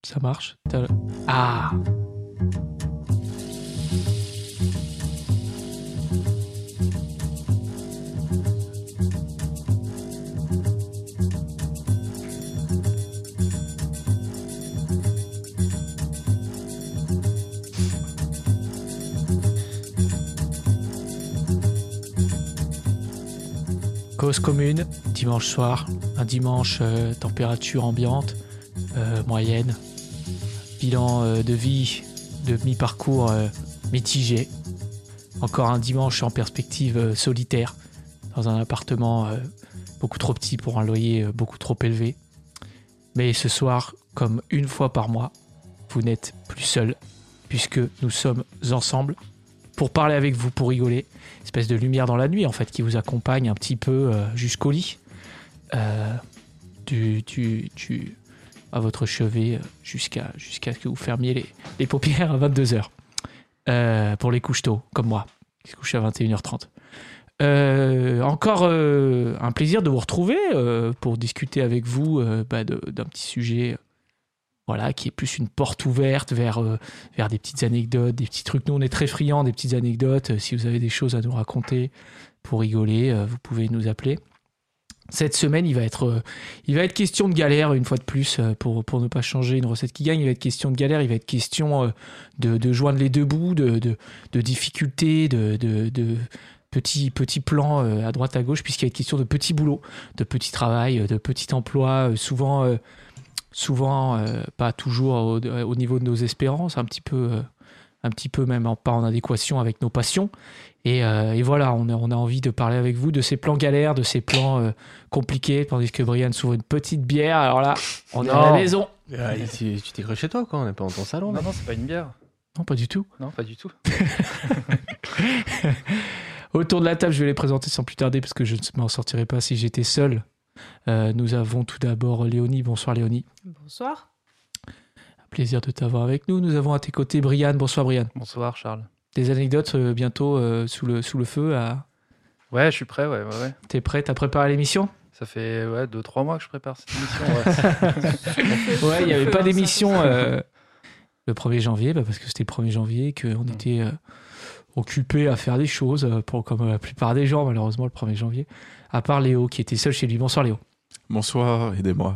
Ça marche. Ah. Cause commune, dimanche soir, un dimanche température ambiante, moyenne, bilan de vie, de mi-parcours mitigé, encore un dimanche en perspective solitaire, dans un appartement beaucoup trop petit pour un loyer beaucoup trop élevé. Mais ce soir, comme une fois par mois, vous n'êtes plus seul, puisque nous sommes ensemble pour parler avec vous, pour rigoler. Espèce de lumière dans la nuit, en fait, qui vous accompagne un petit peu jusqu'au lit. À votre chevet jusqu'à ce que vous fermiez les paupières à 22h. Pour les couches tôt, comme moi, qui se couche à 21h30. Encore un plaisir de vous retrouver pour discuter avec vous d'un petit sujet qui est plus une porte ouverte vers des petites anecdotes, des petits trucs. Nous, on est très friands des petites anecdotes. Si vous avez des choses à nous raconter pour rigoler, vous pouvez nous appeler. Cette semaine, il va être question de galère, une fois de plus, pour ne pas changer une recette qui gagne. Il va être question de galère, il va être question de joindre les deux bouts, de difficultés, de petits plans à droite à gauche, puisqu'il va être question de petits boulots, de petits travails, de petits emplois, souvent pas toujours au niveau de nos espérances, un petit peu même pas en adéquation avec nos passions. Et voilà, on a envie de parler avec vous de ces plans galères, de ces plans compliqués, tandis que Brian s'ouvre une petite bière. Alors là, on est à la maison. Tu t'es cru chez toi, quoi. On n'est pas dans ton salon. Non, c'est pas une bière. Non, pas du tout. Non, pas du tout. Autour de la table, je vais les présenter sans plus tarder, parce que je ne m'en sortirais pas si j'étais seul. Nous avons tout d'abord Léonie. Bonsoir Léonie. Bonsoir. Un plaisir de t'avoir avec nous. Nous avons à tes côtés Brian. Bonsoir Brian. Bonsoir Charles. Des anecdotes bientôt sous le feu à... Ouais, je suis prêt, ouais. T'es prêt? T'as préparé l'émission? Ça fait 2-3 mois que je prépare cette émission. Ouais, il n'y avait pas d'émission le 1er janvier, parce que c'était le 1er janvier, qu'on était occupés à faire des choses, comme la plupart des gens, malheureusement, le 1er janvier. À part Léo, qui était seul chez lui. Bonsoir Léo. Bonsoir, aidez-moi.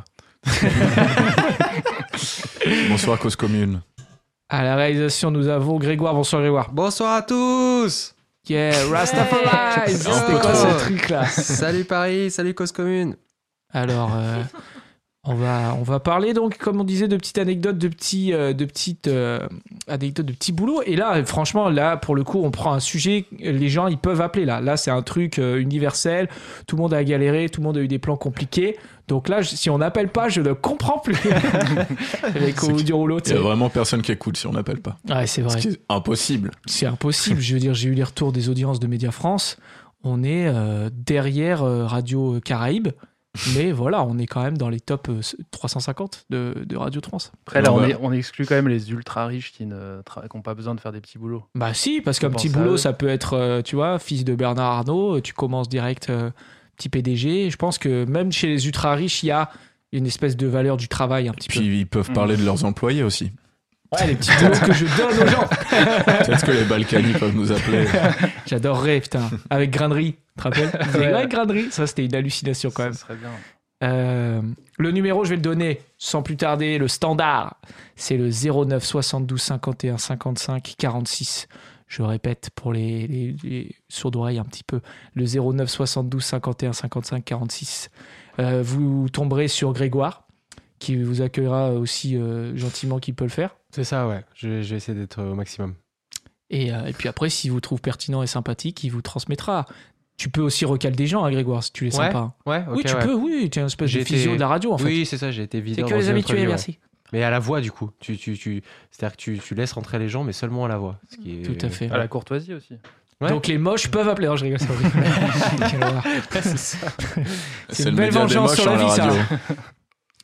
Bonsoir, Cause Commune. À la réalisation, nous avons Grégoire. Bonsoir Grégoire. Bonsoir à tous. Yeah, Rastafari. C'était quoi ce truc-là? Salut Paris, salut Cause Commune. Alors, on va parler donc, comme on disait, de petites anecdotes, de petites anecdotes, de petits boulots. Et là, franchement, pour le coup, on prend un sujet, les gens, ils peuvent appeler là. Là, c'est un truc universel. Tout le monde a galéré, tout le monde a eu des plans compliqués. Donc là, si on n'appelle pas, je ne comprends plus. Avec du rouleau. Il n'y a vraiment personne qui écoute si on n'appelle pas. Ouais, c'est vrai. Ce qui est impossible. C'est impossible. Je veux dire, j'ai eu les retours des audiences de Média France. On est derrière Radio Caraïbes. Mais voilà, on est quand même dans les top 350 de Radio France. Après, là, on exclut quand même les ultra riches qui n'ont pas besoin de faire des petits boulots. Bah si, parce qu'un petit boulot, ça peut être, tu vois, fils de Bernard Arnault, tu commences direct petit PDG. Je pense que même chez les ultra riches, il y a une espèce de valeur du travail un petit peu. Puis ils peuvent parler de leurs employés aussi. Ouais, les petits boulots que je donne aux gens. Peut-être que les Balkany peuvent nous appeler. J'adorerais, putain. Avec Grainerie, tu te rappelles? Ouais, Grainerie. Ça, c'était une hallucination quand même. Ça serait bien. Le numéro, je vais le donner sans plus tarder. Le standard, c'est le 09 72 51 55 46. Je répète pour les sourds d'oreille un petit peu. Le 09 72 51 55 46. Vous tomberez sur Grégoire, qui vous accueillera aussi gentiment qu'il peut le faire. C'est ça, ouais. Je vais essayer d'être au maximum. Et puis après, s'il vous trouve pertinent et sympathique, il vous transmettra. Tu peux aussi recaler des gens, hein, Grégoire, si tu les sens pas. Ouais, ok. Oui, tu peux, oui. Tu es une espèce de physio de la radio, en fait. Oui, c'est ça, j'ai été videur. C'est que les habitués, merci. Mais à la voix, du coup. C'est-à-dire que tu laisses rentrer les gens, mais seulement à la voix. Ce qui est... Tout à fait. À la courtoisie aussi. Ouais. Donc les moches peuvent appeler. Non, je rigole, c'est horrible. C'est ça. C'est une belle vengeance sur la vie, ça.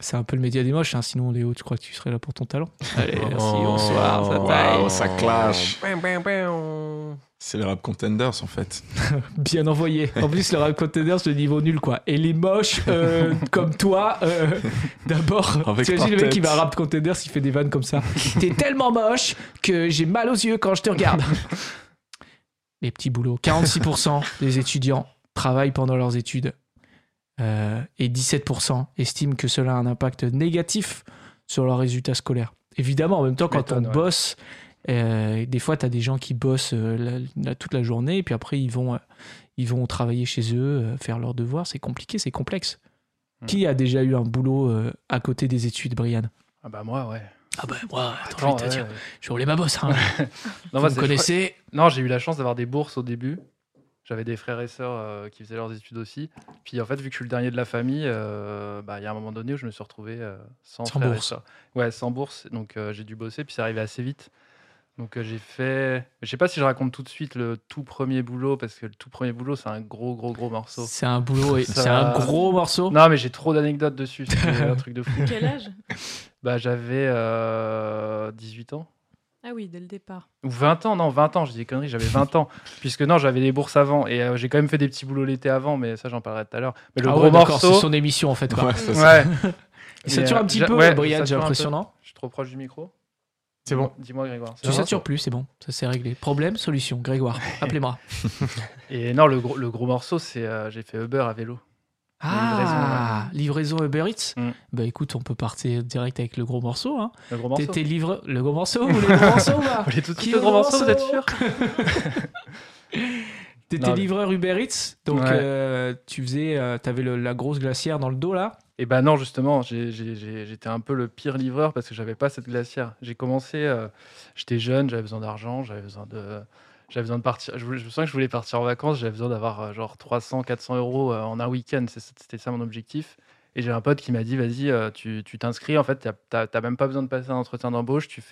C'est un peu le média des moches, hein. Sinon, Léo, tu crois que tu serais là pour ton talent? Allez, merci, Oh. bonsoir, ça taille. Waouh, ça clash. Bam, bam, bam. C'est les rap contenders en fait. Bien envoyé. En plus, le rap contenders, le niveau nul, quoi. Et les moches, comme toi, d'abord, Avec t'imagines le par mec qui tête. va rap contenders, il fait des vannes comme ça. T'es tellement moche que j'ai mal aux yeux quand je te regarde. Les petits boulots. 46% des étudiants travaillent pendant leurs études. Et 17% estiment que cela a un impact négatif sur leurs résultats scolaires. Évidemment, en même temps, quand on m'étonnes, ouais. bosse, des fois, tu as des gens qui bossent toute la journée, et puis après, ils vont travailler chez eux, faire leurs devoirs. C'est compliqué, c'est complexe. Qui a déjà eu un boulot à côté des études, Brian? Ah bah moi, ouais. Ah bah moi, Attends, je vais te dire, ouais. je roulais ma bosse. Hein. Non, Vous moi, me connaissez? Non, j'ai eu la chance d'avoir des bourses au début. J'avais des frères et sœurs qui faisaient leurs études aussi. Puis en fait, vu que je suis le dernier de la famille, il y a un moment donné où je me suis retrouvé sans Sans frères et bourse. sœurs. Ouais, sans bourse. Donc j'ai dû bosser, puis c'est arrivé assez vite. Donc j'ai fait... Je sais pas si je raconte tout de suite le tout premier boulot, parce que le tout premier boulot, c'est un gros morceau. C'est un boulot, et Ça- c'est un gros morceau. Non, mais j'ai trop d'anecdotes dessus. C'est un truc de fou. Quel âge? Bah, j'avais 18 ans. Ah oui, dès le départ. Ou 20 ans, non, 20 ans, je dis des conneries, j'avais 20 ans. Puisque non, j'avais des bourses avant. Et j'ai quand même fait des petits boulots l'été avant, mais ça, j'en parlerai tout à l'heure. Mais le Ah gros ouais, d'accord, c'est morceau. son émission en fait. Quoi. Ouais, c'est ça. Ouais. Il sature un petit peu, ouais, Brian, ça j'ai sature un l'impression, peu. non? Je suis trop proche du micro. C'est bon. Dis-moi, Grégoire. Tu satures plus, c'est bon, ça c'est réglé. Problème, solution, Grégoire, appelez-moi. Et non, le gros morceau, c'est j'ai fait Uber à vélo. Ah, livraison Uber Eats. Mm. Bah écoute, on peut partir direct avec le gros morceau. Hein. Le gros morceau. T'étais livreur, le gros morceau ou les gros morceaux là Vous voulez tout de Qui suite le gros morceau, vous êtes sûr? T'étais Non, mais- livreur Uber Eats, donc Ouais. tu faisais, t'avais la grosse glacière dans le dos là. Et ben non, justement, j'étais un peu le pire livreur parce que j'avais pas cette glacière. J'ai commencé, j'étais jeune, j'avais besoin d'argent, j'avais besoin de partir. Je me sens que je voulais partir en vacances, j'avais besoin d'avoir genre 300, 400 euros en un week-end. C'était ça mon objectif. Et j'ai un pote qui m'a dit, vas-y, tu t'inscris. En fait, t'as même pas besoin de passer un entretien d'embauche. Tu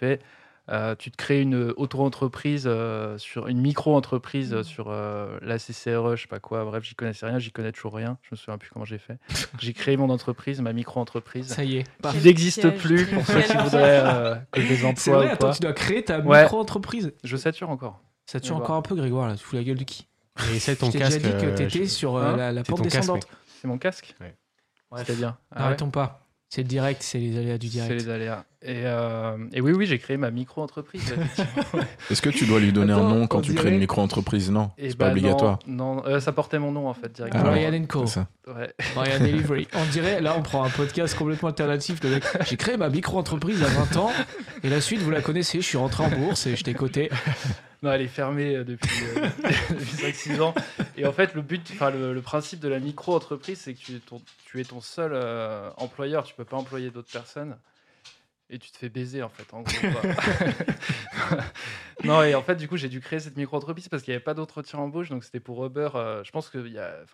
te crées une auto-entreprise, sur une micro-entreprise sur la CCRE, je sais pas quoi. Bref, j'y connaissais rien, j'y connais toujours rien. Je me souviens plus comment j'ai fait. J'ai créé mon entreprise, ma micro-entreprise, Ça y est. qui n'existe piège. plus pour ceux qui Quel voudraient que des C'est emplois vrai, ou attends, quoi. tu dois créer ta Ouais. micro-entreprise. Je sature encore. Ça tue On va encore un peu, Grégoire, là. Tu fous la gueule de qui? Et essaie Je ton t'ai casque. déjà dit que t'étais je- sur Hein la c'est pente ton casque, descendante. C'est mon casque. Ouais. C'est-à-dire. Ah ouais. N'arrêtons pas. C'est le direct, c'est les aléas du C'est direct. les aléas. Et oui, j'ai créé ma micro-entreprise. effectivement. Est-ce que tu dois lui donner Attends, un nom on quand tu crées dirait- une micro-entreprise? Non, Et c'est pas bah obligatoire. Non, ça portait mon nom en fait directement. Ah, Brian Co. C'est ça. Ouais. Brian Delivery. On dirait, là, on prend un podcast complètement alternatif. Le mec, j'ai créé ma micro-entreprise à 20 ans. Et la suite, vous la connaissez. Je suis rentré en bourse et je t'ai coté. Non, elle est fermée depuis 5-6 ans. Et en fait, le principe de la micro-entreprise, c'est que tu es ton seul employeur. Tu peux pas employer d'autres personnes. Et tu te fais baiser, en fait, en gros. quoi. Non, et en fait, du coup, j'ai dû créer cette micro-entreprise parce qu'il n'y avait pas d'entretien embauche. Donc, c'était pour Uber. Je pense que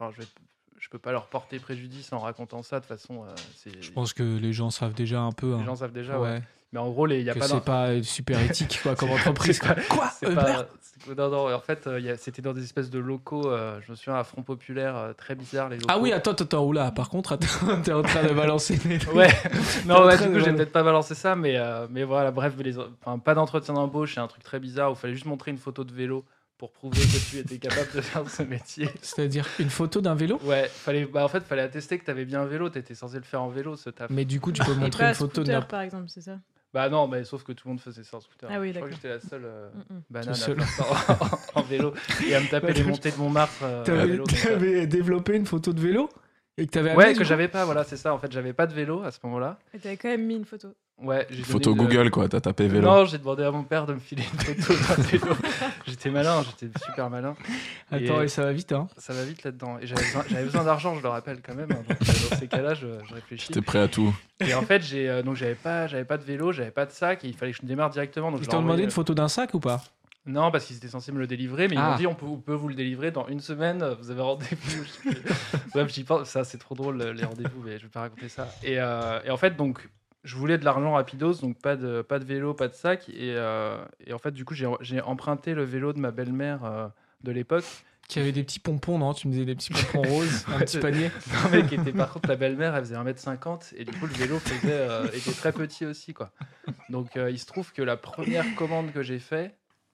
je peux pas leur porter préjudice en racontant ça. De toute façon, Je pense que les gens savent déjà un peu. les hein. gens savent déjà. Ouais. Mais en gros, il y a Que pas c'est pas super éthique quoi, comme entreprise. Quoi, quoi C'est Uber pas- non, en fait, c'était dans des espèces de locaux, je me souviens, à Front Populaire, très bizarres, les locaux. Ah oui, attends, oula, par contre, attends, t'es en train de balancer des trucs. Ouais, non, ouais, Très du coup, j'ai drôle. peut-être pas balancé ça, mais voilà, bref, pas d'entretien d'embauche, c'est un truc très bizarre où il fallait juste montrer une photo de vélo pour prouver que tu étais capable de faire ce métier. C'est-à-dire une photo d'un vélo. Ouais, en fait, fallait attester que t'avais bien un vélo, t'étais censé le faire en vélo, ce taf. Mais du coup, tu peux Et montrer pas une photo de scooter, n'importe- par exemple, c'est ça? Bah non, mais sauf que tout le monde faisait ça en scooter. Ah oui, Je crois que d'accord. j'étais la seule Mm-mm. banane Tout seul. à faire ça en vélo et à me taper les montées de Montmartre à vélo. comme ça. T'avais développé une photo de vélo et que t'avais Ouais, amené, que du coup j'avais pas, voilà, c'est ça. En fait, j'avais pas de vélo à ce moment-là. Et t'avais quand même mis une photo. Ouais, j'ai Photo donné Google, quoi. T'as tapé vélo. Non, j'ai demandé à mon père de me filer une photo d'un vélo. J'étais malin, j'étais super malin. Attends, et ça va vite, hein. Ça va vite là-dedans. Et j'avais besoin d'argent, je le rappelle quand même. Hein, donc, dans ces cas-là, je réfléchis. T'es prêt à tout. Et en fait, donc j'avais pas de vélo, j'avais pas de sac, et il fallait que je démarre directement. Donc Ils je t'ont leur demandé envoyais- une photo d'un sac ou pas? Non, parce qu'ils étaient censés me le délivrer, mais ils Ah. m'ont dit on peut vous le délivrer dans une semaine, vous avez rendez-vous. Bref, j'y pense, ça c'est trop drôle les rendez-vous, mais je vais pas raconter ça. Et en fait, donc je voulais de l'argent rapidos, donc pas de vélo, pas de sac. Et en fait, du coup, j'ai emprunté le vélo de ma belle-mère de l'époque, Qui avait des petits pompons, non? Tu me disais des petits pompons roses, un petit panier. Non, mais qui était, par contre, la belle-mère, elle faisait 1m50 et du coup, le vélo était très petit aussi, quoi. Donc, il se trouve que la première commande que j'ai faite,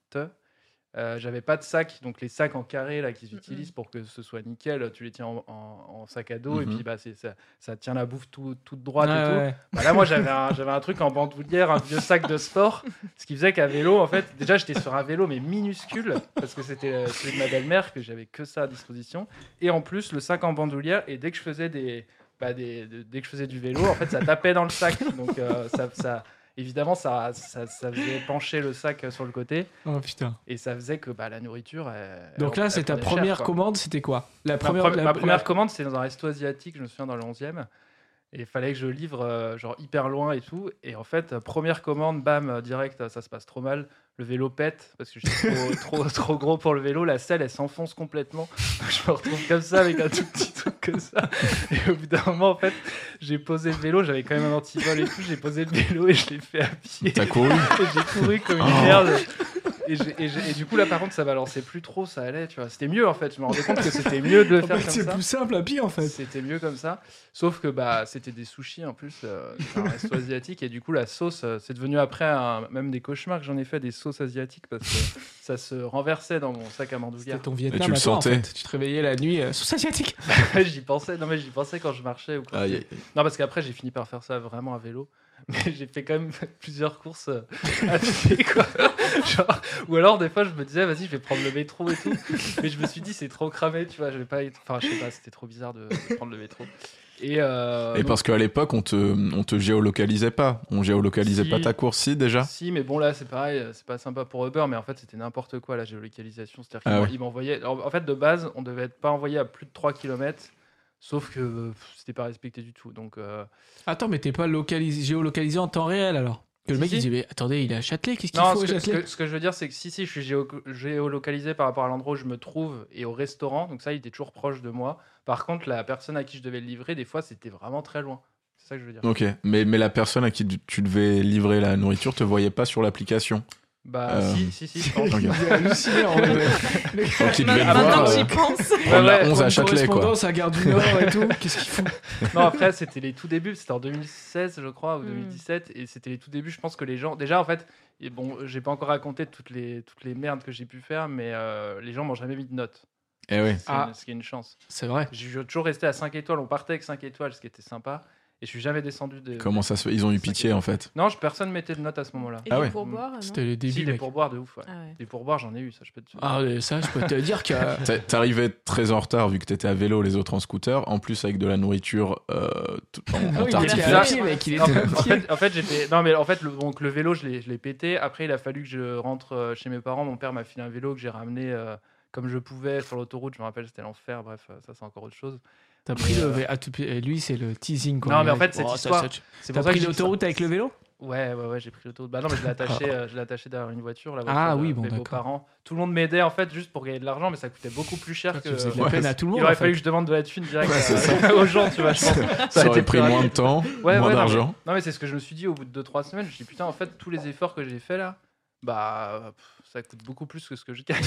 j'avais pas de sac, donc les sacs en carré là qu'ils utilisent pour que ce soit nickel, tu les tiens en sac à dos et puis bah ça tient la bouffe toute droite et tout. Ouais. Bah, là moi j'avais un truc en bandoulière, un vieux sac de sport, ce qui faisait qu'à vélo en fait déjà j'étais sur un vélo mais minuscule parce que c'était celui de ma belle-mère que j'avais que ça à disposition et en plus le sac en bandoulière et dès que je faisais dès que je faisais du vélo en fait ça tapait dans le sac donc évidemment, ça faisait pencher le sac sur le côté. Oh putain. Et ça faisait que la nourriture. Donc là, c'est ta première commande, c'était quoi? Ma première commande, c'était dans un resto asiatique, je me souviens, dans le 11e. Et il fallait que je livre genre hyper loin et tout. Et en fait, première commande, bam, direct, ça se passe trop mal. Le vélo pète parce que j'étais trop gros pour le vélo. La selle, elle s'enfonce complètement. Donc, je me retrouve comme ça avec un tout petit truc comme ça. Et au bout d'un moment, en fait, j'ai posé le vélo. J'avais quand même un antivol et tout. J'ai posé le vélo et je l'ai fait à pied. T'as couru? Et j'ai couru comme une merde. Et du coup, là, par contre, ça balançait plus trop, ça allait, tu vois. C'était mieux, en fait. Je me rendais compte que c'était mieux de le faire comme ça. C'est plus simple à pied, en fait. C'était mieux comme ça. Sauf que c'était des sushis, en plus, un resto asiatique. Et du coup, la sauce, c'est devenu après même des cauchemars que j'en ai fait, des sauces asiatiques, parce que ça se renversait dans mon sac à mandoulière. C'était ton Vietnam. Et tu le à toi, en sentais. fait. Tu te réveillais la nuit, sauce asiatique. J'y pensais. Non, mais j'y pensais quand je marchais. Ou quand Aïe, aïe. Non, parce qu'après, j'ai fini par faire ça vraiment à vélo. Mais j'ai fait quand même plusieurs courses à pied, quoi. Genre, ou alors, des fois, je me disais, vas-y, je vais prendre le métro et tout. Mais je me suis dit, c'est trop cramé, tu vois. Je vais pas être... Enfin, je sais pas, c'était trop bizarre de prendre le métro. Et donc, parce qu'à l'époque, on te géolocalisait pas. On géolocalisait Si. pas ta course, si, déjà? Si, mais bon, là, c'est pareil, c'est pas sympa pour Uber, mais en fait, c'était n'importe quoi, la géolocalisation. C'est-à-dire Ah qu'ils m'envoyaient. En fait, de base, on devait pas envoyer à plus de 3 km, sauf que c'était pas respecté du tout. Donc. Attends, mais t'es pas géolocalisé en temps réel, alors? Que le Si, mec, si. il dit, mais attendez, il est à Châtelet, qu'est-ce qu'il Non, faut à Châtelet? ce que je veux dire, c'est que si, je suis géolocalisé par rapport à l'endroit où je me trouve et au restaurant, donc ça, il était toujours proche de moi. Par contre, la personne à qui je devais le livrer, des fois, c'était vraiment très loin. C'est ça que je veux dire. Ok, mais la personne à qui tu devais livrer la nourriture te voyait pas sur l'application. Bah, si, je pense. Ok. Il est halluciné, en vrai. Donc il devait le Maintenant voir. que j'y pense. Prendre la Ouais, 11 à Une Châtelet, quoi. correspondance à Gare du Nord et tout. Qu'est-ce qu'il fout? Non, après, c'était les tout débuts, c'était en 2016, je crois, ou 2017, et c'était les tout débuts. Je pense que les gens, déjà, en fait, et bon, j'ai pas encore raconté toutes les merdes que j'ai pu faire, mais les gens m'ont jamais mis de notes. Eh oui. Ce qui est une chance. C'est vrai. Je suis toujours resté à 5 étoiles. On partait avec 5 étoiles, ce qui était sympa. Et je suis jamais descendu de. Comment ça se fait? Ils ont eu pitié, en fait. Non, personne mettait de notes à ce moment-là. Et Ah des ouais. pourboires, non? C'était les Si, débuts, des mec. pourboires de ouf. Ouais. Ah ouais. Des pourboires, j'en ai eu, ça, je peux te. Ah, ça, je peux te dire que... T'arrivais très en retard vu que t'étais à vélo, les autres en scooter. En plus, avec de la nourriture en Ah oui, il tartiflette. était à pied, mec. Il était à pied. En fait, j'étais. Non, mais en fait, le vélo, je l'ai pété. Après, il a fallu que je rentre chez mes parents. Mon père m'a filé un vélo que j'ai ramené comme je pouvais sur l'autoroute. Je me rappelle, c'était l'enfer. Bref, ça, c'est encore autre chose. T'as pris lui, c'est le teasing, quoi. Non, mais en fait, cette histoire. C'est T'as pour ça pris que je dis ça. l'autoroute avec le vélo? Ouais, j'ai pris l'autoroute. Bah non, mais je l'ai attaché derrière une voiture. La Ah voiture de oui, bon, mes d'accord. beaux-parents. Tout le monde m'aidait en fait juste pour gagner de l'argent, mais ça coûtait beaucoup plus cher que. Tu faisais de la peine à tout le monde. Il aurait en fallu fait. que je demande de la thune direct Ouais, c'est aux gens, tu vois. Je pense. Ça a aurait été pris plus moins rapide. de temps, Ouais, moins non, d'argent. Non, mais c'est ce que je me suis dit au bout de 2-3 semaines. Je me suis dit, putain, en fait, tous les efforts que j'ai fait là, ça coûte beaucoup plus que ce que je gagne.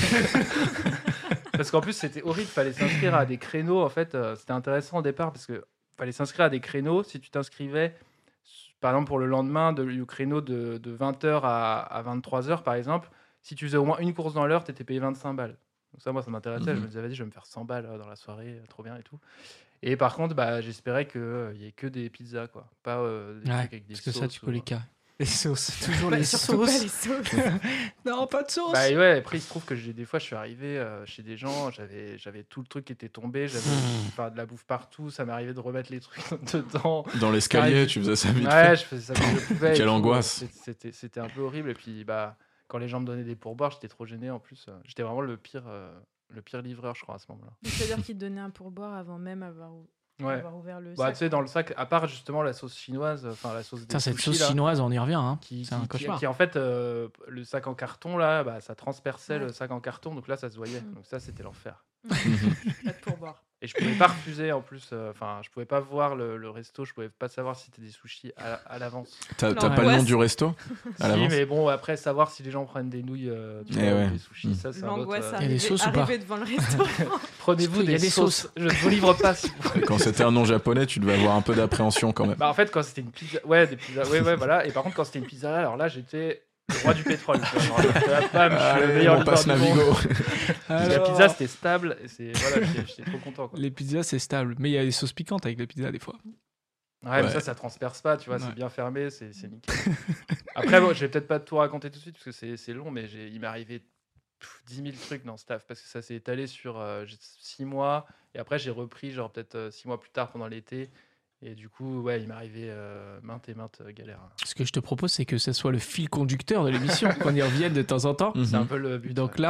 Parce qu'en plus, c'était horrible. Fallait s'inscrire à des créneaux. En fait, c'était intéressant au départ parce que fallait s'inscrire à des créneaux. Si tu t'inscrivais, par exemple, pour le lendemain, au créneau de 20h à 23h, par exemple, si tu faisais au moins une course dans l'heure, tu étais payé 25 balles. Donc ça, moi, ça m'intéressait. Je me disais, vas-y, je vais me faire 100 balles dans la soirée, trop bien et tout. Et par contre, j'espérais qu'il n'y ait que des pizzas, quoi. Pas des Ouais, trucs avec des parce que sauces. ça, tu peux ou- les carrer. Les sauces, toujours les Surtout pas sauces. les sauces. Non, pas de sauce. Bah ouais, après il se trouve que des fois je suis arrivé chez des gens, j'avais tout le truc qui était tombé, j'avais de la bouffe partout, ça m'arrivait de remettre les trucs dedans. Dans l'escalier, tu faisais ça vite Ouais, fait. je faisais ça comme je pouvais. et Quelle tout. angoisse. C'était un peu horrible et puis quand les gens me donnaient des pourboires, j'étais trop gêné en plus. J'étais vraiment le pire livreur, je crois, à ce moment-là. C'est-à-dire qu'ils te donnaient un pourboire avant même avoir Ouais. ouvert le Bah sac. tu sais dans le sac, à part justement la sauce chinoise, enfin la sauce des Putain, cette sushis, sauce là, chinoise, on y revient. Hein. qui C'est un cauchemar. qui en fait le sac en carton là, ça transperçait Ouais. le sac en carton, donc là ça se voyait. Mm. Donc ça c'était l'enfer. Pas de pourboire. Et je pouvais pas refuser en plus. Enfin, je pouvais pas voir le resto. Je pouvais pas savoir si c'était des sushis à l'avance. T'as Non, pas le ouais. nom du resto à Si, l'avance mais bon, après savoir si les gens prennent des nouilles, tu vois, ouais. ou des sushis, ça c'est un autre. L'angoisse Il y a des sauces ou pas arriver devant le restaurant. Prenez-vous Il y a des des sauces. Je ne vous livre pas. Si vous... Quand c'était un nom japonais, tu devais avoir un peu d'appréhension quand même. Bah en fait, quand c'était une pizza, ouais, des pizzas, ouais, voilà. Et par contre, quand c'était une pizza, alors là, j'étais le roi du pétrole. Tu vois, genre, j'étais là, bam, je suis le meilleur on livreur passe du monde. Navigo. La pizza, c'était stable. Et voilà, j'étais trop content. Quoi. Les pizzas, c'est stable. Mais il y a des sauces piquantes avec les pizzas, des fois. Ouais, mais Ouais. ça transperce pas, tu vois, Ouais. c'est bien fermé, c'est nickel. Après, bon, je vais peut-être pas tout raconter tout de suite parce que c'est long, mais il m'est arrivé 10 000 trucs dans ce taf parce que ça s'est étalé sur 6 mois et après j'ai repris, genre peut-être 6 mois plus tard pendant l'été. Et du coup, ouais, il m'est arrivé maintes et maintes galères. Ce que je te propose, c'est que ça soit le fil conducteur de l'émission, qu'on y revienne de temps en temps. C'est un Mhm. peu le but. Donc ouais. là,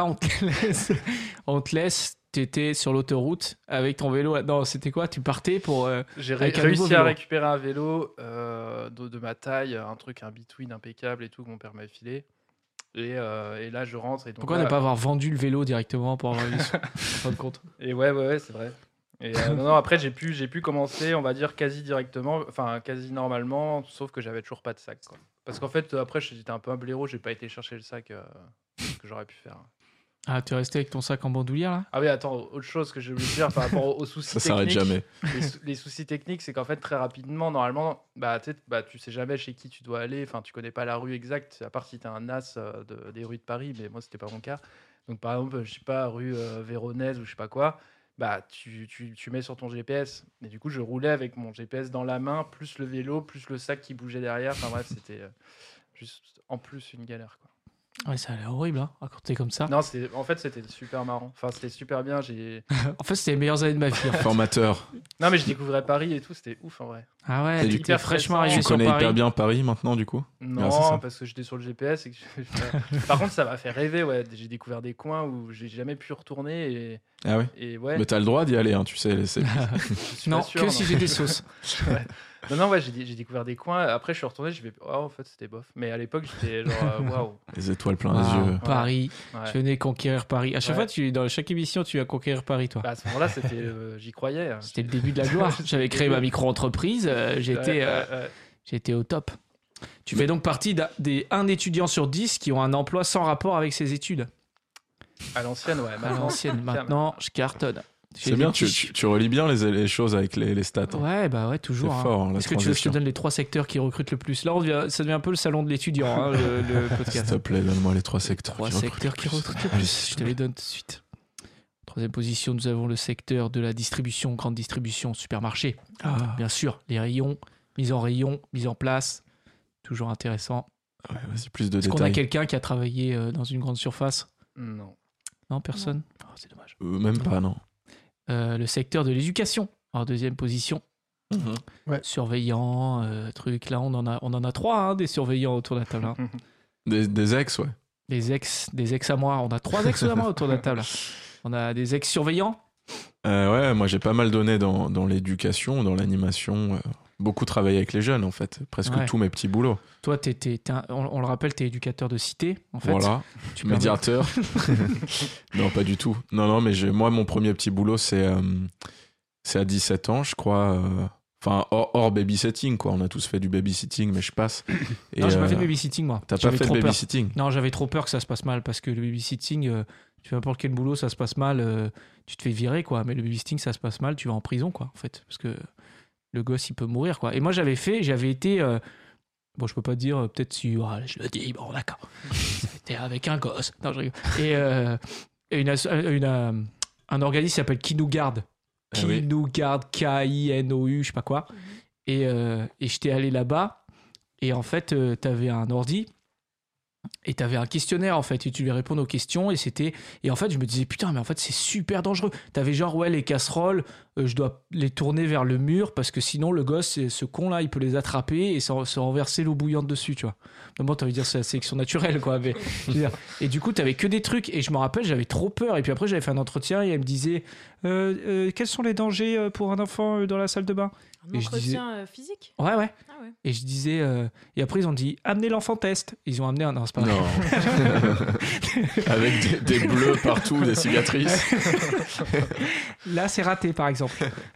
on te laisse. T'étais sur l'autoroute avec ton vélo. Non, c'était quoi? Tu partais pour. J'ai avec un nouveau réussi à vélo. récupérer un vélo de ma taille, un truc, un between impeccable et tout que mon père m'avait filé. Et là, je rentre. Et donc Pourquoi là- ne pas avoir vendu le vélo directement pour avoir eu son en fin de compte? Et ouais, c'est vrai. Et non, après, j'ai pu commencer, on va dire, quasi directement, enfin, quasi normalement, sauf que j'avais toujours pas de sac. Quoi. Parce qu'en fait, après, j'étais un peu un blaireau, j'ai pas été chercher le sac que j'aurais pu faire. Ah, tu es resté avec ton sac en bandoulière là? Ah oui, attends, autre chose que je voulais dire par rapport aux soucis Ça s'arrête techniques. jamais. Les soucis techniques, c'est qu'en fait, très rapidement, normalement, tu sais jamais chez qui tu dois aller, enfin, tu connais pas la rue exacte, à part si t'es un as des rues de Paris, mais moi, c'était pas mon cas. Donc, par exemple, je sais pas, rue Véronèse ou je sais pas quoi, bah, tu mets sur ton GPS. Et du coup, je roulais avec mon GPS dans la main, plus le vélo, plus le sac qui bougeait derrière. Enfin, bref, c'était juste en plus une galère, quoi. Ouais, ça a l'air horrible, hein, raconter comme ça. Non, en fait, c'était super marrant. Enfin, c'était super bien. En fait, c'était les meilleures années de ma vie. En fait. Formateur. Non, mais je découvrais Paris et tout, c'était ouf en vrai. Ah ouais, Et du t'étais coup, fraîchement tu arrivé Tu sur connais Paris. hyper bien Paris maintenant, du coup Non, c'est ça. parce que j'étais sur le GPS. Et Par contre, ça m'a fait rêver. Ouais. J'ai découvert des coins où j'ai jamais pu retourner. Ah ouais. Et ouais, Mais t'as le droit d'y aller, hein, tu sais. je suis Non, pas sûr, que non. si j'ai des sauces. Ouais. Non, ouais, j'ai découvert des coins. Après, je suis retourné. Je vais, oh, en fait, c'était bof. Mais à l'époque, j'étais genre, waouh. Les étoiles plein les Waouh, yeux. Paris, Ouais. je venais conquérir Paris. À chaque Ouais. fois, dans chaque émission, tu vas conquérir Paris, toi. Bah, à ce moment-là, c'était, j'y croyais. C'était le début de la gloire. J'avais créé ma micro-entreprise, j'étais au top. Tu fais donc partie d'un étudiant sur 10 qui ont un emploi sans rapport avec ses études. À l'ancienne, ouais. À Maintenant, l'ancienne, maintenant, je cartonne. J'ai C'est bien, des tu, petits- tu relis bien les choses avec les stats. hein. Ouais, bah ouais, toujours. C'est hein. fort, la Est-ce que tu veux que je te transition. donne les 3 secteurs qui recrutent le plus? Là, ça devient un peu le salon de l'étudiant, hein, le S'il podcast. te plaît, donne-moi les 3 secteurs. 3 qui recrutent secteurs le qui plus. recrutent le Allez, plus. s'il Je te te les plaît. donne tout de suite. Troisième position, nous avons le secteur de la distribution, grande distribution, supermarché. Ah, Bien sûr, les rayons, mise en place. Toujours intéressant. ouais, vas-y, plus de Est-ce qu'on a détails. quelqu'un qui a travaillé dans une grande surface? non. Non, personne. Oh, c'est dommage. Même pas, non. Le secteur de l'éducation, en deuxième position. Surveillant, truc. Là, on en a 3, hein, des surveillants autour de la table. hein. Des ex, ouais. Des ex à moi. On a 3 ex à moi autour de la table. On a des ex-surveillants. Ouais, moi j'ai pas mal donné dans l'éducation, dans l'animation. Beaucoup travaillé avec les jeunes, en fait. Presque Ouais. tous mes petits boulots. Toi, on le rappelle, tu es éducateur de cité, en fait. Voilà. Tu permets- Médiateur. Non, pas du tout. Non, mais moi, mon premier petit boulot, c'est à 17 ans, je crois. Enfin, hors babysitting, quoi. On a tous fait du babysitting, mais je passe. Et, Non, j'ai pas fait de babysitting, moi. T'as pas J'avais fait de trop peur. babysitting? Non, j'avais trop peur que ça se passe mal parce que le babysitting, tu fais n'importe quel boulot, ça se passe mal, tu te fais virer, quoi. Mais le babysitting, ça se passe mal, tu vas en prison, quoi, en fait. Parce que le gosse, il peut mourir, quoi. Et moi, j'avais été. Bon, je peux pas dire, peut-être si. Je le dis, bon, d'accord. C'était avec un gosse. Non, je rigole. Et un organisme qui s'appelle Qui nous garde. Ah Qui oui. nous garde, K-I-N-O-U, je sais pas quoi. Et j'étais allé là-bas. Et en fait, t'avais un ordi. Et t'avais un questionnaire en fait, et tu lui répondais aux questions, et en fait je me disais putain mais en fait c'est super dangereux. T'avais genre ouais les casseroles, je dois les tourner vers le mur parce que sinon le gosse, ce con là, il peut les attraper et se renverser l'eau bouillante dessus, tu vois. Bon, t'as envie de dire c'est la sélection naturelle quoi, mais je veux dire, et du coup t'avais que des trucs et je me rappelle j'avais trop peur et puis après j'avais fait un entretien et elle me disait quels sont les dangers pour un enfant dans la salle de bain. Un Et je entretien physique? Ouais Ah ouais. et je disais et après ils ont dit amenez l'enfant test, ils ont amené un non c'est pas vrai. Non. Avec des bleus partout, des cicatrices. Là, c'est raté, par exemple.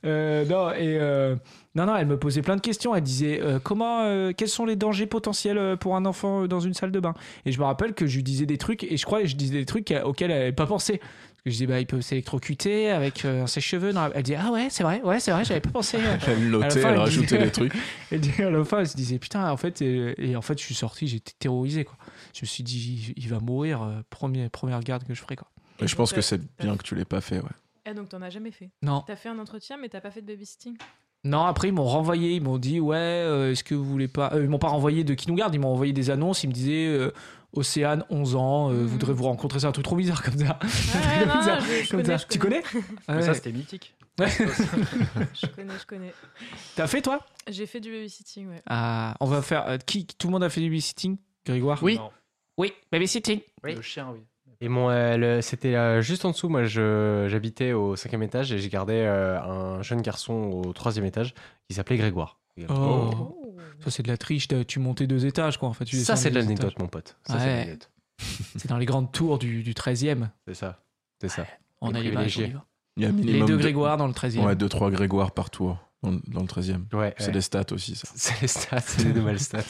Non, elle me posait plein de questions. Elle disait quels sont les dangers potentiels pour un enfant dans une salle de bain. Et je me rappelle que je lui disais des trucs, et je crois que je disais des trucs auxquels elle n'avait pas pensé. Parce que je disais, il peut s'électrocuter avec un sèche-cheveux. Non, elle disait, ah ouais, c'est vrai, j'avais pas pensé. Elle notait, elle rajoutait des trucs. À la fin, elle se disait, putain, en fait, et en fait, je suis sorti, j'étais terrorisé, quoi. Je me suis dit, il va mourir, première garde que je ferai, quoi. Et je pense que c'est bien que tu l'aies pas fait, ouais. Ah, donc t'en as jamais fait? Non. T'as fait un entretien, mais t'as pas fait de babysitting? Non, après, ils m'ont renvoyé. Ils m'ont dit, est-ce que vous voulez pas. Ils m'ont pas renvoyé de qui nous garde. Ils m'ont envoyé des annonces. Ils me disaient, Océane, 11 ans, voudrait vous rencontrer. C'est un truc trop bizarre comme ça. Ouais, non, je Tu connais Mais Ouais. ça, c'était mythique. Je connais. T'as fait, toi J'ai fait du babysitting, ouais. Ah, on va faire. Tout le monde a fait du babysitting, Grégoire? Oui. Non. Oui, babysitting. Oui. Le chien, oui. Et c'était juste en dessous. Moi, j'habitais au 5e étage et j'ai gardé un jeune garçon au 3e étage qui s'appelait Grégoire. Oh. Oh. Ça, c'est de la triche. Tu montais 2 étages, quoi. En fait, tu Ça, c'est de descendais 2 l'anecdote, étages. mon pote. Ça, Ouais. c'est de l'anecdote. C'est dans les grandes tours du 13e. C'est ça. C'est ça. On Les a les privilégiés. images, on y va. Il y a un Les minimum 2 de- Grégoire dans le 13e. Ouais, 2-3 Grégoire par tour dans le 13e. Ouais. C'est des stats aussi, ça. C'est les stats, c'est les nouvelles stats.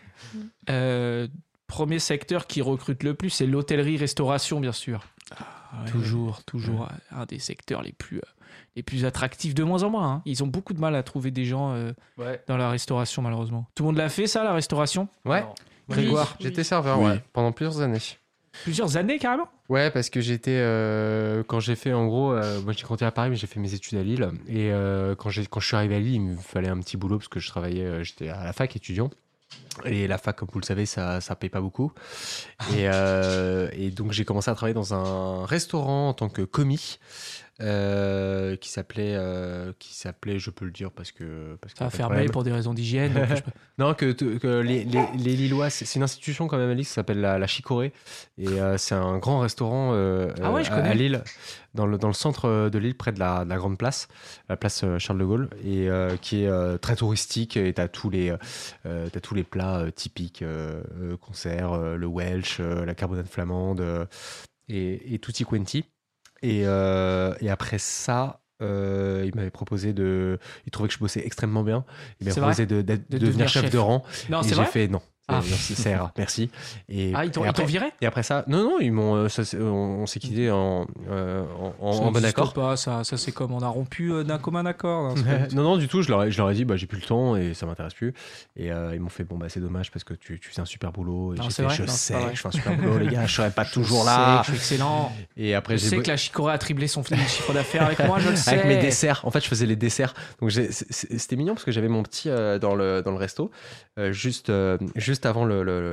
Premier secteur qui recrute le plus, c'est l'hôtellerie-restauration, bien sûr. Toujours un des secteurs les plus attractifs, de moins en moins. Hein. Ils ont beaucoup de mal à trouver des gens Ouais. dans la restauration, malheureusement. Tout le monde l'a fait, ça, la restauration? Ouais. Non. Grégoire? J'étais serveur, Oui. ouais, pendant plusieurs années. Plusieurs années, carrément? Ouais, parce que j'étais quand j'ai fait en gros, moi j'ai continué à Paris, mais j'ai fait mes études à Lille. Et quand je suis arrivé à Lille, il me fallait un petit boulot parce que je travaillais, j'étais à la fac étudiant. Et la fac, comme vous le savez, ça paye pas beaucoup. Et donc j'ai commencé à travailler dans un restaurant en tant que commis. Qui s'appelait, je peux le dire parce que Ça pas a de fermé problème. pour des raisons d'hygiène. donc je peux- Non, que les Lillois, c'est une institution quand même à Lille qui s'appelle la Chicorée. Et c'est un grand restaurant Ah ouais, je à connais. Lille, dans le centre de Lille, près de la Grande Place, la place Charles de Gaulle, et qui est très touristique. Et t'as tous les plats typiques, concert, le Welsh, la carbonade flamande et tutti quanti. Et après ça, il m'avait proposé il trouvait que je bossais extrêmement bien. Il m'a C'est proposé vrai de De devenir devenir chef chef. de rang. Non, Et c'est j'ai vrai? fait non. Ah. Ça ira, merci. Et, Ah, ils t'ont et après, viré? et après ça, non, ils m'ont, on s'est quitté en Ça bon n'existe accord. pas, ça c'est comme on a rompu d'un commun accord. hein, c'est pas- Non, du tout, je leur ai dit, j'ai plus le temps et ça m'intéresse plus. Et ils m'ont fait, c'est dommage parce que tu fais un super boulot. Et Non, j'ai c'est fait, vrai, je non, c'est sais, pas vrai. je fais un super boulot, les gars, je serai pas toujours Je là. sais que je suis excellent. Et après, Je sais que la Chicorée a triplé son chiffre d'affaires avec moi, je le sais. Avec mes desserts. En fait, je faisais les desserts. Donc, c'était mignon parce que j'avais mon petit dans le resto. Juste avant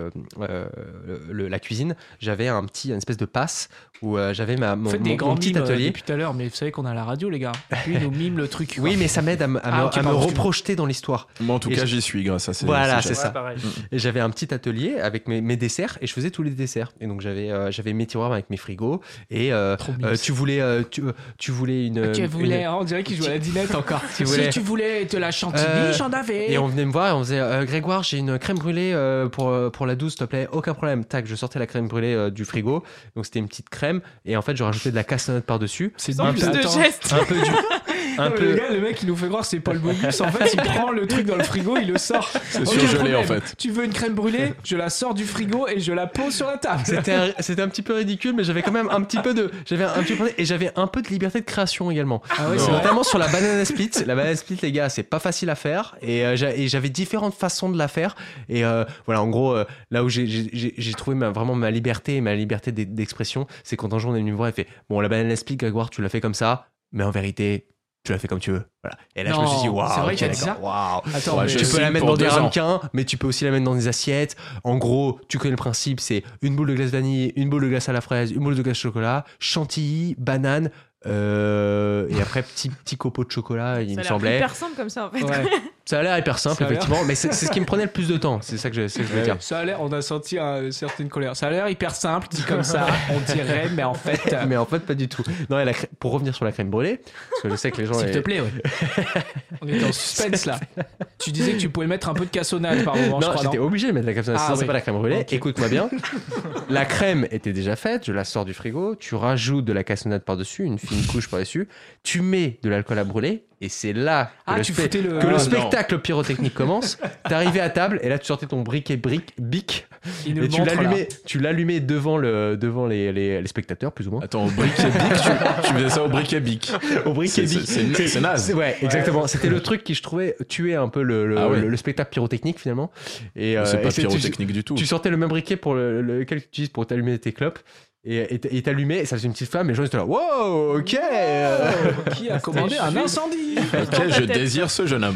la cuisine, j'avais une espèce de passe où j'avais Vous mon faites des grands petit mimes atelier. depuis tout à l'heure, mais vous savez qu'on a la radio, les gars. Lui, il nous mime le truc. Oui, mais ça m'aide à me ok, me pardon, excuse-moi. reprojeter dans l'histoire. Moi, en tout Et cas, je- j'y suis grâce à ces. Voilà, ces c'est gestes. ça. Pareil. Et j'avais un petit atelier avec mes desserts et je faisais tous les desserts. Et donc j'avais mes tiroirs avec mes frigos et Trop mignon. tu voulais une. Tu voulais, une- on dirait qu'il joue à la dinette encore. Tu voulais- Si tu voulais de la chantilly, j'en avais. Et on venait me voir et on faisait Grégoire, j'ai une crème brûlée pour la douce, s'il te plaît. Aucun problème. Tac, je sortais la crème brûlée du frigo. Donc c'était une petite crème et en fait je rajoutais de la cassonade par-dessus. C'est En nul, plus de attends. gestes. Un peu du. Un Le peu. gars, le mec, il nous fait croire que c'est Paul Bogus. En fait, il prend le truc dans le frigo, il le sort. C'est Aucun surgelé, en problème. fait. Tu veux une crème brûlée? Je la sors du frigo et je la pose sur la table. C'était un petit peu ridicule, mais j'avais quand même un petit peu de. Et j'avais un peu de liberté de création également. Ah ouais, c'est vrai. Notamment sur la banana split. La banana split, les gars, c'est pas facile à faire. Et j'avais différentes façons de la faire. Et voilà, en gros, là où j'ai trouvé vraiment ma liberté et ma liberté d'expression, c'est quand un jour on est venu me voir et fait bon, la banana split, Grégoire, tu l'as fait comme ça, mais en vérité, tu l'as fait comme tu veux. Voilà. Et là, je me suis dit, Non, waouh, c'est vrai ok, qu'il a dit d'accord, waouh. Attends, Ouais, mais je Tu signe peux la mettre pour dans des 2 ans. ramequins, mais tu peux aussi la mettre dans des assiettes. En gros, tu connais le principe, c'est une boule de glace vanille, une boule de glace à la fraise, une boule de glace chocolat, chantilly, banane, et après petit copeau de chocolat, il Ça me a l'air semblait. hyper simple comme ça en fait. Ouais. Ça a l'air hyper simple, Ça a l'air. effectivement, mais c'est ce qui me prenait le plus de temps. C'est ça que je veux dire. Ça a l'air, on a senti une certaine colère. Ça a l'air hyper simple, dit comme ça, on dirait, mais en fait. Mais en fait, pas du tout. Non, et pour revenir sur la crème brûlée, parce que je sais que les gens. S'il te plaît, ouais. On est en suspense là. Tu disais que tu pouvais mettre un peu de cassonade par moment, je Non, crois. j'étais obligé de mettre la crème brûlée, Ah, sinon c'est oui. pas la crème brûlée. Ok. Écoute-moi bien. La crème était déjà faite, je la sors du frigo, tu rajoutes de la cassonade par-dessus, une fine couche par-dessus, tu mets de l'alcool à brûler, et c'est là que le, Tu foutais le. que le non. spectacle pyrotechnique commence. T'arrivais à table, et là tu sortais ton briquet bic, Il nous et le montre, là. tu l'allumais devant les spectateurs, plus ou moins. Attends, au briquet bic, tu faisais ça au briquet bic. Au briquet bic. C'est naze. Ouais, exactement. C'était le truc qui, je trouvais, tuait un peu Ah ouais. le spectacle pyrotechnique, finalement. Et, C'est pas et pyrotechnique du tout. tu sortais le même briquet pour lequel tu utilises pour t'allumer tes clopes. Et t'allumais, et ça faisait une petite flamme, et les gens étaient là, wow, ok. Qui a commandé un incendie? Ok, je désire ce jeune homme.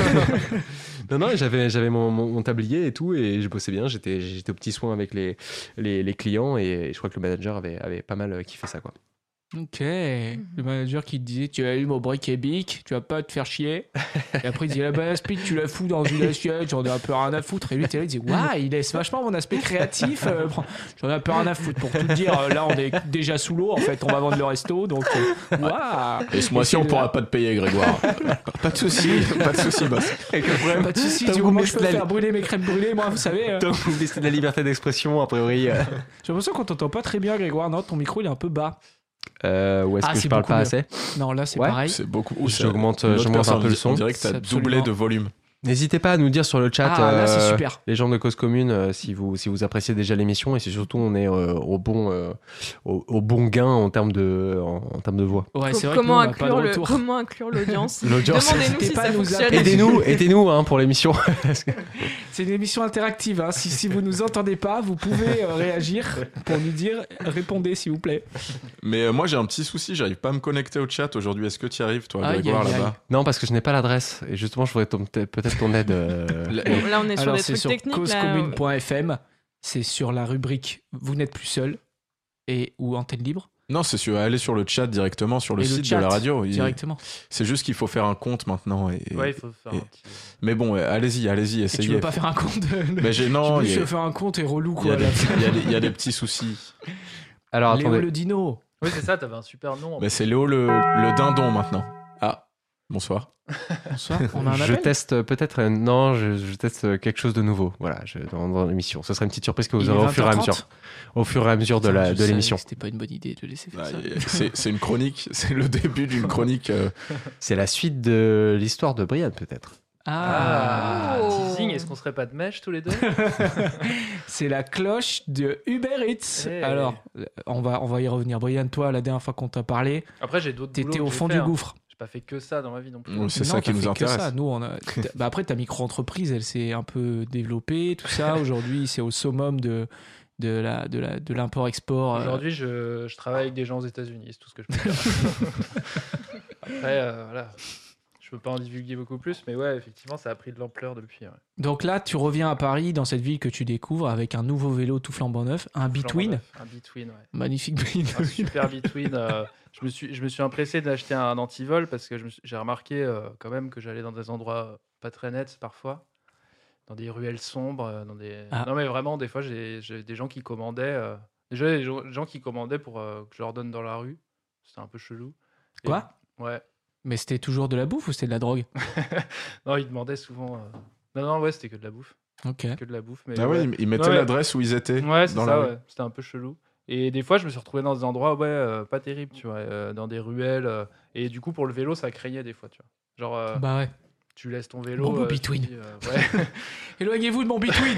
Non, j'avais mon tablier et tout, et je bossais bien. J'étais au petit soin avec les clients, et je crois que le manager avait pas mal kiffé ça, quoi. Ok. Le manager qui te disait tu allumes au briquet bic, tu vas pas te faire chier. Et après il dit la base speed, tu la fous dans une assiette, j'en ai un peu rien à foutre. Et lui t'es là, il dit waouh, il laisse vachement mon aspect créatif. J'en ai un peu rien à foutre. Pour tout te dire, là on est déjà sous l'eau en fait, on va vendre le resto donc waouh. Et ce mois-ci, on pourra pas te payer, Grégoire. Pas de souci, boss. Pas de soucis, Tant du que moment vous que je peux mettez la- faire brûler mes crèmes brûlées, moi vous savez. Donc, vous laissez de la liberté d'expression, a priori. J'ai l'impression qu'on t'entend pas très bien, Grégoire. Non, ton micro il est un peu bas. Ou est-ce Ah, que c'est je parle beaucoup pas mieux. assez? Non, là c'est Ouais. pareil. C'est beaucoup. J'augmente Une autre un personne, peu le son. On dirait que t'as C'est doublé absolument- de volume. N'hésitez pas à nous dire sur le chat, Ah, là c'est super. les gens de Cause Commune, si vous appréciez déjà l'émission, et si surtout on est au bon gain en termes de voix. Ouais, c'est vrai que nous, Comment on a pas de retour. comment inclure l'audience L'audience. Demandez-nous N'hésitez si pas ça à nous fonctionne. appeler. Aidez-nous pour l'émission. C'est une émission interactive. Hein. Si vous nous entendez pas, vous pouvez réagir pour nous dire répondez s'il vous plaît. Mais moi, j'ai un petit souci, j'arrive pas à me connecter au chat aujourd'hui. Est-ce que tu y arrives, toi, Aïe, Grégoire, aïe, aïe. là-bas? Non, parce que je n'ai pas l'adresse, et justement, je voudrais peut-être ton aide. Là, on est sur Alors des c'est trucs sur techniques. Là. causecommune.fm. C'est sur la rubrique Vous n'êtes plus seul ou Antenne Libre Non, c'est aller sur le chat directement, sur le Et le site chat, de la radio. directement. C'est juste qu'il faut faire un compte maintenant. Ouais, il faut faire et- un petit. Mais bon, allez-y, Et tu essayez. veux pas faire un compte Mais non, Tu il y veux a- faire un compte et relou il y quoi. a là. il y a des petits soucis. Alors, Léo attendez. le dino. Oui, c'est ça, t'avais un super nom. Mais c'est Léo le dindon maintenant. Ah, bonsoir. Bonsoir. On a un Je appel. teste peut-être. Non, je teste quelque chose de nouveau. Voilà, dans l'émission. Ce sera une petite surprise que vous Il est aurez au fur et à 20h30. mesure. Au fur et à mesure de Putain, je savais l'émission. que C'était pas une bonne idée de laisser faire Bah, ça. c'est une chronique, c'est le début d'une chronique. C'est la suite de l'histoire de Brian, peut-être. Ah, Ah, teasing, est-ce qu'on serait pas de mèche tous les deux c'est la cloche de Uber Eats. Hey. Alors, on va y revenir. Brian, toi, la dernière fois qu'on t'a parlé, Après, j'ai d'autres boulots t'étais que au j'ai fond fait, du hein. gouffre. J'ai pas fait que ça dans ma vie non plus. C'est Non, ça qui t'as nous fait que intéresse. ça. Nous, bah après, ta micro-entreprise, elle s'est un peu développée, tout ça. Aujourd'hui, c'est au summum de l'import-export. Aujourd'hui, je travaille avec des gens aux États-Unis, c'est tout ce que je peux dire. Après, voilà. Je peux pas en divulguer beaucoup plus, mais ouais, effectivement, ça a pris de l'ampleur depuis. Ouais. Donc là, tu reviens à Paris, dans cette ville que tu découvres, avec un nouveau vélo tout flambant neuf, un Between. Un Between, ouais. Magnifique Between. Un super Between. Je me suis empressé d'acheter un antivol parce que j'ai remarqué quand même que j'allais dans des endroits pas très nets parfois, dans des ruelles sombres, dans des. Ah. Non mais vraiment, des fois j'ai des gens qui commandaient. Déjà des gens qui commandaient pour que je leur donne dans la rue. C'était un peu chelou. Et- Quoi Ouais. Mais c'était toujours de la bouffe ou c'était de la drogue? Non, ils demandaient souvent. Non, ouais, c'était que de la bouffe. Ok. Que de la bouffe. Mais Ah ouais. ouais, ils mettaient Ouais. l'adresse où ils étaient. Ouais, c'est dans ça, la rue. ouais. C'était un peu chelou. Et des fois, je me suis retrouvé dans des endroits, pas terribles, tu vois, dans des ruelles. Et du coup, pour le vélo, ça craignait des fois, tu vois. Genre, Bah ouais. tu laisses ton vélo. Bon beau tu te Between. dis, ouais. Éloignez-vous de mon Between.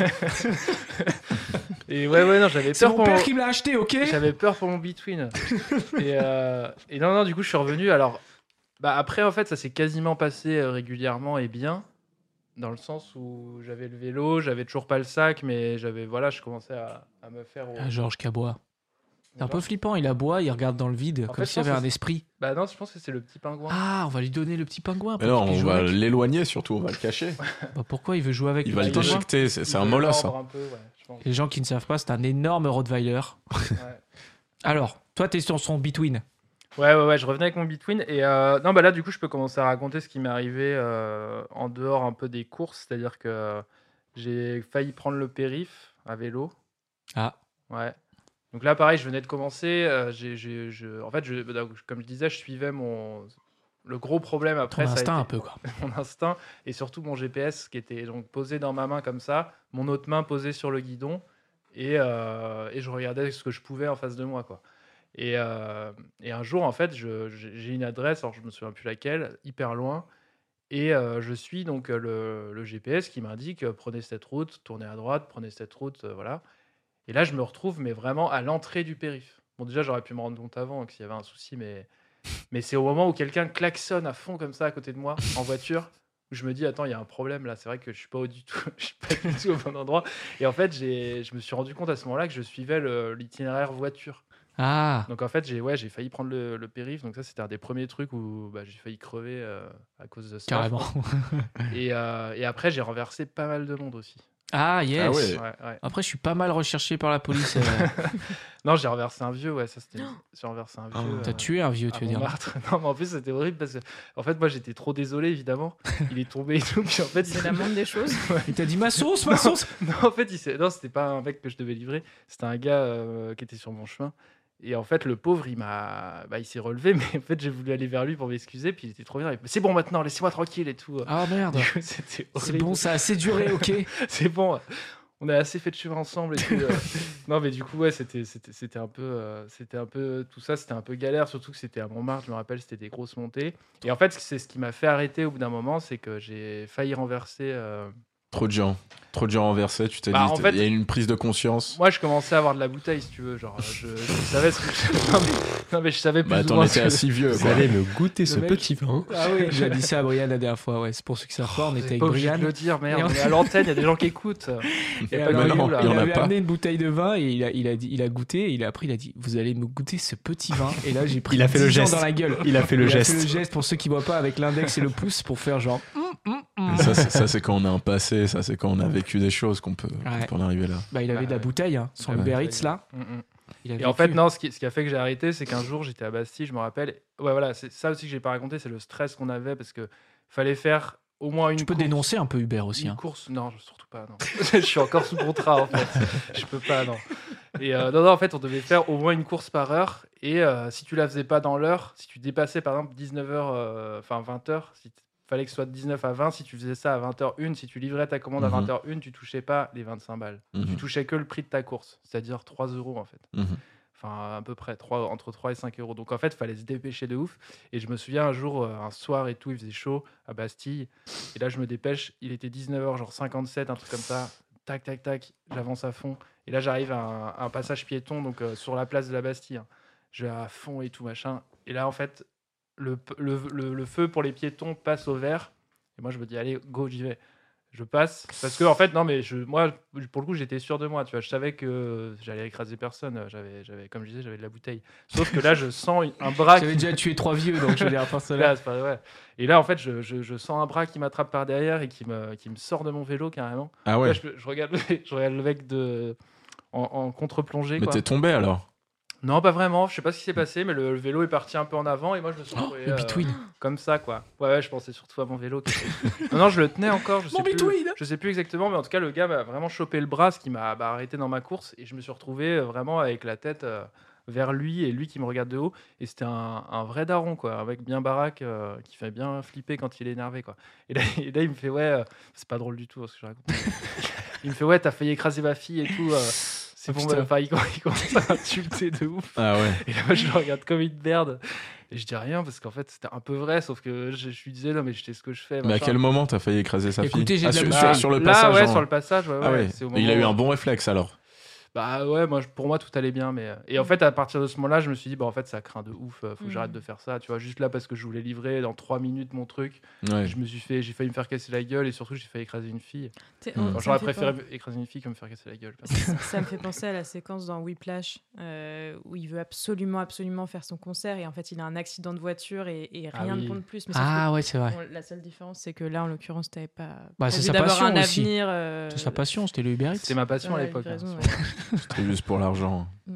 Et ouais, non, j'avais C'est peur mon pour père qui me l'a acheté, ok? J'avais peur pour mon Between. et non, du coup, je suis revenu. Alors, bah, après, en fait, ça s'est quasiment passé régulièrement et bien. Dans le sens où j'avais le vélo, j'avais toujours pas le sac, mais voilà, je commençais à me faire. Ah, Georges Cabois. C'est un peu flippant, il aboie, il regarde dans le vide, En comme fait, s'il y je avait pense un que esprit. Bah non, je pense que c'est le petit pingouin. Ah, on va lui donner le petit pingouin. Mais pour non, qu'il on joue va avec. l'éloigner surtout, on va le cacher. Bah, pourquoi il veut jouer avec Il le va le petit pingouin? déchiqueter, c'est un molosse. Un hein. peu, ouais, je pense. Les gens qui ne savent pas, c'est un énorme Rottweiler. Ouais. Alors, toi, t'es sur son Between. Ouais, je revenais avec mon Between. Et non, bah là, du coup, je peux commencer à raconter ce qui m'est arrivé en dehors un peu des courses. C'est-à-dire que j'ai failli prendre le périph' à vélo. Ah. Ouais. Donc là, pareil, je venais de commencer. En fait, comme je disais, je suivais le gros problème Ton après. Ça a instinct été un peu, quoi. mon instinct et surtout mon GPS qui était donc posé dans ma main comme ça, mon autre main posée sur le guidon et je regardais ce que je pouvais en face de moi, quoi. Et un jour, en fait, j'ai une adresse, alors je me souviens plus laquelle, hyper loin. Et je suis donc le GPS qui m'indique prenez cette route, tournez à droite, prenez cette route, voilà. Et là, je me retrouve, mais vraiment à l'entrée du périph'. Bon, déjà, j'aurais pu me rendre compte avant s'il y avait un souci, mais c'est au moment où quelqu'un klaxonne à fond comme ça à côté de moi en voiture où je me dis attends, il y a un problème là, c'est vrai que je suis pas du tout je suis pas du tout au bon endroit. Et en fait, je me suis rendu compte à ce moment-là que je suivais l'itinéraire voiture. Ah. Donc en fait, j'ai failli prendre le périph', donc ça c'était un des premiers trucs où j'ai failli crever à cause de ça. Carrément. Et après, j'ai renversé pas mal de monde aussi. Ah, yes. Ah ouais. Ouais. Après, je suis pas mal recherché par la police. Non, j'ai renversé un vieux, ouais, ça c'était. J'ai renversé un vieux. T'as tué un vieux, à tu veux dire. Montmartre. Non, mais en plus c'était horrible parce que, en fait, moi j'étais trop désolé évidemment. Il est tombé et tout, puis en fait, C'est la moindre des choses. Il t'a dit ma sauce, ma sauce. Non, en fait, non, c'était pas un mec que je devais livrer, c'était un gars qui était sur mon chemin. Et en fait, le pauvre, il s'est relevé, mais en fait, j'ai voulu aller vers lui pour m'excuser, puis il était trop bien. C'est bon maintenant, laissez-moi tranquille et tout. Ah merde. Du coup, c'était C'est horrible. bon, ça a assez duré, ok. C'est bon. On a assez fait de chemin ensemble et tout. Non, mais du coup, ouais, c'était un peu tout ça, c'était un peu galère, surtout que c'était à Montmartre, je me rappelle, c'était des grosses montées. Et en fait, c'est ce qui m'a fait arrêter au bout d'un moment, c'est que j'ai failli renverser. Trop de gens renversés, tu t'es Bah, dit, en fait, il y a une prise de conscience. Moi, je commençais à avoir de la bouteille, si tu veux. Genre, je savais ce que. Non, mais je savais plus Bah, ou t'en moins étais ce que- assez vieux, Vous quoi. allez me goûter ce mec- petit vin. Ah oui, J'ai dit ça à Brian la dernière fois, ouais. C'est pour ceux qui savent pas, on Vous était êtes avec pas obligé Brian. de le dire, merde. Et on- On est à l'antenne, il y a des gens qui écoutent. Et Y a pas alors, de non, vidéo, là. il y en il a avait pas. amené une bouteille de vin et il a goûté et après il a dit vous allez me goûter ce petit vin et là j'ai pris Il a fait le 10 gens geste. dans la gueule. Il a fait le Il a geste. fait le geste pour ceux qui voient pas avec l'index et le pouce pour faire genre Et ça, c'est quand on a un passé, ça, c'est quand on a vécu des choses qu'on peut en arriver là. bah il avait de la bouteille hein, son Ouais. Uber Eats là. Il a Et en vécu. fait, non, ce qui a fait que j'ai arrêté, c'est qu'un jour, j'étais à Bastille, je me rappelle. Ouais, voilà, c'est ça aussi que j'ai pas raconté, c'est le stress qu'on avait parce que fallait faire au moins une Tu peux course. dénoncer un peu Uber aussi Une hein. course, non, surtout pas, non. Je suis encore sous contrat, en fait. Je peux pas, non. Et non, en fait, on devait faire au moins une course par heure. Et si tu la faisais pas dans l'heure, si tu dépassais, par exemple, 19h, enfin 20h, fallait que ce soit de 19 à 20, si tu faisais ça à 20h01, si tu livrais ta commande à 20h01, tu touchais pas les 25 balles. Tu touchais que le prix de ta course, c'est-à-dire 3 euros, en fait. Enfin, à peu près, entre 3 et 5 euros. Donc, en fait, il fallait se dépêcher de ouf. Et je me souviens un jour, un soir et tout, il faisait chaud à Bastille. Et là, je me dépêche. Il était 19h, genre 57, un truc comme ça. Tac, tac, tac. J'avance à fond. Et là, j'arrive à un passage piéton, donc sur la place de la Bastille. Je vais à fond et tout, machin. Et là, en fait, le feu pour les piétons passe au vert. Et moi, je me dis, allez, go, j'y vais. Je passe parce que en fait non mais moi pour le coup j'étais sûr de moi, tu vois, je savais que j'allais écraser personne, j'avais comme je disais, j'avais de la bouteille, sauf que là je sens un bras J'avais déjà tué 3 vieux donc je veux dire à part cela. Là, c'est pas vrai. Et là en fait je sens un bras qui m'attrape par derrière et qui me sort de mon vélo carrément. Ah ouais. Là, je regarde le mec en contre-plongée, Mais quoi. t'es tombé alors? Non, pas vraiment. Je sais pas ce qui s'est passé, mais le vélo est parti un peu en avant et moi je me suis retrouvé Le Between. comme ça, quoi. Ouais, je pensais surtout à mon vélo. Non, je le tenais encore. Je sais Mon plus. Between. Je sais plus exactement, mais en tout cas, le gars m'a vraiment chopé le bras, ce qui m'a arrêté dans ma course et je me suis retrouvé vraiment avec la tête vers lui et lui qui me regarde de haut. Et c'était un vrai daron, quoi, un mec bien baraque qui fait bien flipper quand il est énervé, quoi. Et là il me fait ouais, c'est pas drôle du tout ce que je raconte. Il me fait ouais, t'as failli écraser ma fille et tout. C'est bon, putain. enfin, il commence à m'insulter de ouf. Ah ouais. Et là, moi, je le regarde comme une merde. Et je dis rien parce qu'en fait, c'était un peu vrai, sauf que je lui disais non, mais je sais ce que je fais. Mais à machin. quel moment t'as failli écraser sa Écoutez, fille? j'ai de la sur, bouteille. sur le Là, passage. ouais, hein. sur le passage, ouais. Ah ouais. C'est au Et il a eu moment- un bon réflexe alors. Bah ouais, pour moi, tout allait bien. Et en fait, à partir de ce moment-là, je me suis dit, bah en fait, ça craint de ouf. Faut que j'arrête de faire ça. Tu vois, juste là, parce que je voulais livrer dans 3 minutes mon truc. Ouais. J'ai failli me faire casser la gueule et surtout, j'ai failli écraser une fille. T'es- Mm. Enfin, ça j'aurais me fait préféré écraser une fille que me faire casser la gueule. Ça me fait penser à la séquence dans Whiplash où il veut absolument faire son concert et en fait il a un accident de voiture et Ah rien oui. ne compte plus. Mais sauf Ah ouais, c'est vrai. que, bon, la seule différence c'est que là en l'occurrence t'avais pas Bah, c'est envie sa d'avoir passion un aussi. avenir. C'est sa passion, c'était le Uber Eats. C'était ma passion dans à la l'époque. livraison, hein. ouais. C'était juste pour l'argent. Mm.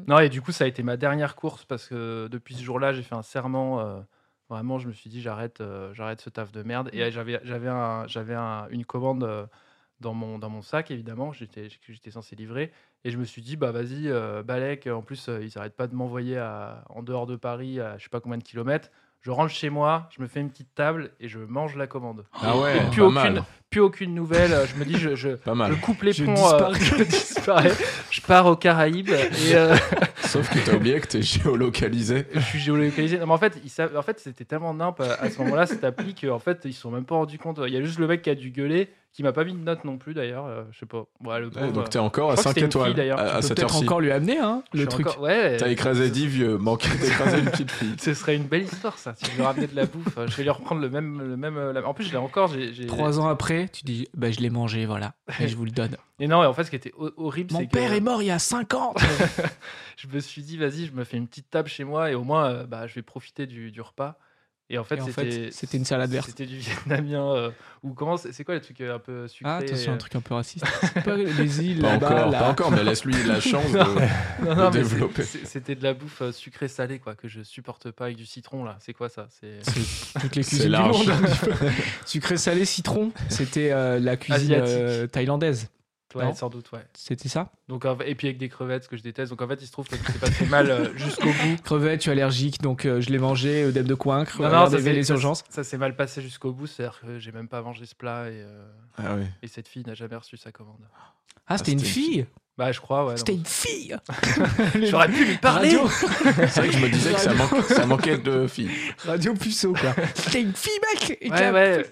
Non, et du coup, ça a été ma dernière course parce que depuis ce jour-là, j'ai fait un serment. Vraiment, je me suis dit, j'arrête ce taf de merde. Et j'avais une commande dans mon sac, évidemment, que j'étais censé livrer. Et je me suis dit, bah vas-y, Balek, en plus, ils n'arrêtent pas de m'envoyer en dehors de Paris à je sais pas combien de kilomètres. Je rentre chez moi, je me fais une petite table et je mange la commande. Ah ouais, Et plus aucune nouvelle. Je me dis, Pas mal. je coupe les Je ponts, disparais. je disparais. Je pars aux Caraïbes et Sauf que t'as oublié que t'es géolocalisé. je suis géolocalisé. Non, mais en fait, c'était tellement nimp à ce moment-là, cette appli, qu'en fait, ils se sont même pas rendus compte. Il y a juste le mec qui a dû gueuler, qui m'a pas mis de note non plus d'ailleurs. Je sais pas. Ouais, le Ouais, pauvre, donc t'es encore à je crois que 5 c'était une fille, étoiles d'ailleurs. à Peut cette peut-être heure-ci. encore lui amener hein, je le suis truc. encore- Ouais. T'as écrasé 10 vieux, manquait d'écraser une petite fille. Ce serait une belle histoire, ça. Si je lui ramenais de la bouffe, je vais lui reprendre le même. En plus, je l'ai encore. 3 ans après, tu dis bah, je l'ai mangé, voilà, et je vous le donne. Et non, et en fait, ce qui était horrible, Mon c'est père que est mort il y a 5 ans. je me suis dit, vas-y, je me fais une petite table chez moi et au moins, je vais profiter du repas. Et en fait, Et en fait, c'était une salade verte. C'était du vietnamien. Ou comment c'est quoi les trucs un peu sucrés Ah, attention, un truc un peu raciste. C'est pas les îles Pas là-bas, encore, là. pas encore, mais laisse-lui la chance de. Non, de mais développer. c'était de la bouffe sucrée-salée, quoi, que je supporte pas avec du citron, là. C'est quoi ça? Toutes les C'est cuisines du large. monde. un petit peu. Sucré, salé, citron. C'était la cuisine Asiatique. thaïlandaise. Ouais, Non. sans doute, ouais. C'était ça. Donc, et puis avec des crevettes, ce que je déteste. Donc en fait, il se trouve que c'est passé mal jusqu'au bout. Crevette, je suis allergique, donc je l'ai mangé, œdème de coincre. Non, Non, ça les s'est- urgences. Ça s'est mal passé jusqu'au bout, c'est-à-dire que j'ai même pas mangé ce plat Ah oui. et cette fille n'a jamais reçu sa commande. Ah, c'était une c'était une fille. Bah, je crois, ouais. C'était non. une fille. J'aurais pu lui parler. Radio, C'est vrai que je me disais que ça manquait de filles. Radio puceau, quoi. C'était une fille, mec. Et Ouais, qui a- ouais.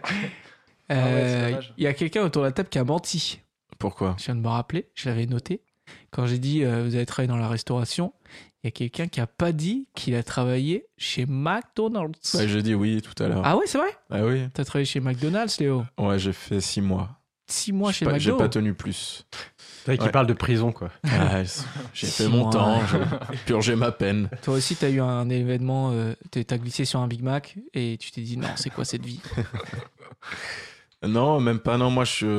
Ah ouais, c'est dommage. Il y a quelqu'un autour de la table qui a menti. Pourquoi? Je viens de me rappeler, je l'avais noté. Quand j'ai dit vous avez travaillé dans la restauration, il y a quelqu'un qui a pas dit qu'il a travaillé chez McDonald's. Bah, j'ai dit oui tout à l'heure. Ah ouais, c'est vrai? Ah oui. T'as travaillé chez McDonald's, Léo? Ouais, j'ai fait 6 mois. 6 mois chez J'ai McDo. pas tenu plus. Toi qui Ouais. parle de prison, quoi. Ah, j'ai fait mon mois. temps, j'ai purgé ma peine. Toi aussi, t'as eu un événement, t'as glissé sur un Big Mac et tu t'es dit non, c'est quoi cette vie? Non, même pas. Non,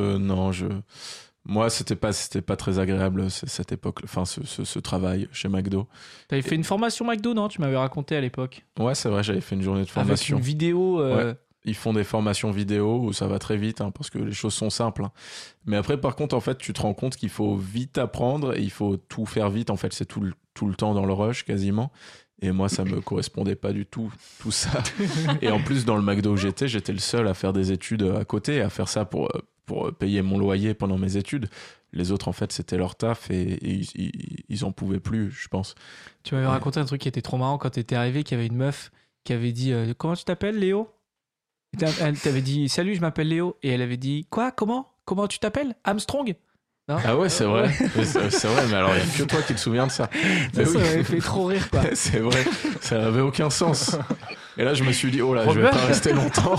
moi, c'était pas très agréable cette époque. Enfin, ce travail chez McDo. T'avais fait une formation McDo, non? Tu m'avais raconté à l'époque. Ouais, c'est vrai, j'avais fait une journée de Avec formation. une vidéo. Ouais. Ils font des formations vidéo où ça va très vite hein, parce que les choses sont simples. Hein. Mais après, par contre, en fait, tu te rends compte qu'il faut vite apprendre et il faut tout faire vite. En fait, c'est tout le temps dans le rush quasiment. Et moi, ça me correspondait pas du tout ça. Et en plus, dans le McDo où j'étais le seul à faire des études à côté, à faire ça pour payer mon loyer pendant mes études. Les autres, en fait, c'était leur taf et ils en pouvaient plus, je pense. Tu m'avais raconté un truc qui était trop marrant quand t'étais arrivé, qu'il y avait une meuf qui avait dit comment tu t'appelles, Léo? Et elle t'avait dit salut, je m'appelle Léo. Et elle avait dit quoi? Comment tu t'appelles? Armstrong? Non? Ah ouais, c'est vrai. C'est vrai, mais alors il n'y a que toi qui te souviens de ça. Mais Ça oui. m'avait fait trop rire, quoi. C'est vrai, ça n'avait aucun sens. Et là, je me suis dit, oh là, je Robert. vais pas rester longtemps.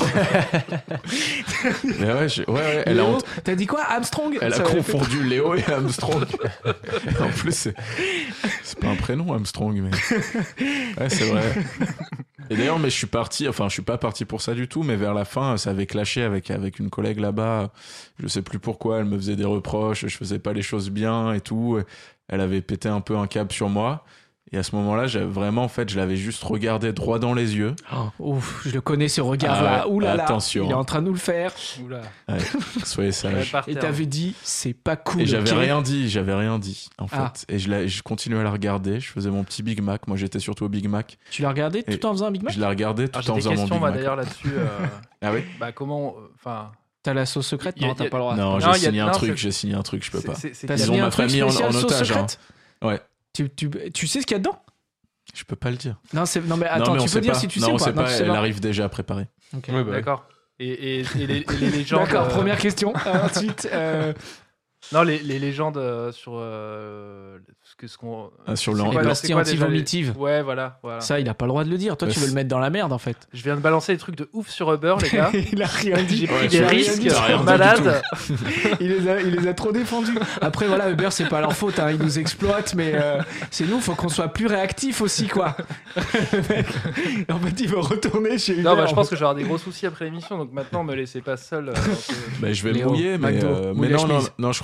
Mais ouais, elle a, Léo, t'as dit quoi? Armstrong? elle a Ça m'avait fait confondu Léo et Armstrong. Et en plus, c'est pas un prénom, Armstrong, mais. Ouais, c'est vrai. Et d'ailleurs, mais je suis pas parti pour ça du tout, mais vers la fin, ça avait clashé avec une collègue là-bas. Je sais plus pourquoi, elle me faisait des reproches, je faisais pas les choses bien et tout. Elle avait pété un peu un câble sur moi. Et à ce moment-là, en fait, je l'avais juste regardé droit dans les yeux. Oh, ouf, je le connais ce regard-là. Ah ouais, Ouh là là, attention. il est en train de nous le faire. Oula. Ouais, soyez sage. Et t'avais dit, c'est pas cool. Et j'avais ok? rien dit, en fait. Ah. Et je continuais à la regarder. Je faisais mon petit Big Mac. Moi, j'étais surtout au Big Mac. Tu l'as regardé Et tout en faisant un Big Mac? Je la regardais tout Alors, j'ai en des faisant mon questions, Big moi, Mac. d'ailleurs, là-dessus. Ah oui? Bah, comment. Enfin. T'as la sauce secrète? Y a- Non, t'as y a- pas le droit. Non, Non, j'ai y a- signé un non, truc, c'est- je peux pas. T'as Ils signé ont un ma truc famille en spécial sauce otage, hein. secrète? Ouais. Tu sais ce qu'il y a dedans? Je peux pas le dire. Non, mais attends, non, mais on tu sait peux dire pas. si tu non, sais on ou pas. sait Non, pas, tu sais elle pas. arrive déjà préparée. Ok. Ouais, bah ouais. D'accord. Et les légendes. D'accord, première question. Ensuite, Non, les légendes sur ce qu'on. Sur C'est le quoi, les c'est pastilles quoi déjà anti-vomitives. Ouais, voilà. Ça, il a pas le droit de le dire. Toi, tu veux le mettre dans la merde, en fait. Je viens de balancer des trucs de ouf sur Uber, les gars. Il a rien dit. J'ai pris Ouais, des tu as rien risques dit, t'as rien dit du malades. Il les a trop défendus. Après, voilà, Uber, c'est pas leur faute. Hein. Ils nous exploitent, mais c'est nous, faut qu'on soit plus réactifs aussi, quoi. Le mec, en fait, il veut retourner chez Uber. Non, bah, je pense que je vais avoir des gros soucis après l'émission, donc maintenant, me laissez pas seul. Bah, je vais Léo, me mouiller, mais, McDo, mais mouille la non, chemise. je crois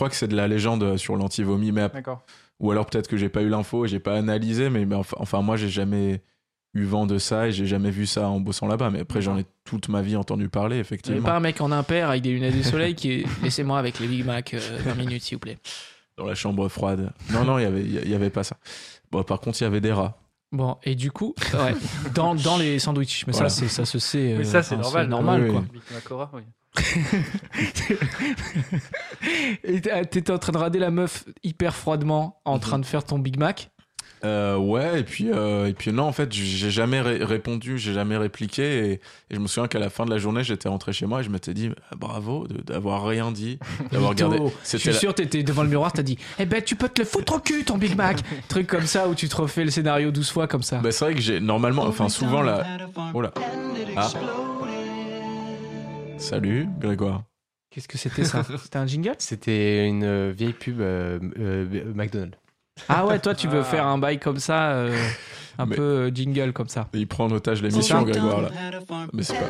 que c'est de la légende sur l'anti-vomi, mais D'accord. ou alors peut-être que j'ai pas eu l'info et j'ai pas analysé, mais enfin moi j'ai jamais eu vent de ça et j'ai jamais vu ça en bossant là-bas. Mais après j'en ai toute ma vie entendu parler, Il n'y avait effectivement. pas un mec en impair avec des lunettes de soleil qui est laissez-moi avec les Big Mac 20 minutes s'il vous plaît. Dans la chambre froide. Non, il y avait pas ça. Bon, par contre il y avait des rats. Bon, et du coup, ouais, dans les sandwichs, mais Voilà. ça se sait. Mais ça, c'est normal. normal, Oui, quoi. Big Macora, oui. Et t'étais en train de rader la meuf hyper froidement en train de faire ton Big Mac. Ouais, et puis non, en fait, j'ai jamais répondu, j'ai jamais répliqué, et je me souviens qu'à la fin de la journée, j'étais rentré chez moi et je m'étais dit bravo d'avoir rien dit, d'avoir gardé. Mytho. Je suis sûr, t'étais devant le miroir, t'as dit eh ben tu peux te le foutre au cul ton Big Mac. Truc comme ça où tu te refais le scénario 12 fois comme ça. Bah, c'est vrai que j'ai normalement, enfin souvent là. Oh là. Ah. Salut Grégoire. Qu'est-ce que c'était ça? C'était un jingle? C'était une vieille pub McDonald's. Ah ouais, toi tu veux faire un bail comme ça, un Mais- peu jingle comme ça. Il prend en otage l'émission, Grégoire là. Mais c'est pas.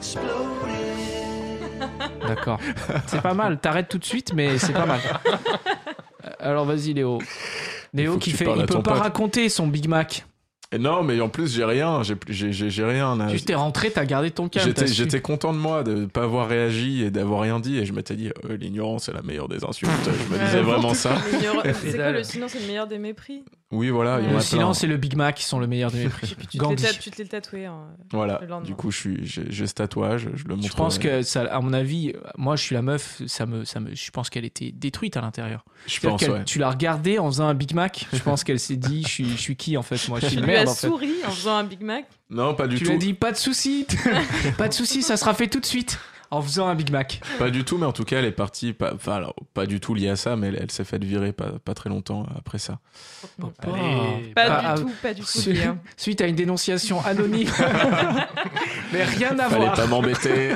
D'accord. C'est pas mal. T'arrêtes tout de suite, mais c'est pas mal. Alors vas-y Léo. Léo faut que qui tu fait, parles il à peut ton pas pote. raconter son Big Mac. Et non, mais en plus j'ai rien, j'ai rien. Tu t'es rentré, t'as gardé ton calme. t'as su. J'étais content de moi de ne pas avoir réagi et d'avoir rien dit, et je m'étais dit l'ignorance est la meilleure des insultes. Je me disais vraiment ça. C'est quoi le silence c'est le meilleur des mépris? Oui, voilà. il y en a Le plein. silence et le Big Mac qui sont le meilleur des mépris. Et puis tu Gandhi. te l'es tatoué. Voilà. le lendemain. Du coup, j'ai ce tatouage, je le montre. Je pense que ça, à mon avis, moi je suis la meuf, je pense qu'elle était détruite à l'intérieur. Je C'est-à-dire pense, qu'elle- ouais. Tu l'as regardée en faisant un Big Mac, je pense qu'elle s'est dit je suis qui en fait, moi je suis Tu une lui as merde en fait. souri en faisant un Big Mac. Non, pas du Tu tout. lui as dit pas de souci, pas de souci, ça sera fait tout de suite en faisant un Big Mac. Pas du tout, mais en tout cas, elle est partie. Enfin, alors, pas du tout liée à ça, mais elle s'est faite virer pas très longtemps après ça. Allez, Pas Pas du tout Suite lié. suite à une dénonciation anonyme. Mais rien à Fallait voir. pas m'embêter.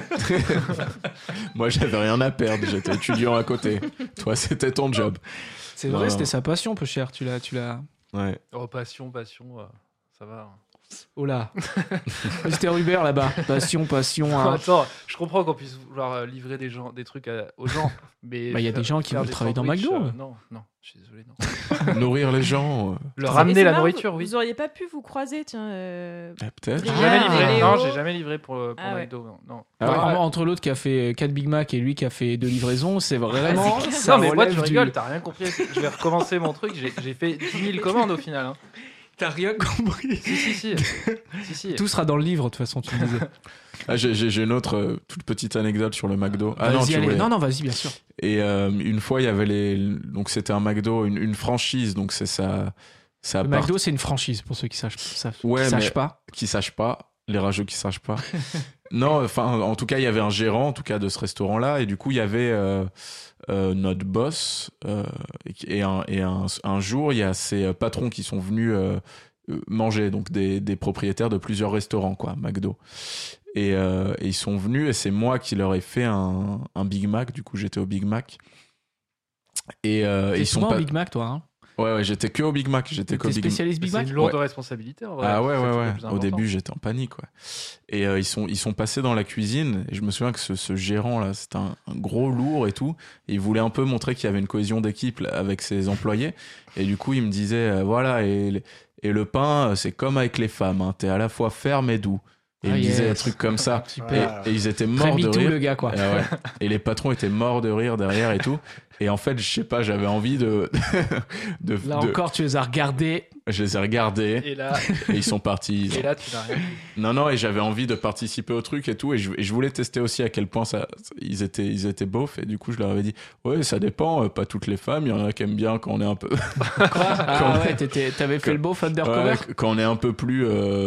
Moi, j'avais rien à perdre. J'étais étudiant à côté. Toi, c'était ton job. C'est Non, vrai, non. c'était sa passion, peu cher. Tu l'as. Ouais. Oh, passion, ça va. Oh là. Mister Hubert là-bas. Passion. Hein. Attends, je comprends qu'on puisse vouloir livrer des trucs aux gens, mais Bah, y a des gens qui faire veulent des travailler dans sandwichs, McDo. non, je suis désolé, non. Nourrir les gens. Leur Et ramener c'est la marrant, nourriture, oui. Vous auriez pas pu vous croiser, tiens. Peut-être. J'ai Ah, jamais livré. Léo. Non, j'ai jamais livré pour Ah ouais. McDo. Non. Ah ouais. Entre l'autre qui a fait 4 Big Mac et lui qui a fait 2 livraisons, c'est vraiment. c'est clair. ça Non, mais moi, relève tu du- rigoles, t'as rien compris. Je vais recommencer mon truc. J'ai fait 10 000 commandes au final. Hein. T'as rien compris. Si. Tout sera dans le livre, de toute façon, tu me disais. Ah, j'ai une autre toute petite anecdote sur le McDo. Ah non, Vas-y, tu allez. voulais- Non, vas-y, bien sûr. Et une fois, il y avait donc c'était un McDo, une franchise, donc c'est ça. Le McDo, c'est une franchise, pour ceux qui sachent Ouais, mais- pas. Qui sachent pas, les rageux qui sachent pas. Non, enfin, en tout cas, il y avait un gérant, en tout cas, de ce restaurant-là, et du coup, il y avait notre boss, et un jour, il y a ces patrons qui sont venus manger, donc des propriétaires de plusieurs restaurants, quoi, McDo. Et ils sont venus, et c'est moi qui leur ai fait un Big Mac, du coup, j'étais au Big Mac. Et T'es ils sont souvent pas. au Big Mac, toi. Hein. Ouais, j'étais que au Big Mac, j'étais qu'au T'es Big Mac. spécialiste Big C'est Mac. une lourde Ouais. responsabilité. En vrai. Ah ouais, C'est le truc ouais. le plus Au important. début, j'étais en panique, ouais. Et ils sont passés dans la cuisine, et je me souviens que ce gérant-là, c'était un gros lourd et tout. Et il voulait un peu montrer qu'il y avait une cohésion d'équipe là, avec ses employés. Et du coup, il me disait, voilà, et le pain, c'est comme avec les femmes, hein, t'es à la fois ferme et doux. Et il me disait des trucs comme ça. Super. Et ils étaient Très morts de MeToo, rire. le gars, quoi. Et, ouais. Et les patrons étaient morts de rire derrière et tout. Et en fait, je sais pas, j'avais envie de Là encore, tu les as regardés. Je les ai regardés Et là, et ils sont partis. tu n'as rien dit. Non, et j'avais envie de participer au truc et tout. Et je voulais tester aussi à quel point ils étaient beaufs. Et du coup, je leur avais dit, ouais, ça dépend, pas toutes les femmes. Il y en a qui aiment bien quand on est un peu. Quoi Ah ouais, t'avais fait le beau undercover. Ouais, quand on est un peu plus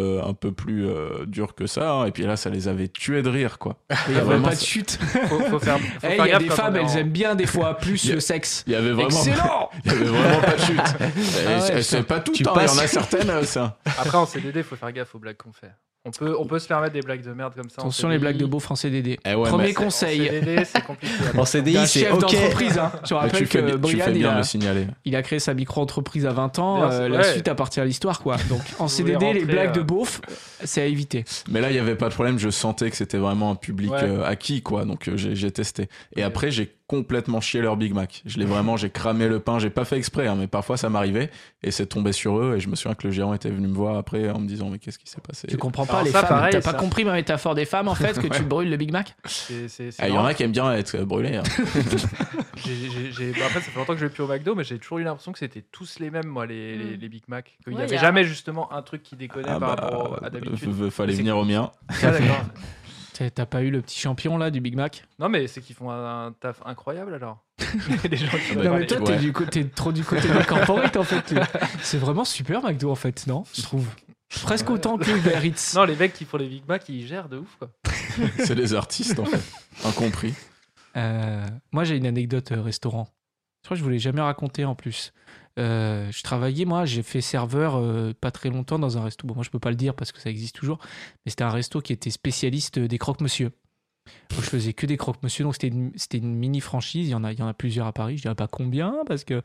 dur que ça. Hein. Et puis là, ça les avait tués de rire, quoi. Il y avait Vraiment, pas de ça- chute. Faut faire Eh, il y a gaffe des quand femmes, on est elles en- aiment bien des fois plus Il y a- le sexe. Il y avait vraiment. Excellent. Il y avait vraiment pas de chute. Ah ouais, C'est pas tout. tu Hein. Il y en passes- a certaines, ça. Après, en CDD, il faut faire gaffe aux blagues qu'on fait. On peut se permettre des blagues de merde comme ça. en Attention les CDI. blagues de beau français DD. Eh ouais, Premier mais- conseil En CDD, c'est compliqué. En CDI, d'un c'est chef ok. d'entreprise. Hein. Je Mais rappelle tu fais que Brian, bien de il le signaler. a créé sa micro-entreprise à 20 ans. D'ailleurs, c'est La vrai. suite appartient à l'histoire, quoi. Donc en Si vous voulez CDD, les rentrer, blagues de beauf, c'est à éviter. Mais là, il y avait pas de problème. Je sentais que c'était vraiment un public Ouais. acquis, quoi. Donc j'ai testé. Et Ouais. après, j'ai complètement chier leur Big Mac. J'ai cramé le pain, j'ai pas fait exprès, hein, mais parfois ça m'arrivait et c'est tombé sur eux et je me souviens que le gérant était venu me voir après en me disant mais qu'est-ce qui s'est passé? Tu comprends pas Alors les ça, femmes. pareil, T'as ça. pas compris ma métaphore des femmes en fait que tu brûles le Big Mac? C'est Il y en marrant. a qui aiment bien être brûlés. Hein. Après, ça fait longtemps que je vais plus au McDo, mais j'ai toujours eu l'impression que c'était tous les mêmes, moi, les Big Mac. Qu'il n'y Ouais, avait y a- jamais justement un truc qui déconnait Ah par bah, rapport à d'habitude. fallait C'est- venir au mien. Ah, d'accord. T'as pas eu le petit champion là du Big Mac? Non, mais c'est qu'ils font un taf incroyable alors. Les gens qui bah, Non doivent mais toi aller- t'es trop du côté de corporate en fait. C'est vraiment super McDo en fait, non? Je trouve. Presque Ouais. autant que Uber Eats. Non, les mecs qui font les Big Mac, ils gèrent de ouf, quoi. C'est des artistes en fait. Incompris. Moi j'ai une anecdote restaurant. Je crois que je vous l'ai jamais raconté en plus. Je travaillais, moi, j'ai fait serveur pas très longtemps dans un resto. Bon, moi je peux pas le dire parce que ça existe toujours, mais c'était un resto qui était spécialiste des croque-monsieur. Moi, je faisais que des croque-monsieur, donc c'était une mini franchise. Il y en a plusieurs à Paris. Je dirais pas combien parce que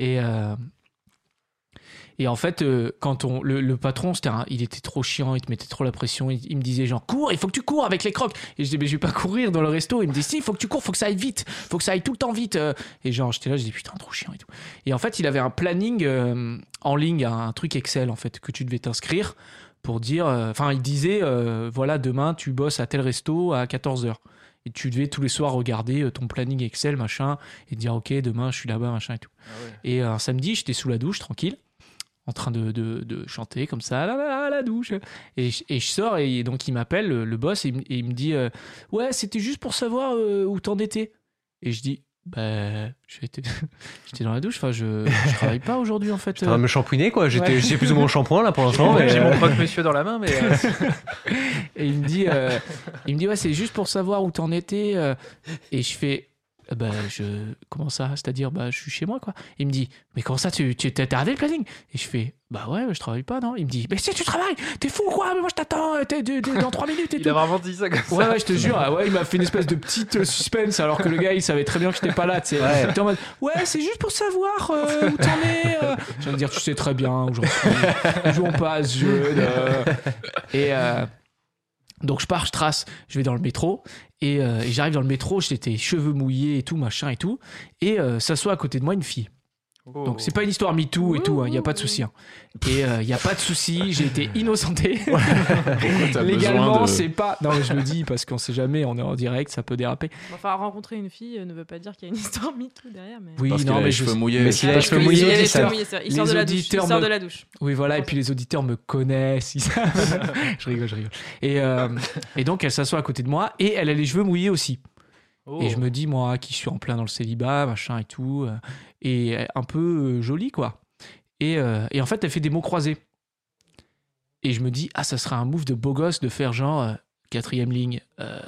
et en fait, quand le patron, il était trop chiant, il te mettait trop la pression. Il me disait genre cours, il faut que tu cours avec les crocs. Et je disais mais je vais pas courir dans le resto. Il me dit si, il faut que tu cours, faut que ça aille vite, faut que ça aille tout le temps vite. Et genre j'étais là, je dis putain trop chiant et tout. Et en fait, il avait un planning en ligne, un truc Excel en fait que tu devais t'inscrire pour dire. Enfin, il disait voilà demain tu bosses à tel resto à 14h. Et tu devais tous les soirs regarder ton planning Excel machin et dire ok demain je suis là-bas machin et tout. Ah ouais. Et un samedi, j'étais sous la douche, tranquille, en train de chanter comme ça, la douche. Et je sors, et donc il m'appelle, le boss, et il me dit ouais, c'était juste pour savoir où t'en étais. Et je dis bah, j'étais dans la douche, enfin, je travaille pas aujourd'hui en fait. J'étais en train de me shampouiner, quoi. J'ai plus ou moins au shampoing, là, pour J'ai l'instant. mais- mon croque-monsieur dans la main, mais. Et il me dit ouais, c'est juste pour savoir où t'en étais. Et je fais bah comment ça, c'est-à-dire bah je suis chez moi quoi. Il me dit mais comment ça t'as regardé le planning? Et je fais bah ouais je travaille pas non. Il me dit mais si tu travailles, t'es fou quoi, mais moi je t'attends dans 3 minutes et Il tout. a vraiment dit ça comme ça. Ouais, je te jure, ah ouais, il m'a fait une espèce de petite suspense alors que le gars il savait très bien que j'étais pas là, tu sais. Ouais. Il était en mode, ouais, c'est juste pour savoir où t'en es. Je viens de dire, tu sais très bien où j'en suis. Jouons pas à ce jeu. Et donc je pars, je trace, je vais dans le métro et j'arrive dans le métro, j'étais cheveux mouillés et tout, machin et tout. Et s'assoit à côté de moi une fille. Oh. Donc c'est pas une histoire MeToo et tout, il y a pas de souci. Hein. Et il y a pas de souci, j'ai été innocenté. Pourquoi t'as Légalement, besoin de... c'est pas. Non, mais je le dis parce qu'on sait jamais, on est en direct, ça peut déraper. Enfin, rencontrer une fille ne veut pas dire qu'il y a une histoire MeToo derrière. Mais... Oui, Parce qu'il non, a mais les je. cheveux mouillés. Mais s'il a les Parce cheveux que mouillés, les il dit ça. Oui, il sort les de la douche. Il auditeurs sort me- de la douche. Oui, voilà, et puis les auditeurs me connaissent. Je rigole. Et donc, elle s'assoit à côté de moi et elle a les cheveux mouillés aussi. Oh. Et je me dis, moi, qui suis en plein dans le célibat, machin et tout, et un peu jolie, quoi. Et en fait, elle fait des mots croisés. Et je me dis, ah, ça serait un move de beau gosse de faire genre, quatrième ligne,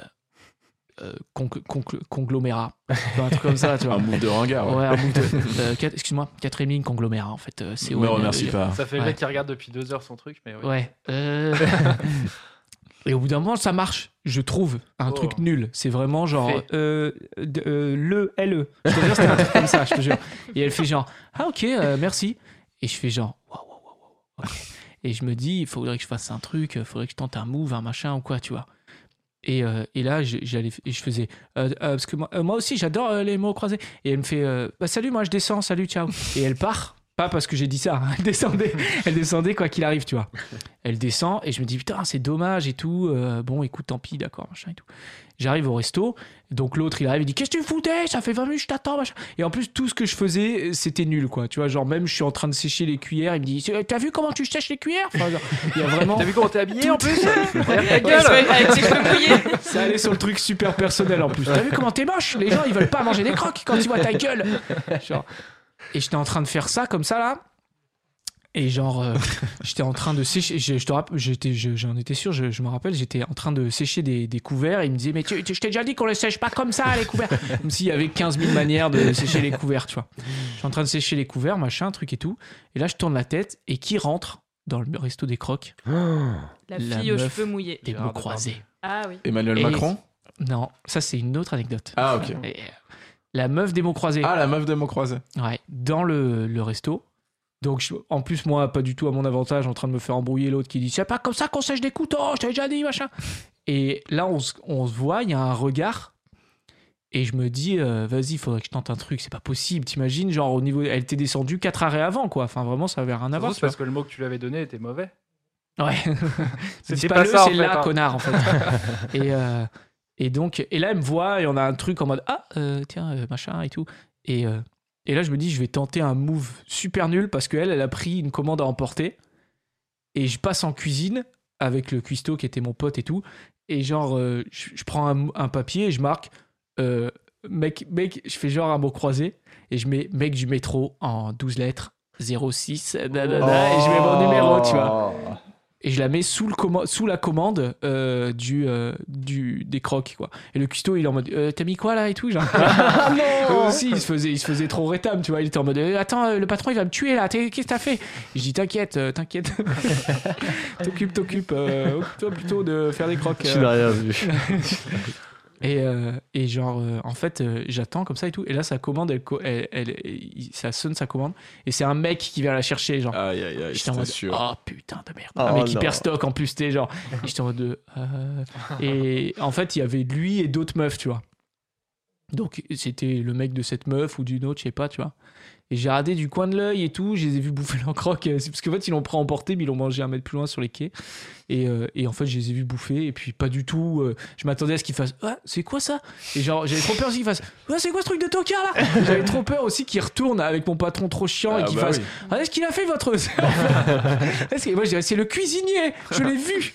conglomérat. Enfin, un truc comme ça, tu vois. Un move de ringard. Ouais, un move de. Excuse-moi, quatrième ligne, conglomérat, en fait. C'est Me remercie pas. Ça fait le Ouais. mec qui regarde depuis 2 heures son truc, mais oui. Ouais. Et au bout d'un moment, ça marche. Je trouve un Oh. truc nul. C'est vraiment genre Fait. le LE. Je te jure, c'était un truc comme ça, je te jure. Et elle fait genre ah ok, merci. Et je fais genre waouh. Ok. Et je me dis il faudrait que je fasse un truc, il faudrait que je tente un move, un machin ou quoi, tu vois. Et là, j'allais et je faisais parce que moi aussi j'adore les mots croisés. Et elle me fait bah, salut, moi je descends, salut, ciao. Et elle part. Pas parce que j'ai dit ça, hein. Elle descendait quoi qu'il arrive, tu vois. Elle descend et je me dis putain c'est dommage et tout. Bon écoute tant pis d'accord machin et tout. J'arrive au resto, donc l'autre il arrive, il dit qu'est-ce que tu foutais, ça fait 20 minutes je t'attends machin. Et en plus tout ce que je faisais c'était nul quoi, tu vois, genre même je suis en train de sécher les cuillères, il me dit t'as vu comment tu sèches les cuillères, enfin, genre, il y a vraiment T'as vu comment t'es habillé en plus Regarde ta Ouais, gueule avec ses cheveux mouillés. ça allait sur le truc super personnel en plus. T'as vu comment t'es moche, les gens ils veulent pas manger des crocs quand ils voient ta gueule. Genre. Et j'étais en train de faire ça comme ça là. Et genre, j'étais en train de sécher, je te rappelle, j'en étais sûr, je me rappelle, j'étais en train de sécher des couverts et il me disait, mais je t'ai déjà dit qu'on les sèche pas comme ça, les couverts. Comme s'il y avait 15 000 manières de sécher les couverts, tu vois. Je suis en train de sécher les couverts, machin, truc et tout. Et là, je tourne la tête et qui rentre dans le resto des crocs? La La fille aux meuf cheveux mouillés. Des Gérard mots croisés. Ah oui. Emmanuel Et- Macron. Non, ça, c'est une autre anecdote. Ah ok. Et, la meuf des mots croisés. Ah la meuf des mots croisés. Ouais, dans le resto. Donc, en plus, moi, pas du tout à mon avantage, en train de me faire embrouiller l'autre qui dit c'est pas comme ça qu'on sèche des couteaux, je t'avais déjà dit, machin. Et là, on se voit, il y a un regard. Et je me dis, vas-y, il faudrait que je tente un truc, c'est pas possible. T'imagines, genre au niveau. Elle était descendue 4 arrêts avant, quoi. Enfin, vraiment, ça avait rien à voir. C'est parce que le mot que tu lui avais donné était mauvais. Ouais. C'était Dis pas le, ça, en c'est fait, là, hein. connard, en fait. Et donc, et là, elle me voit et on a un truc en mode, tiens, machin et tout. Et là, je me dis, je vais tenter un move super nul parce qu'elle, elle a pris une commande à emporter. Et je passe en cuisine avec le cuistot qui était mon pote et tout. Et genre, je prends un papier et je marque mec, je fais genre un mot croisé et je mets mec du métro en 12 lettres, 06, et je mets mon numéro, tu vois. Et je la mets sous la commande des crocs, quoi. Et le cuistot, il est en mode t'as mis quoi là et tout, genre. non. Aussi, il se faisait trop rétame, tu vois. Il était en mode attends, le patron il va me tuer là, qu'est-ce que t'as fait? Je dis t'inquiète. T'occupe, occupe-toi plutôt de faire des crocs. Tu n'as rien vu. Et genre, en fait, j'attends comme ça et tout. Et là, sa commande, ça sonne sa commande. Et c'est un mec qui vient la chercher. Genre, Aïe, j'étais en c'était mode, sûr. oh putain de merde. Oh, un mec non. hyper stock en plus, t'es genre. Et j'étais en mode de. Et en fait, il y avait lui et d'autres meufs, tu vois. Donc, c'était le mec de cette meuf ou d'une autre, je sais pas, tu vois. Et j'ai regardé du coin de l'œil et tout, je les ai vus bouffer leur croque. C'est parce qu'en fait, ils l'ont pris à emporter, mais ils l'ont mangé un mètre plus loin sur les quais. Et en fait, je les ai vus bouffer. Et puis, pas du tout. Je m'attendais à ce qu'ils fassent c'est quoi ça? Et genre, j'avais trop peur aussi qu'ils fassent c'est quoi ce truc de tocard là? J'avais trop peur aussi qu'ils retournent avec mon patron trop chiant et qu'ils fassent est-ce qu'il a fait votre. Moi, je dirais c'est le cuisinier, je l'ai vu.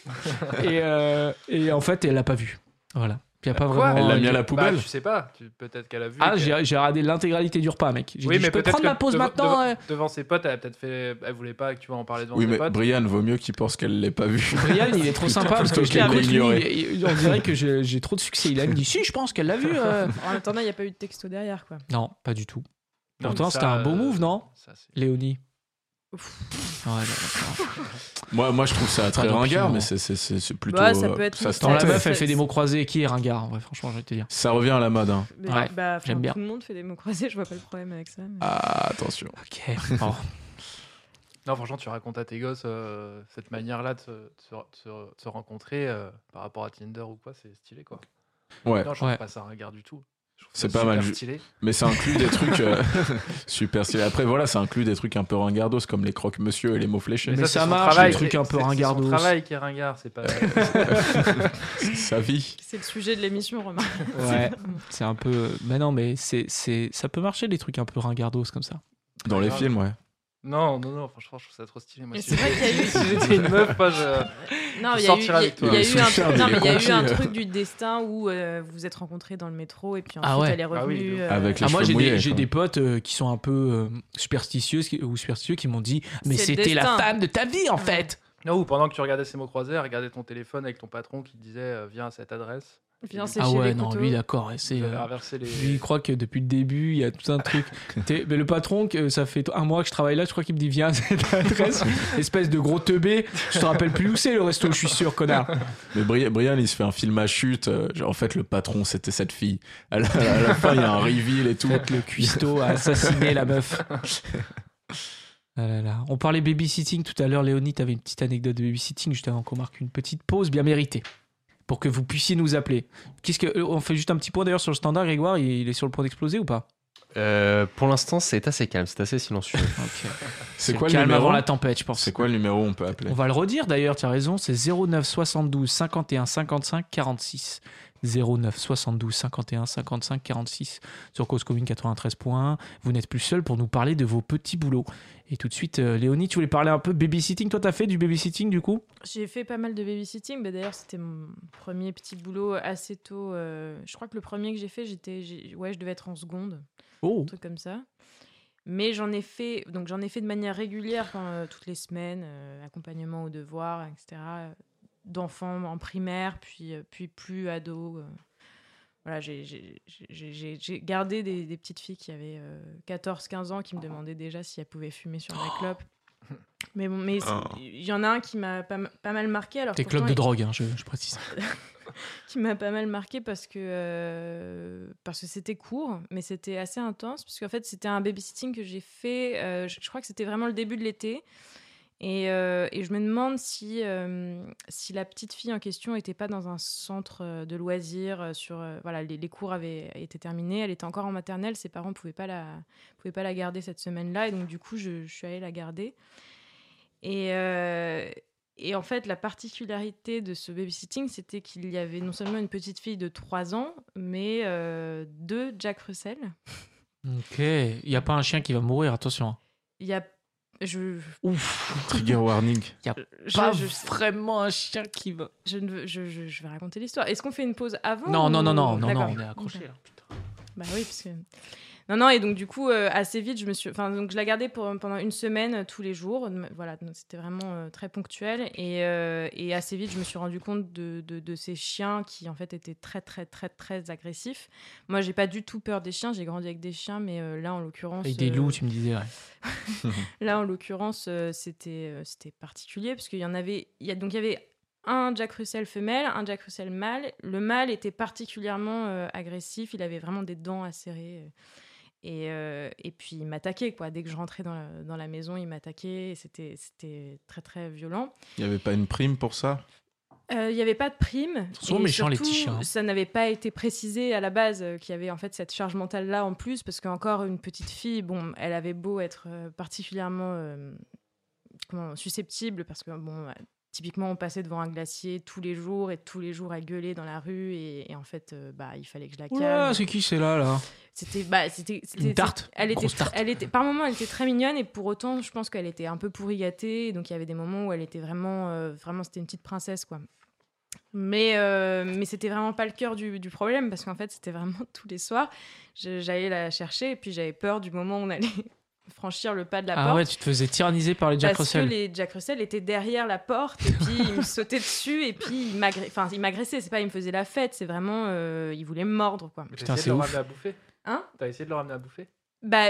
Et en fait, elle l'a pas vu. Voilà. Il y a pas Quoi vraiment. Elle l'a mis à la poubelle. Bah, tu sais pas. Peut-être qu'elle a vu. J'ai radé l'intégralité du repas, mec. J'ai Oui, dit, mais je peux peut-être prendre que ma pause maintenant. devant ses potes, elle a peut-être fait. Elle voulait pas que tu vas en parler devant Oui, ses mais potes. Brian, vaut mieux qu'il pense qu'elle l'ait pas vu. Brian, il est trop sympa parce que je l'ai Plutôt que écoute, l'ignorer. lui, on dirait que j'ai trop de succès. Il a dit si, je pense qu'elle l'a vu. En attendant, il n'y a pas eu de texto derrière, quoi. Non, pas du tout. Non, Pourtant, mais ça, c'était un beau move, non ça, c'est- Léonie. Ouais, d'accord. Moi, je trouve ça très Pardon, ringard, non. mais c'est plutôt. Bah, ça peut être ça se Dans la tentait. meuf, elle fait des mots croisés. Qui est ringard, en vrai, franchement, je vais te dire. Ça revient à la mode. Hein. Mais, Ouais, bah, j'aime bien. Tout le monde fait des mots croisés, je vois pas le problème avec ça. mais- Ah, attention. Ok. Oh. Non, franchement, tu racontes à tes gosses cette manière-là de se rencontrer par rapport à Tinder ou quoi, c'est stylé, quoi. Ouais, Non, je trouve Ouais. pas ça ringard du tout. Je trouve C'est ça pas mal. super stylé. mais ça inclut des trucs super stylés. Après, voilà, ça inclut des trucs un peu ringardos comme les croque-monsieur et les mots fléchés. Mais ça, ça c'est son marche, travail, les trucs c'est- un peu c'est ringardos. son travail qui est ringard, c'est pas. C'est sa vie. C'est le sujet de l'émission, remarque. Ouais, c'est un peu. Mais non, mais ça peut marcher, des trucs un peu ringardos comme ça. Dans les grave. films, ouais. Non, franchement, je trouve ça trop stylé. Moi, Mais si c'est vrai qu'il y a eu- si j'étais une meuf, moi, Non, Je il y a eu, sortirai avec il toi. y a Le eu un sous-char, truc, non, il est mais il y a eu conquis, un truc du destin où vous vous êtes rencontrés dans le métro et puis ensuite Ah ouais. elle est Ah oui, revenue. de ouf. Avec les Moi, cheveux j'ai mouillés, des quoi. potes qui sont un peu superstitieux qui m'ont dit mais C'est le c'était la destin. femme de ta vie en fait. Non, ou pendant que tu regardais ces mots croisés, regardais ton téléphone avec ton patron qui te disait viens à cette adresse. Viens Et sécher Ah ouais, les non, couteaux. lui d'accord. Et c'est, Vous avez inversé les. lui, il croit que depuis le début, il y a tout un truc. Mais le patron, que ça fait un mois que je travaille là, je crois qu'il me dit viens à cette adresse. Espèce de gros teubé. Je te rappelle plus où c'est le resto, je suis sûr, connard. Mais Brian, il se fait un film à chute. Genre, en fait, le patron, c'était cette fille. À la fin, il y a un reveal et tout. Peut-être le cuistot a assassiné la meuf. Ah là là. On parlait babysitting tout à l'heure. Léonie, t'avais une petite anecdote de babysitting juste avant qu'on marque une petite pause bien méritée pour que vous puissiez nous appeler. On fait juste un petit point d'ailleurs sur le standard, Grégoire. Il est sur le point d'exploser ou pas? Pour l'instant, c'est assez calme, c'est assez silencieux. Ok. C'est le quoi le calme numéro avant la tempête, je pense. C'est quoi le numéro on peut appeler? On va le redire d'ailleurs, tu as raison, c'est 09 72 51 55 46. 09 72 51 55 46 sur Cause Commune 93.1. Vous n'êtes plus seul pour nous parler de vos petits boulots. Et tout de suite, Léonie, tu voulais parler un peu babysitting. Toi, t'as fait du babysitting du coup? J'ai fait pas mal de babysitting. Bah, d'ailleurs, c'était mon premier petit boulot assez tôt. Je crois que le premier que j'ai fait, je devais être en seconde, Oh, un truc comme ça. Mais j'en ai fait de manière régulière toutes les semaines, accompagnement aux devoirs, etc. D'enfants en primaire, puis plus ados. Voilà, j'ai gardé des petites filles qui avaient 14-15 ans qui me demandaient déjà si elles pouvaient fumer sur ma clope. Mais bon, il y en a un qui m'a pas mal marqué. Alors tes pourtant, clubs de drogue, hein, je précise. qui m'a pas mal marqué parce que c'était court, mais c'était assez intense. Parce qu'en fait, c'était un babysitting que j'ai fait, je crois que c'était vraiment le début de l'été. Et je me demande si la petite fille en question n'était pas dans un centre de loisirs. Voilà, les cours avaient été terminés. Elle était encore en maternelle. Ses parents ne pouvaient pas la garder cette semaine-là. Et donc, du coup, je suis allée la garder. Et en fait, la particularité de ce babysitting, c'était qu'il y avait non seulement une petite fille de 3 ans, mais 2 Jack Russell. Ok. Il n'y a pas un chien qui va mourir, attention. Il y a... Ouf. Trigger warning. Il n'y a pas vraiment un chien qui va... Je vais raconter l'histoire. Est-ce qu'on fait une pause avant Non, D'accord. on est accroché là. Putain. Bah oui, parce que... Non, et donc du coup, assez vite, donc je la gardais pendant une semaine, tous les jours. Voilà, donc c'était vraiment très ponctuel. Et assez vite, je me suis rendu compte de ces chiens qui, en fait, étaient très, très, très, très agressifs. Moi, j'ai pas du tout peur des chiens. J'ai grandi avec des chiens, mais là, en l'occurrence... Et des loups, tu me disais, ouais. Là, en l'occurrence, c'était particulier, parce qu'il y avait un Jack Russell femelle, un Jack Russell mâle. Le mâle était particulièrement agressif. Il avait vraiment des dents acérées. Et puis il m'attaquait, quoi. Dès que je rentrais dans la maison, il m'attaquait. C'était très très violent. Il n'y avait pas une prime pour ça? Il n'y avait pas de prime. Ils sont méchants, les petits chiens. Ça n'avait pas été précisé à la base qu'il y avait en fait cette charge mentale là en plus, parce qu'encore une petite fille, bon, elle avait beau être particulièrement susceptible, parce que bon, typiquement on passait devant un glacier tous les jours et tous les jours elle gueulait dans la rue et en fait il fallait que je la calme. Oula, c'est qui c'est là? C'était une tarte. Elle était par moments elle était très mignonne et pour autant je pense qu'elle était un peu pourri gâtée, donc il y avait des moments où elle était vraiment c'était une petite princesse, quoi. Mais c'était vraiment pas le cœur du problème, parce qu'en fait c'était vraiment tous les soirs j'allais la chercher et puis j'avais peur du moment où on allait franchir le pas de la porte. Ah ouais, tu te faisais tyranniser par les Jack Russell. Parce que les Jack Russell étaient derrière la porte et puis ils me sautaient dessus et puis ils m'agressaient. C'est pas ils me faisaient la fête, c'est vraiment ils voulaient me mordre, quoi. Mais Putain, t'as essayé de c'est le ouf. ramener à bouffer? Hein? T'as essayé de le ramener à bouffer? Bah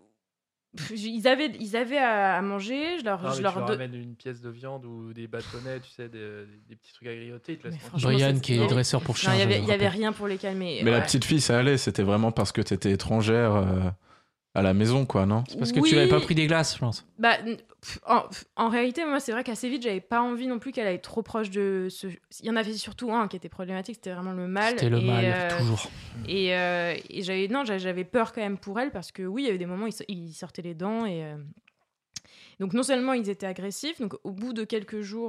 ils avaient à manger, je leur ramènes une pièce de viande ou des bâtonnets, tu sais, des petits trucs à grignoter, ils te laissent tranquille. Brian qui est dresseur pour chiens. Non, il y avait rien pour les calmer. Mais la petite fille, ça allait. C'était vraiment parce que t'étais étrangère à la maison, quoi, non? C'est parce que tu n'avais pas pris des glaces, je pense. Bah, en réalité, moi, c'est vrai qu'assez vite, j'avais pas envie non plus qu'elle aille trop proche de ce... Il y en avait surtout un qui était problématique, c'était vraiment le mâle. C'était le mâle, toujours. Et j'avais peur quand même pour elle, parce que oui, il y avait des moments où ils sortaient les dents et... Donc non seulement ils étaient agressifs, donc au bout de quelques jours,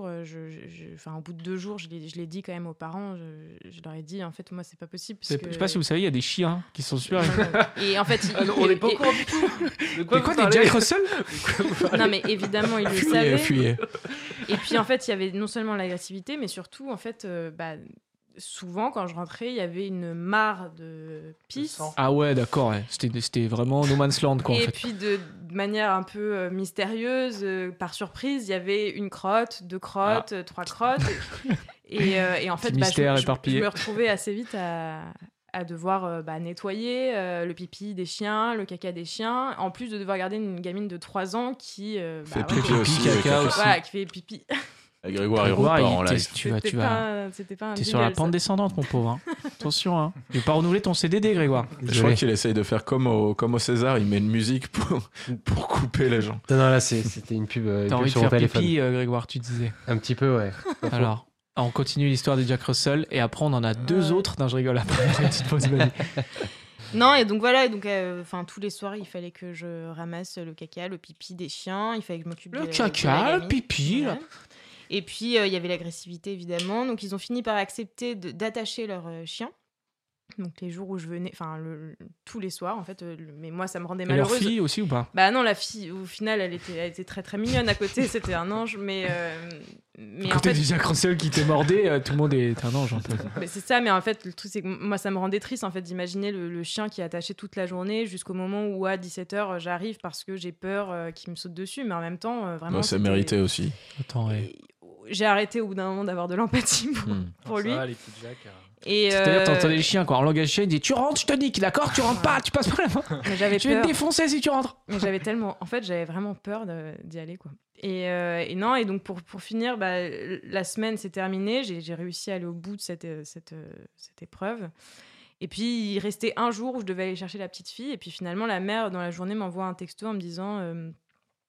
au bout de 2 jours, je l'ai dit quand même aux parents, je leur ai dit, en fait, moi c'est pas possible. Parce que... Je sais pas si vous savez, il y a des chiens qui sont super... Et en fait... on n'est pas au courant du tout. De quoi des Jack Russell? Non mais évidemment, ils le savaient. Fuyez. Et puis en fait, il y avait non seulement l'agressivité, mais surtout, en fait... souvent, quand je rentrais, il y avait une mare de pisse. Ah ouais, d'accord. Ouais. C'était vraiment No Man's Land, quoi. Et en fait. puis, de manière un peu mystérieuse, par surprise, il y avait 1 crotte, 2 crottes, 3 crottes. Et en fait, je me retrouvais assez vite à devoir nettoyer le pipi des chiens, le caca des chiens, en plus de devoir garder une gamine de 3 ans qui fait pipi aussi, caca aussi. Voilà, qui fait pipi. Grégoire, il repart en live. C'était pas un T'es sur la pente descendante, mon pauvre. Hein. Attention, hein. Je vais pas renouveler ton CDD, Grégoire. Je crois qu'il essaye de faire comme au César, il met une musique pour couper les gens. Non, là, c'était une pub. T'as envie de faire pipi, Grégoire, tu disais. Un petit peu, ouais. Alors, on continue l'histoire des Jack Russell et après, on en a 2 autres. Non, je rigole après. Une petite pause, vas-y. Non, et donc voilà, tous les soirs, il fallait que je ramasse le caca, le pipi des chiens, il fallait que je m'occupe le caca, le pipi, là. Et puis, il y avait l'agressivité, évidemment. Donc, ils ont fini par accepter d'attacher leur chien. Donc, les jours où je venais... Enfin, tous les soirs, en fait. Mais moi, ça me rendait malheureuse. Et leur fille aussi, ou pas? Bah non, la fille, au final, elle était très, très mignonne à côté. C'était un ange, mais à côté du Jack Russell qui t'est mordé, tout le monde est un ange, un peu. Mais c'est ça, mais en fait, le truc, c'est que moi, ça me rendait triste, en fait, d'imaginer le chien qui est attaché toute la journée jusqu'au moment où, à 17h, j'arrive parce que j'ai peur qu'il me saute dessus. Mais en même temps, vraiment... c'est mérité aussi. Attends, ouais. J'ai arrêté au bout d'un moment d'avoir de l'empathie pour lui. Ça, les petits Jack. C'est-à-dire, t'entendais le chien, quoi. En langage chien, il dit: tu rentres, je te nique, d'accord? Tu rentres pas, tu passes pas la main. Je vais te défoncer si tu rentres. Mais j'avais vraiment peur d'y aller, quoi. Et non, et donc pour finir, la semaine s'est terminée. J'ai réussi à aller au bout de cette épreuve. Et puis, il restait un jour où je devais aller chercher la petite fille. Et puis finalement, la mère, dans la journée, m'envoie un texto en me disant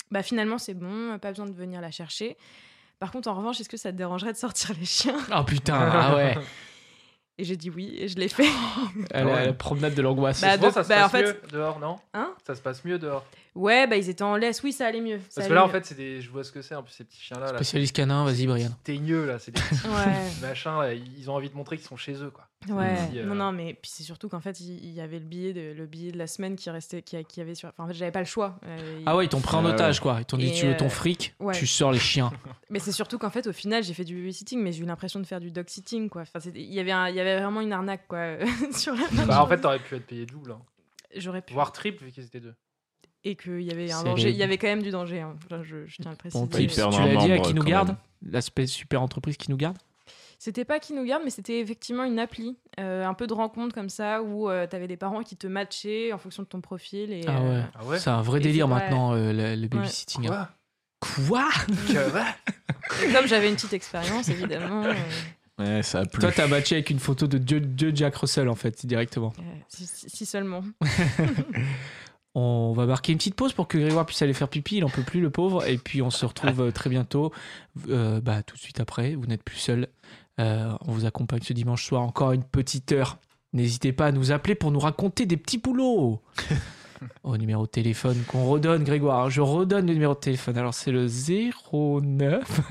Bah finalement c'est bon, pas besoin de venir la chercher. Par contre en revanche, est-ce que ça te dérangerait de sortir les chiens? Oh putain, ah ouais. Et j'ai dit oui, et je l'ai fait. La promenade de l'angoisse. Bah, Souvent, ça se bah, passe en fait- mieux dehors, non? Hein? Ça se passe mieux dehors. Ouais, bah ils étaient en laisse, oui ça allait mieux. Parce que là, en fait, je vois ce que c'est, en plus, ces petits chiens-là. Là, Spécialiste canin, vas-y Brian. teigneux, là, c'est des petits Ouais. machins, là, ils ont envie de montrer qu'ils sont chez eux, quoi. Ouais, Puis, non, mais puis c'est surtout qu'en fait, il y avait le billet de la semaine qui restait, qui avait sur. Enfin, en fait, j'avais pas le choix. Ah ouais, ils t'ont pris en Ouais, otage quoi. Ils t'ont dit Et, tu veux ton fric, ouais. tu sors les chiens. Mais c'est surtout qu'en fait, au final, j'ai fait du babysitting, mais j'ai eu l'impression de faire du dog sitting, quoi. Enfin, il y avait vraiment une arnaque, quoi, sur la fin. Bah, en fait, t'aurais pu être payé double, hein. J'aurais pu. Voire triple, vu qu'ils étaient deux. Et qu'il y avait un C'est danger. les- Il y avait quand même du danger. Hein. Enfin, je tiens à le préciser. Bon, Ils Tips, perdent tu un l'as dit à membre, qui nous quand garde même. L'aspect super entreprise qui nous garde. C'était pas qui nous garde, mais c'était effectivement une appli, un peu de rencontre comme ça, où t'avais des parents qui te matchaient en fonction de ton profil. Et, Ah ouais. Ah ouais? C'est un vrai Et délire c'est- ouais. maintenant le babysitting. hein. Quoi? Quoi et comme j'avais une petite expérience, évidemment, Ouais, ça a plu. Toi t'as matché avec une photo de Dieu Jack Russell en fait directement. si seulement. On va marquer une petite pause pour que Grégoire puisse aller faire pipi, il en peut plus le pauvre, et puis on se retrouve très bientôt, tout de suite après, vous n'êtes plus seul, on vous accompagne ce dimanche soir, encore une petite heure, n'hésitez pas à nous appeler pour nous raconter des petits boulots au numéro de téléphone qu'on redonne Grégoire, je redonne le numéro de téléphone, alors c'est le 09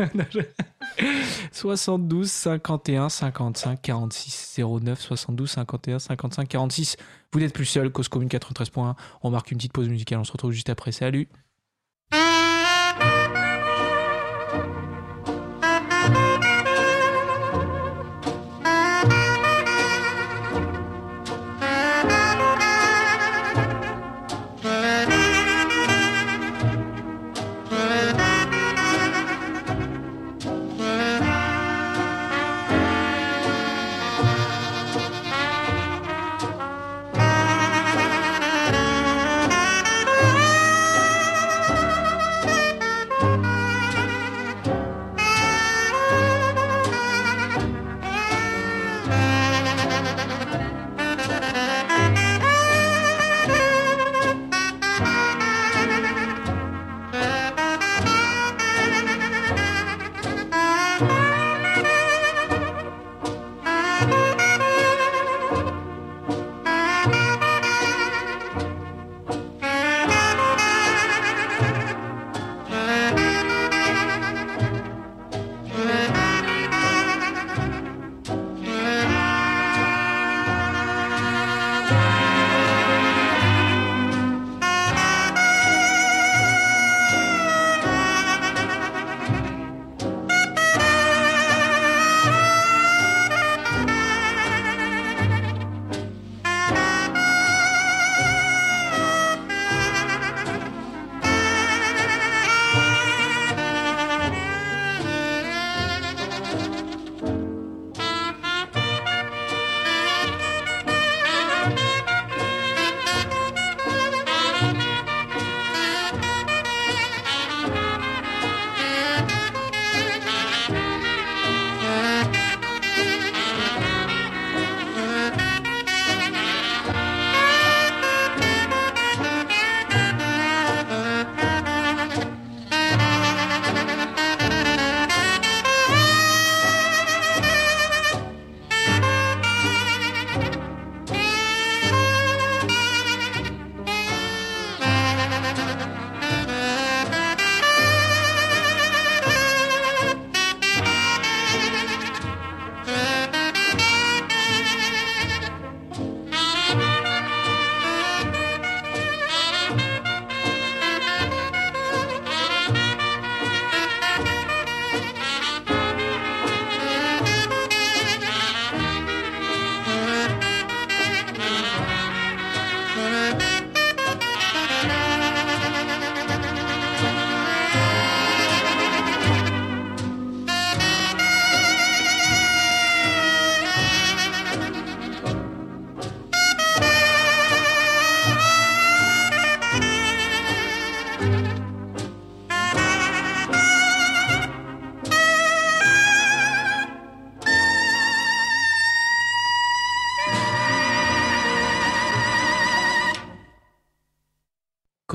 72 51 55 46 09 72 51 55 46. Vous n'êtes plus seul, Cause Commune 93.1. On marque une petite pause musicale, on se retrouve juste après. Salut.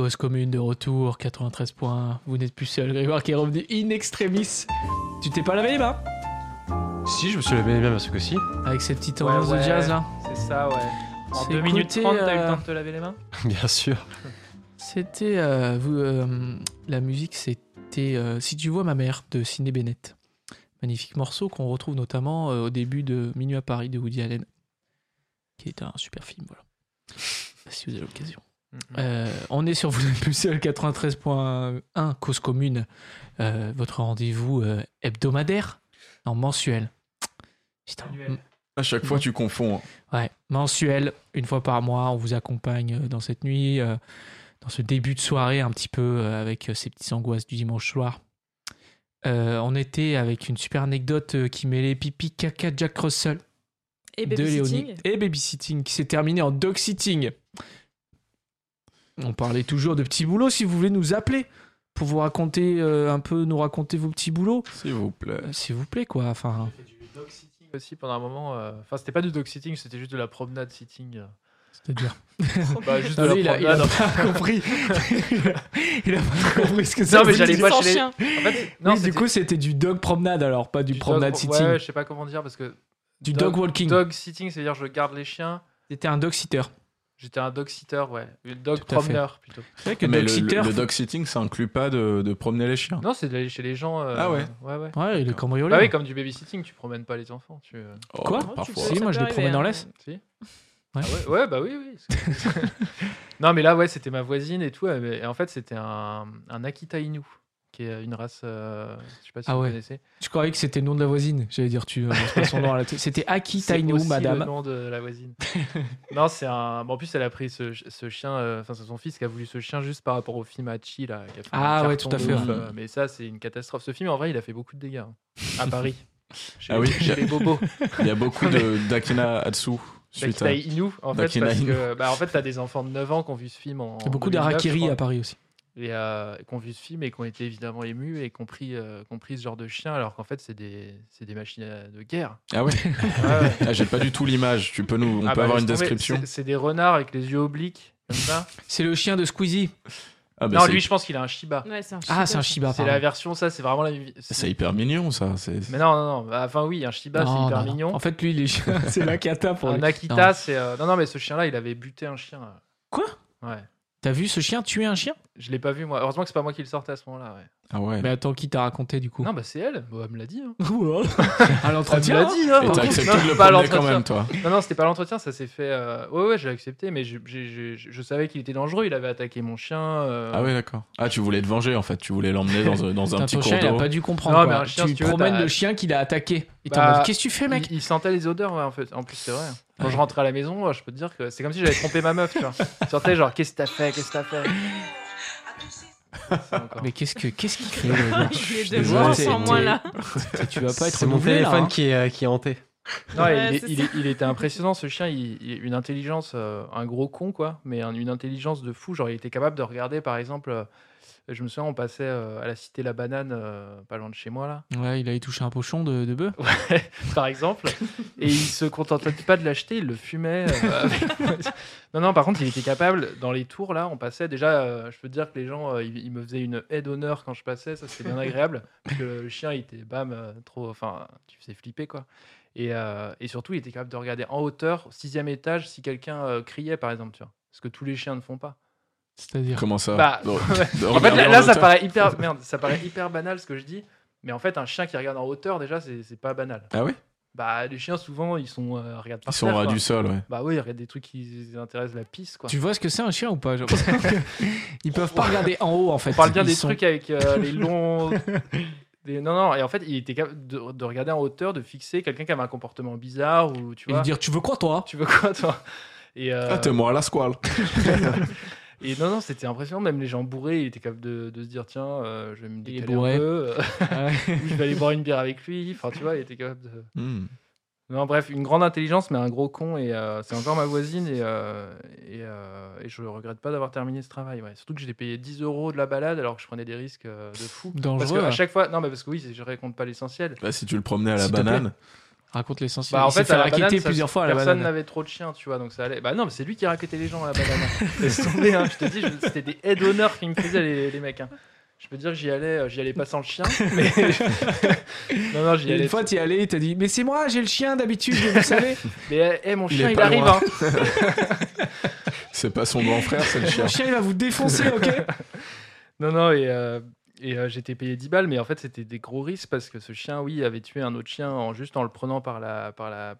Cause commune de retour, 93 points. Vous n'êtes plus seul. Grégoire qui est revenu in extremis. Tu t'es pas lavé les mains Si, je me suis levé bien, bien sûr que si. avec cette petite Ouais, ambiance de ouais. jazz là. C'est ça, ouais. En C'est 2 minutes écouté, 30, t'as eu le temps de te laver les mains? Bien sûr. C'était la musique, c'était Si tu vois ma mère de Sidney Bennett. Magnifique morceau qu'on retrouve notamment au début de Minuit à Paris de Woody Allen, qui est un super film. Voilà. Si vous avez l'occasion. On est sur Vous n'êtes plus seul 93.1 Cause commune, votre rendez-vous hebdomadaire, non mensuel. Putain, Annuel. À chaque fois, tu confonds. ouais, mensuel, une fois par mois, on vous accompagne dans cette nuit, dans ce début de soirée un petit peu avec ces petites angoisses du dimanche soir. On était avec une super anecdote qui mêlait pipi, caca, Jack Russell Et de Léonie babysitting. et babysitting qui s'est terminé en dog sitting. On parlait toujours de petits boulots. Si vous voulez nous appeler pour vous raconter nous raconter vos petits boulots, S'il vous plaît. s'il vous plaît quoi. Enfin, J'ai fait du dog sitting aussi pendant un moment. Enfin, c'était pas du dog sitting, c'était juste de la promenade sitting. c'est-à-dire. Bah, juste de Ah, la lui, il a promenade. pas compris. il a pas compris ce que ça Non, mais veut j'allais dire. pas Sans chez les. chien. En fait, Oui, du c'était coup, c'était du dog promenade alors, pas du du promenade dog- sitting. Ouais, je sais pas comment dire parce que. Du dog walking. Dog sitting, c'est-à-dire je garde les chiens. C'était un dog sitter. J'étais un dog sitter, ouais. Le dog Tout à fait. promeneur plutôt. C'est vrai que Mais dog sitter. le dog sitting, ça inclut pas de promener les chiens. Non, c'est d'aller chez les gens. Ah ouais. Ouais, ouais. Ouais, il est Bah cambrioleur. oui, comme du babysitting, tu promènes pas les enfants. Oh, Quoi parfois. Si, moi, je les promène en laisse. Si. Ouais. Ah ouais, bah oui, oui. Non, mais là, ouais, c'était ma voisine et tout. Et en fait, c'était un Akita Inu, qui est une race. Je sais pas si Ah vous ouais. connaissez. Je croyais que c'était le nom de la voisine. J'allais dire, tu lances pas son nom à la télé. C'était Aki C'est Tainu, aussi madame. le nom de la voisine. Non, c'est un. Bon, en plus, elle a pris ce chien. Enfin, c'est son fils qui a voulu ce chien juste par rapport au film Hachi là. Qui a fait Ah un ouais, carton tout à de fait, ouf, ouais. mais ça, c'est une catastrophe. Ce film, en vrai, il a fait beaucoup de dégâts hein, à Paris. Chez Ah les, oui. chez les bobos. Il y a beaucoup d'Akina Atsu. Suite à... Akita Inu, en fait, D'Akina parce Inu. que en fait, t'as des enfants de 9 ans qui ont vu ce film en. Il y a beaucoup 2009, je d'Arakiri crois. à Paris aussi. Et qui ont vu ce film et qui ont été évidemment émus et qui ont pris ce genre de chien alors qu'en fait c'est des machines de guerre. Ah ouais. Ouais. Ah, j'ai pas du tout l'image. Tu peux on Ah peut bah, avoir une laisse tomber. description. C'est des renards avec les yeux obliques comme ça. C'est le chien de Squeezie. Ah, bah, Non, c'est- lui je pense qu'il a un Shiba. Ouais, c'est un Ah, c'est un Shiba. Shiba, C'est la pardon. version ça, c'est vraiment la. c'est hyper mignon ça. C'est... Mais non. Bah, enfin oui, un Shiba c'est Non, hyper non, non. mignon. En fait, lui, les chiens, c'est la cata pour Un lui. Akita Non. c'est non mais ce chien là il avait buté un chien. Quoi Ouais. T'as vu ce chien tuer un chien? Je l'ai pas vu moi. Heureusement que c'est pas moi qui le sortais à ce moment-là. Ouais. Ah ouais. Mais attends, qui t'a raconté du coup? Non bah c'est elle. Bon, elle me l'a dit. Hein. À l'entretien. Elle me l'a dit. Hein. Et t'as accepté Non, de le pas à promener quand l'entretien. même, toi. Non, c'était pas l'entretien, ça s'est fait. Ouais, je l'ai accepté, mais je savais qu'il était dangereux. Il avait attaqué mon chien. Ah ouais, d'accord. Ah, tu voulais te venger en fait. Tu voulais l'emmener dans un Putain, petit ton cours chien, il a d'eau. pas dû comprendre. Non, quoi. mais un chien, tu si tu veux, promènes t'as- le chien qu'il a attaqué. Et t'es en Bah, mode, qu'est-ce que tu fais, mec? Il sentait les odeurs, ouais, en fait. En plus, c'est vrai. Quand je rentrais à la maison, je peux te dire que c'est comme si j'avais trompé ma meuf, tu vois. Il sortait genre, qu'est-ce que t'as fait? Qu'est-ce que t'as fait? C'est encore- Mais qu'est-ce qu'il fait le gars? Il est de désolé, moins c'est- en moins là. Tu vas pas être C'est mon renouvelé, là, téléphone hein. qui est hanté. Non, Ouais, il, il était impressionnant ce chien, une intelligence, un gros con quoi, mais une intelligence de fou. Genre, il était capable de regarder par exemple, je me souviens, on passait à la Cité La Banane, pas loin de chez moi là, Ouais, il allait toucher un pochon de bœuf. par exemple, et il se contentait pas de l'acheter, il le fumait. Non, par contre, il était capable, dans les tours là, on passait déjà, je peux te dire que les gens, ils me faisaient une aide d'honneur quand je passais, ça c'était bien agréable, parce que le chien il était bam, trop, enfin, tu faisais flipper quoi. Et surtout, il était capable de regarder en hauteur, 6e étage, si quelqu'un criait, par exemple, tu vois. Ce que tous les chiens ne font pas. C'est-à-dire. Comment ça Bah, De- ouais. de En fait, regarder en là, ça hauteur. paraît hyper... Merde, ça paraît hyper banal, ce que je dis. Mais en fait, un chien qui regarde en hauteur, déjà, c'est pas banal. Ah oui. Bah, les chiens, souvent, ils regardent par Ils sont terre, ras quoi. du sol, ouais. Bah oui, ils regardent des trucs qui les intéressent, la pisse, quoi. Tu vois ce que c'est un chien ou pas? Genre, ils peuvent pas regarder en haut en fait. On parle bien Ils des sont- trucs avec les longs... Non, et en fait, il était capable de regarder en hauteur, de fixer quelqu'un qui avait un comportement bizarre, ou tu Et vois... de dire, tu veux quoi toi? Tu veux quoi, toi? Et, Ah, t'es moi à la squale. et non, c'était impressionnant. Même les gens bourrés, il était capable de se dire tiens, je vais me Il est décaler bourré. un peu, Ouais. ou je vais aller boire une bière avec lui. Enfin, tu vois, il était capable de. Hmm. Non, bref, une grande intelligence, mais un gros con. Et c'est encore ma voisine. Et je regrette pas d'avoir terminé ce travail. Ouais. Surtout que j'ai payé 10 € de la balade alors que je prenais des risques de fou. Parce Dangereux. que à hein. chaque fois, non, mais parce que oui, je raconte pas l'essentiel. Bah, si tu le promenais à la S'il te plaît. banane. Raconte l'essentiel. Bah, en Il s'est fait, fait à la raqueter banane, plusieurs fois à la personne banane. n'avait trop de chiens, tu vois, donc ça allait. Bah non, mais c'est lui qui raquettait les gens à la banane. Laisse tomber, hein. Je te dis, c'était des aides d'honneur qui me faisaient les mecs. Hein. Je peux dire que j'y allais pas sans le chien, mais non, j'y Et allais. une fois, tu y allais, il t'a dit mais c'est moi, j'ai le chien d'habitude, vous savez. Mais mon Il chien, est il pas arrive. loin. Hein. C'est pas son grand frère, c'est le chien. Mon chien, il va vous défoncer, ok. Non, et j'étais payé 10 balles, mais en fait, c'était des gros risques parce que ce chien, oui, avait tué un autre chien juste en le prenant par la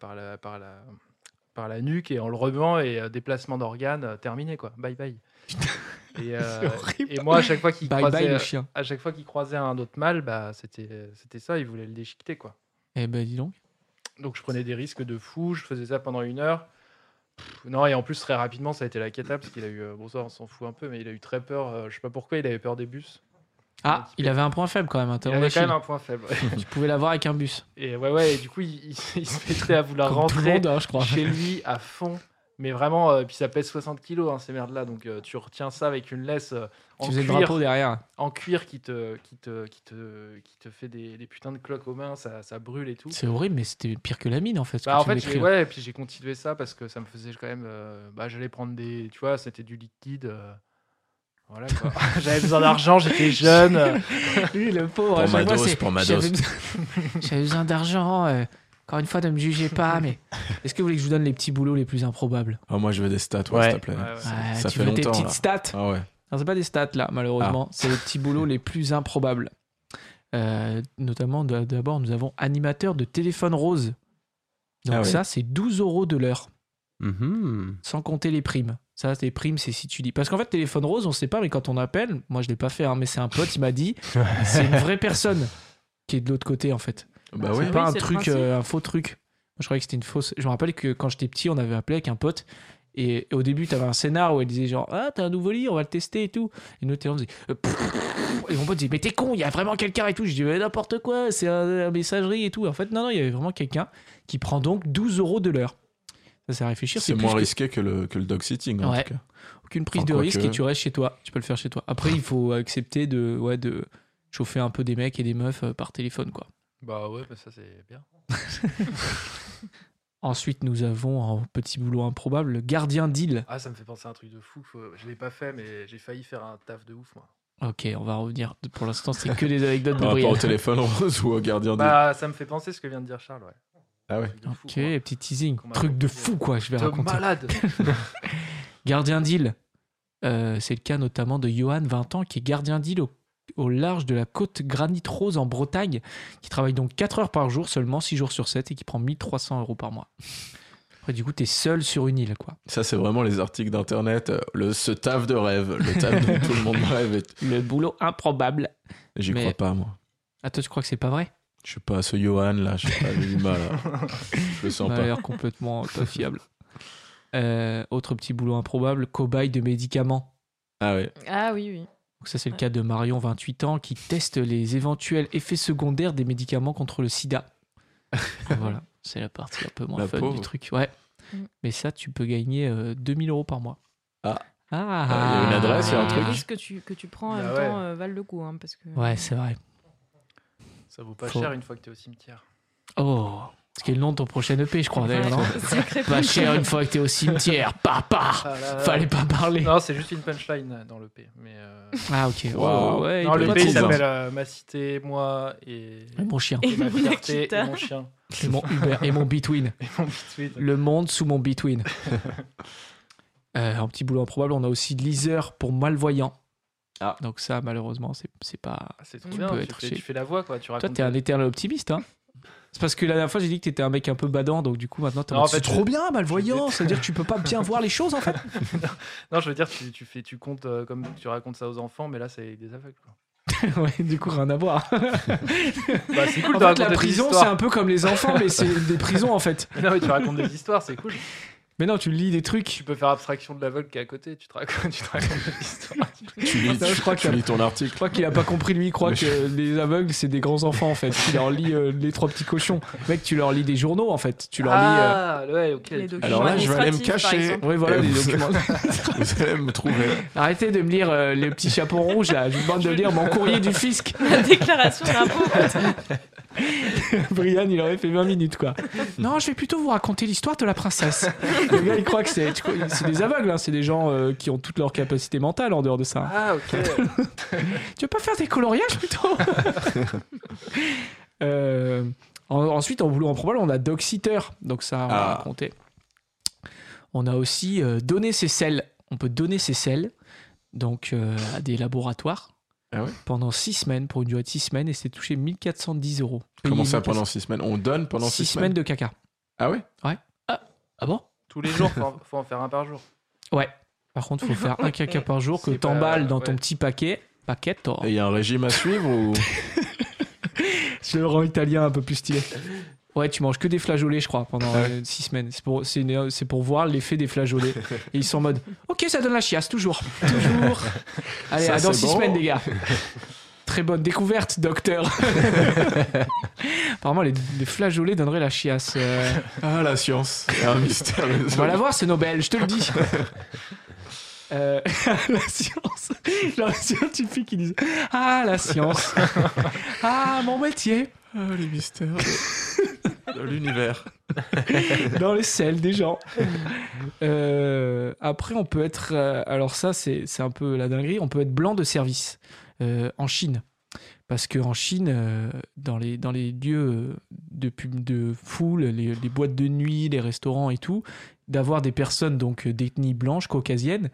nuque et en le remuant et déplacement d'organes terminé, quoi. Bye bye. Et, horrible. et moi, à chaque fois qu'il Bye bye croisait, le chien. à chaque fois qu'il croisait un autre mâle, bah, c'était ça, il voulait le déchiqueter, quoi. Eh ben dis donc. Donc, je prenais des risques de fou, je faisais ça pendant 1 heure. Non, et en plus, très rapidement, ça a été la cata parce qu'il a eu, bon, ça, on s'en fout un peu, mais il a eu très peur. Je sais pas pourquoi, il avait peur des bus. Ah, il avait un point faible quand même. Hein, Il avait quand même un point faible. Ouais. Tu pouvais l'avoir avec un bus. Et ouais, et du coup, il se mettait à vouloir Comme tout le rentrer monde, hein, je crois. chez lui à fond. Mais vraiment, puis ça pèse 60 kilos, hein, ces merdes-là. Donc, tu retiens ça avec une laisse Tu faisais le drapeau derrière. en cuir qui te fait des putains de cloques aux mains, ça brûle et tout. C'est horrible, mais c'était pire que la mine en fait. ce Bah, que en tu fait, m'écris, là. et puis j'ai continué ça parce que ça me faisait quand même. J'allais prendre des. Tu vois, c'était du liquide. Voilà quoi. J'avais besoin d'argent, j'étais jeune. Lui, le pauvre, Pour à chaque ma fois, dose, c'est- pour ma j'avais dose. J'avais besoin d'argent. Encore une fois, ne me jugez pas, mais est-ce que vous voulez que je vous donne les petits boulots les plus improbables? Ah, moi, je veux des stats, Ouais. s'il te plaît. Ouais. Ça tu fait veux tes longtemps, petites là. stats? Ah ouais. Non, c'est pas des stats là, malheureusement. C'est les petits boulots les plus improbables. Notamment, d'abord, nous avons animateur de téléphone rose. Donc Ah oui. ça, c'est 12 € de l'heure, Mhm. sans compter les primes. Ça, les primes, c'est si tu dis. Parce qu'en fait, téléphone rose, on sait pas, mais quand on appelle, moi je l'ai pas fait, hein, mais c'est un pote, il m'a dit, c'est une vraie personne qui est de l'autre côté en fait. Bah Ah oui. C'est pas oui, un c'est le truc, principe. un faux truc. Moi, je croyais que c'était une fausse. Je me rappelle que quand j'étais petit, on avait appelé avec un pote. Et au début, t'avais un scénar où elle disait genre ah t'as un nouveau lit, on va le tester et tout. Et nous on disait et mon pote disait mais t'es con, il y a vraiment quelqu'un et tout. Je dis mais n'importe quoi, c'est un messagerie et tout. En fait non, il y avait vraiment quelqu'un qui prend donc 12 € de l'heure. Ça c'est à réfléchir. C'est plus moins que- risqué que le dog sitting, en Ouais. tout cas. Aucune prise Enfin, de quoi risque que- et tu restes chez toi. Tu peux le faire chez toi. Après il faut accepter de chauffer un peu des mecs et des meufs par téléphone quoi. Bah ouais, bah ça c'est bien. Ensuite nous avons un petit boulot improbable, le gardien d'île. Ah, ça me fait penser à un truc de fou. Je l'ai pas fait, mais j'ai failli faire un taf de ouf, moi. Ok, on va revenir. Pour l'instant, c'est que des anecdotes de Par rapport Brian. au téléphone rose ou au gardien de... Bah, ça me fait penser ce que vient de dire Charles, ouais. Ah ouais. Truc de fou, Ok, quoi. petit teasing. Qu'on m'a Truc de raconté. fou, quoi, je vais T'es raconter. malade. Gardien d'île. C'est le cas notamment de Johan, 20 ans, qui est gardien d'île au large de la côte Granit Rose en Bretagne, qui travaille donc 4 heures par jour, seulement 6 jours sur 7, et qui prend 1 300 € par mois. Après, du coup, t'es seul sur une île, quoi. Ça, c'est vraiment les articles d'internet. Ce taf de rêve. Le taf dont tout le monde rêve. Le boulot improbable. J'y Mais- crois pas, moi. Ah, toi, tu crois que c'est pas vrai? Je sais pas, ce Johan, là, je sais pas, j'ai du mal. Là. Je le sens Ça a pas. l'air complètement pas fiable. Autre petit boulot improbable, cobaye de médicaments. Ah ouais. Ah oui, oui. Donc ça, c'est le Ouais. cas de Marion, 28 ans, qui teste les éventuels effets secondaires des médicaments contre le sida. Voilà, c'est la partie un peu moins La fun pauvre. du truc. Ouais. Mm. Mais ça, tu peux gagner 2000 € par mois. Ah. Ah. Il y a une adresse, il y a un Les truc. risques que tu prends en Bah même ouais. temps valent le coup. Hein, parce que... Ouais, c'est vrai. Ça vaut pas Faut- cher une fois que t'es au cimetière. Oh, ce qui est le nom de ton prochain EP, je crois, d'ailleurs, non? Sacré Pas cher une fois que t'es au cimetière. Papa. Ah là là. Fallait pas parler. Non, c'est juste une punchline dans le P. Mais Ah, ok. Wow. Oh, ouais, non, il le peut P pas il trop bien. s'appelle Ma Cité, moi et Mon chien. Et ma mon fierté et Akita. mon chien. Et mon Uber. Et mon Between. Et mon between. Le monde sous mon between. Un petit boulot improbable, on a aussi liseur pour malvoyants. Ah. Donc ça, malheureusement, c'est pas... Ah, c'est trop Tu bien. peux Tu être fais, chez- tu fais la voix, quoi. Tu Toi, racontes. t'es un éternel optimiste, hein. C'est parce que la dernière fois, j'ai dit que t'étais un mec un peu badant, donc du coup, maintenant, t'es en Non, mode, en fait, c'est trop je- bien, malvoyant. Ça veut dire que tu peux pas bien voir les choses, en fait. Non, je veux dire, tu comptes comme tu racontes ça aux enfants, mais là, c'est avec des aveugles, quoi. Ouais, du coup, rien à voir. Bah, c'est cool En de fait, raconter la des prison, c'est histoires. un peu comme les enfants, mais c'est des prisons, en fait. Non, mais tu racontes des histoires, c'est cool. Mais non, tu lis des Tu trucs. peux faire abstraction de l'aveugle qui est à côté. Tu te racontes des histoires. Tu lis, Ça, je crois tu que- lis ton Je article. crois qu'il a pas compris, lui. Il croit Mais que les aveugles, c'est des grands enfants, en fait. Tu leur lis les 3 petits cochons. Mec, tu leur lis des journaux, en fait. Tu leur lis... Ah, ouais, ok. Les tu- documents Alors là, je vais aller me administratifs, par cacher. exemple. Oui, voilà, Et des vous- documents. Vous allez me trouver. Arrêtez de me lire les petits chapeaux rouges, là. Je vous demande de lire mon courrier du fisc. La déclaration d'impôt. Brian, il aurait fait 20 minutes, quoi. Non, je vais plutôt vous raconter l'histoire de la princesse. Le gars, il croit que c'est des aveugles, hein. C'est des gens qui ont toute leur capacité mentale en dehors de ça. Ah, ok. Tu veux pas faire des coloriages, plutôt Ensuite, en boulot en probable, on a dog-sitter. Donc ça, on va raconter. On a aussi donner ses selles. On peut donner ses selles donc, à des laboratoires. Ah ouais. Pendant 6 semaines, pour une durée de 6 semaines, et c'est touché 1410 €. Comment ça, pendant 6 semaines? On donne pendant 6 semaines de caca. Ah ouais? Ah bon? Tous les jours, faut en faire un par jour. Ouais. Par contre, il faut faire un caca par jour que C'est t'emballes pas- dans ouais. ton petit paquet. Paquetto. Et il y a un régime à suivre ou... Je le rends italien un peu plus stylé. Ouais, tu manges que des flageolets, je crois, pendant Ah ouais. 6 semaines. C'est pour voir l'effet des flageolets. Et ils sont en mode, ok, ça donne la chiasse, toujours. Toujours. Allez, Ça, dans c'est 6 bon. semaines, les gars. Très bonne découverte, docteur. Apparemment, les flageolets donneraient la chiasse. Ah, la science. C'est un mystère. On va la voir, c'est Nobel, je te le dis. La science. Genre, les scientifiques qui disent, ah, la science. Ah, mon métier. Ah, les mystères de l'univers. Dans les selles des gens. Après, on peut être... alors ça, c'est un peu la dinguerie. On peut être blanc de service en Chine. Parce qu'en Chine, dans les lieux de foule, les boîtes de nuit, les restaurants et tout, d'avoir des personnes donc d'ethnie blanche, caucasienne,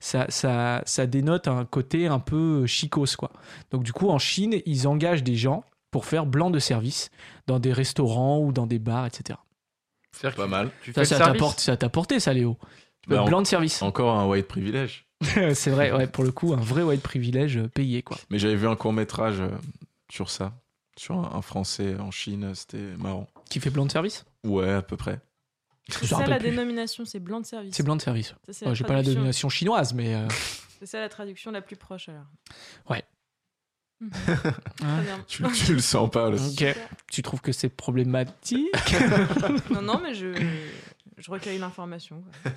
ça dénote un côté un peu chicos, quoi. Donc du coup, en Chine, ils engagent des gens pour faire blanc de service dans des restaurants ou dans des bars, etc. C'est-à-dire que Pas mal. Tu fais Ça le service. t'a porté, ça, Léo. Tu peux Bah, être blanc de service. Encore un white privilège. C'est vrai, ouais, pour le coup, un vrai white privilège payé, quoi. Mais j'avais vu un court-métrage sur ça. Sur un Français en Chine. C'était marrant. Qui fait blanc de service? Ouais, à peu près. C'est Je ça rappelle la plus. dénomination, c'est blanc de service. C'est blanc de service. Ça, c'est Ouais, j'ai pas la traduction. domination chinoise, mais... C'est ça la traduction la plus proche alors. Ouais. Mhm. hein. Très bien. Tu le sens pas, là. Ok. Tu trouves que c'est problématique? Non, mais je recueille l'information. quoi.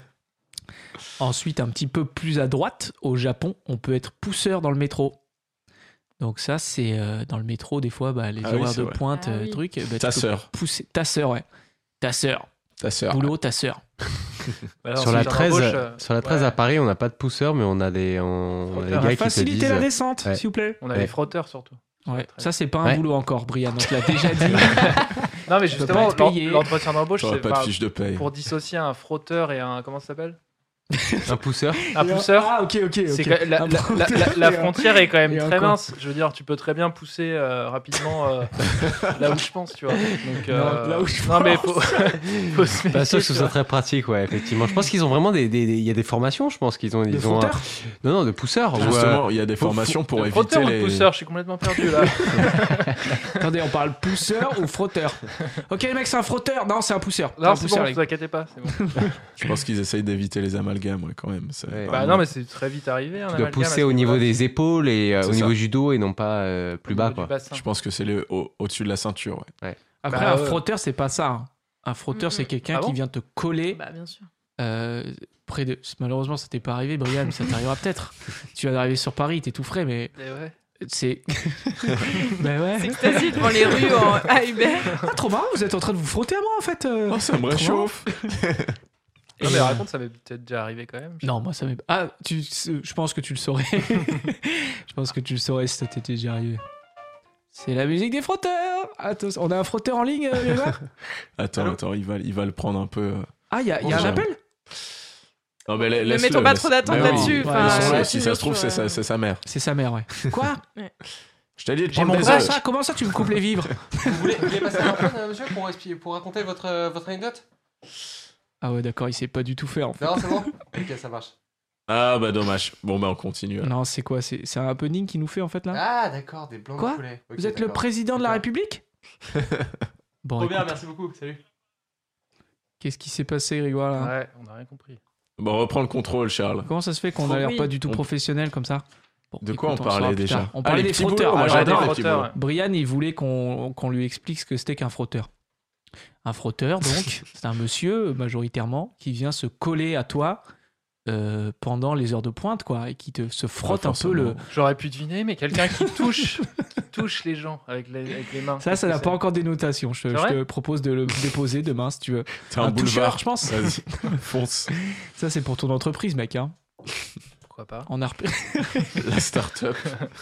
Ensuite, un petit peu plus à droite, au Japon, on peut être pousseur dans le métro. Donc ça, c'est dans le métro, des fois, bah, les Ah oui, horaires c'est de vrai. pointe, Ah oui. trucs. Bah, Ta tu peux sœur. pousser... Ta sœur, ouais. Ta sœur. Ta sœur. Boulot, ta sœur. Bah, Sur la ensuite, 13, embauche, sur la 13 ouais. à Paris, on n'a pas de pousseurs, mais on a des, on a des On va gars qui te Facilitez disent. la descente, Ouais. s'il vous plaît. On a Ouais. les frotteurs surtout. Ouais. Très Ça, c'est pas un Ouais. boulot encore, Brian. Donc, l'a déjà dit. Non, mais peux justement, pas être payé. l'entretien d'embauche, J'aurais c'est pas de enfin, fiche de paye. pour dissocier un frotteur et un. Comment ça s'appelle? Un pousseur. Un pousseur. Ah, ok. C'est que la, Un la- frotteur la et un- frontière est quand même et un très quoi mince. Je veux dire, tu peux très bien pousser rapidement là où je pense, tu vois. Donc, Non, là où je non, mais pense. faut se Pas sûr méfier, que ce tu soit vois. très pratique, ouais, effectivement. Je pense qu'ils ont vraiment il y a des formations, je pense qu'ils ont, De ils ont frotteur non, de pousseurs. ou, Justement, il y a des faut- formations pour Le éviter frotteur ou le les... pousseur, je suis complètement perdu là. Attendez, on parle pousseur ou frotteur? Ok, les mecs, c'est un frotteur. Non, c'est un pousseur. Non, un c'est pousseur, bon, les vous inquiétez pas, c'est bon. Je pense qu'ils essayent d'éviter les amalgames, ouais, quand même. C'est Ouais. pas Bah mal. non, mais c'est très vite arrivé. tu dois pousser au niveau des épaules et C'est au niveau ça. du dos et non pas plus bas, quoi. Je pense que c'est au-dessus de la ceinture, ouais. Après, Bah, un frotteur, c'est pas ça. hein. Un frotteur, c'est quelqu'un Ah bon qui vient te coller Bah, bien sûr. près de. Malheureusement, ça t'est pas arrivé, Brian, mais ça t'arrivera peut-être. Tu viens d'arriver sur Paris, t'es tout frais, mais Ouais. c'est. Ben ouais. Extasie devant les rues à Hubert. Ah, trop marrant, vous êtes en train de vous frotter à moi en fait. Oh, ça me Trop réchauffe. Non, mais Et, raconte, ça m'est peut-être déjà arrivé quand même. Non, moi ça m'est. Ah, je pense que tu le saurais. Je pense que tu le saurais si ça t'était déjà arrivé. C'est la musique des frotteurs. Attention, on a un frotteur en ligne, les gars. Attends, il va le prendre un peu. Ah, il y a un Bonjour. appel. Non, mais Ne mettons pas trop d'attente Mais oui. là-dessus. Ouais, Enfin, Laissons-le, ouais, si ça se trouve, c'est sa mère. C'est sa mère, ouais. Quoi? Je t'ai dit de J'ai prendre mon des bras, œufs. Comment ça, tu me coupes les vivres? Vous voulez passer un peu, monsieur, pour raconter votre anecdote? Ah ouais, d'accord, il sait pas du tout faire en fait. Non, c'est bon. Ok, ça marche. Ah bah dommage. Bon bah on continue. alors. Non, c'est quoi? C'est un happening qui nous fait en fait là? Ah, d'accord, des blancs Quoi de poulet. Ok, Vous êtes le d'accord. président de la D'accord. République? Bon, Trop bien, écoute, merci beaucoup. Salut. qu'est-ce qui s'est passé, Grégoire là? Ouais, on n'a rien compris. Bon, on reprend le contrôle, Charles. Comment ça se fait qu'on a l'air Oui. pas du tout professionnel comme ça? Bon, De quoi écoute, on saura parlait plus déjà? tard. On Ah, parlait les des petits frotteurs. boulots, moi, Alors, j'adore attends, les petits boulots. Brian, il voulait qu'on lui explique ce que c'était qu'un frotteur. Un frotteur, donc, c'est un monsieur majoritairement qui vient se coller à toi pendant les heures de pointe, quoi, et qui se frotte un peu le. J'aurais pu deviner, mais quelqu'un qui touche les gens avec les mains. Ça n'a pas encore des notations. Je te propose de le déposer demain si tu veux. C'est un toucheur, boulevard, je pense. Vas-y, fonce. Ça, c'est pour ton entreprise, mec. Hein. Pourquoi pas. En art. La start-up.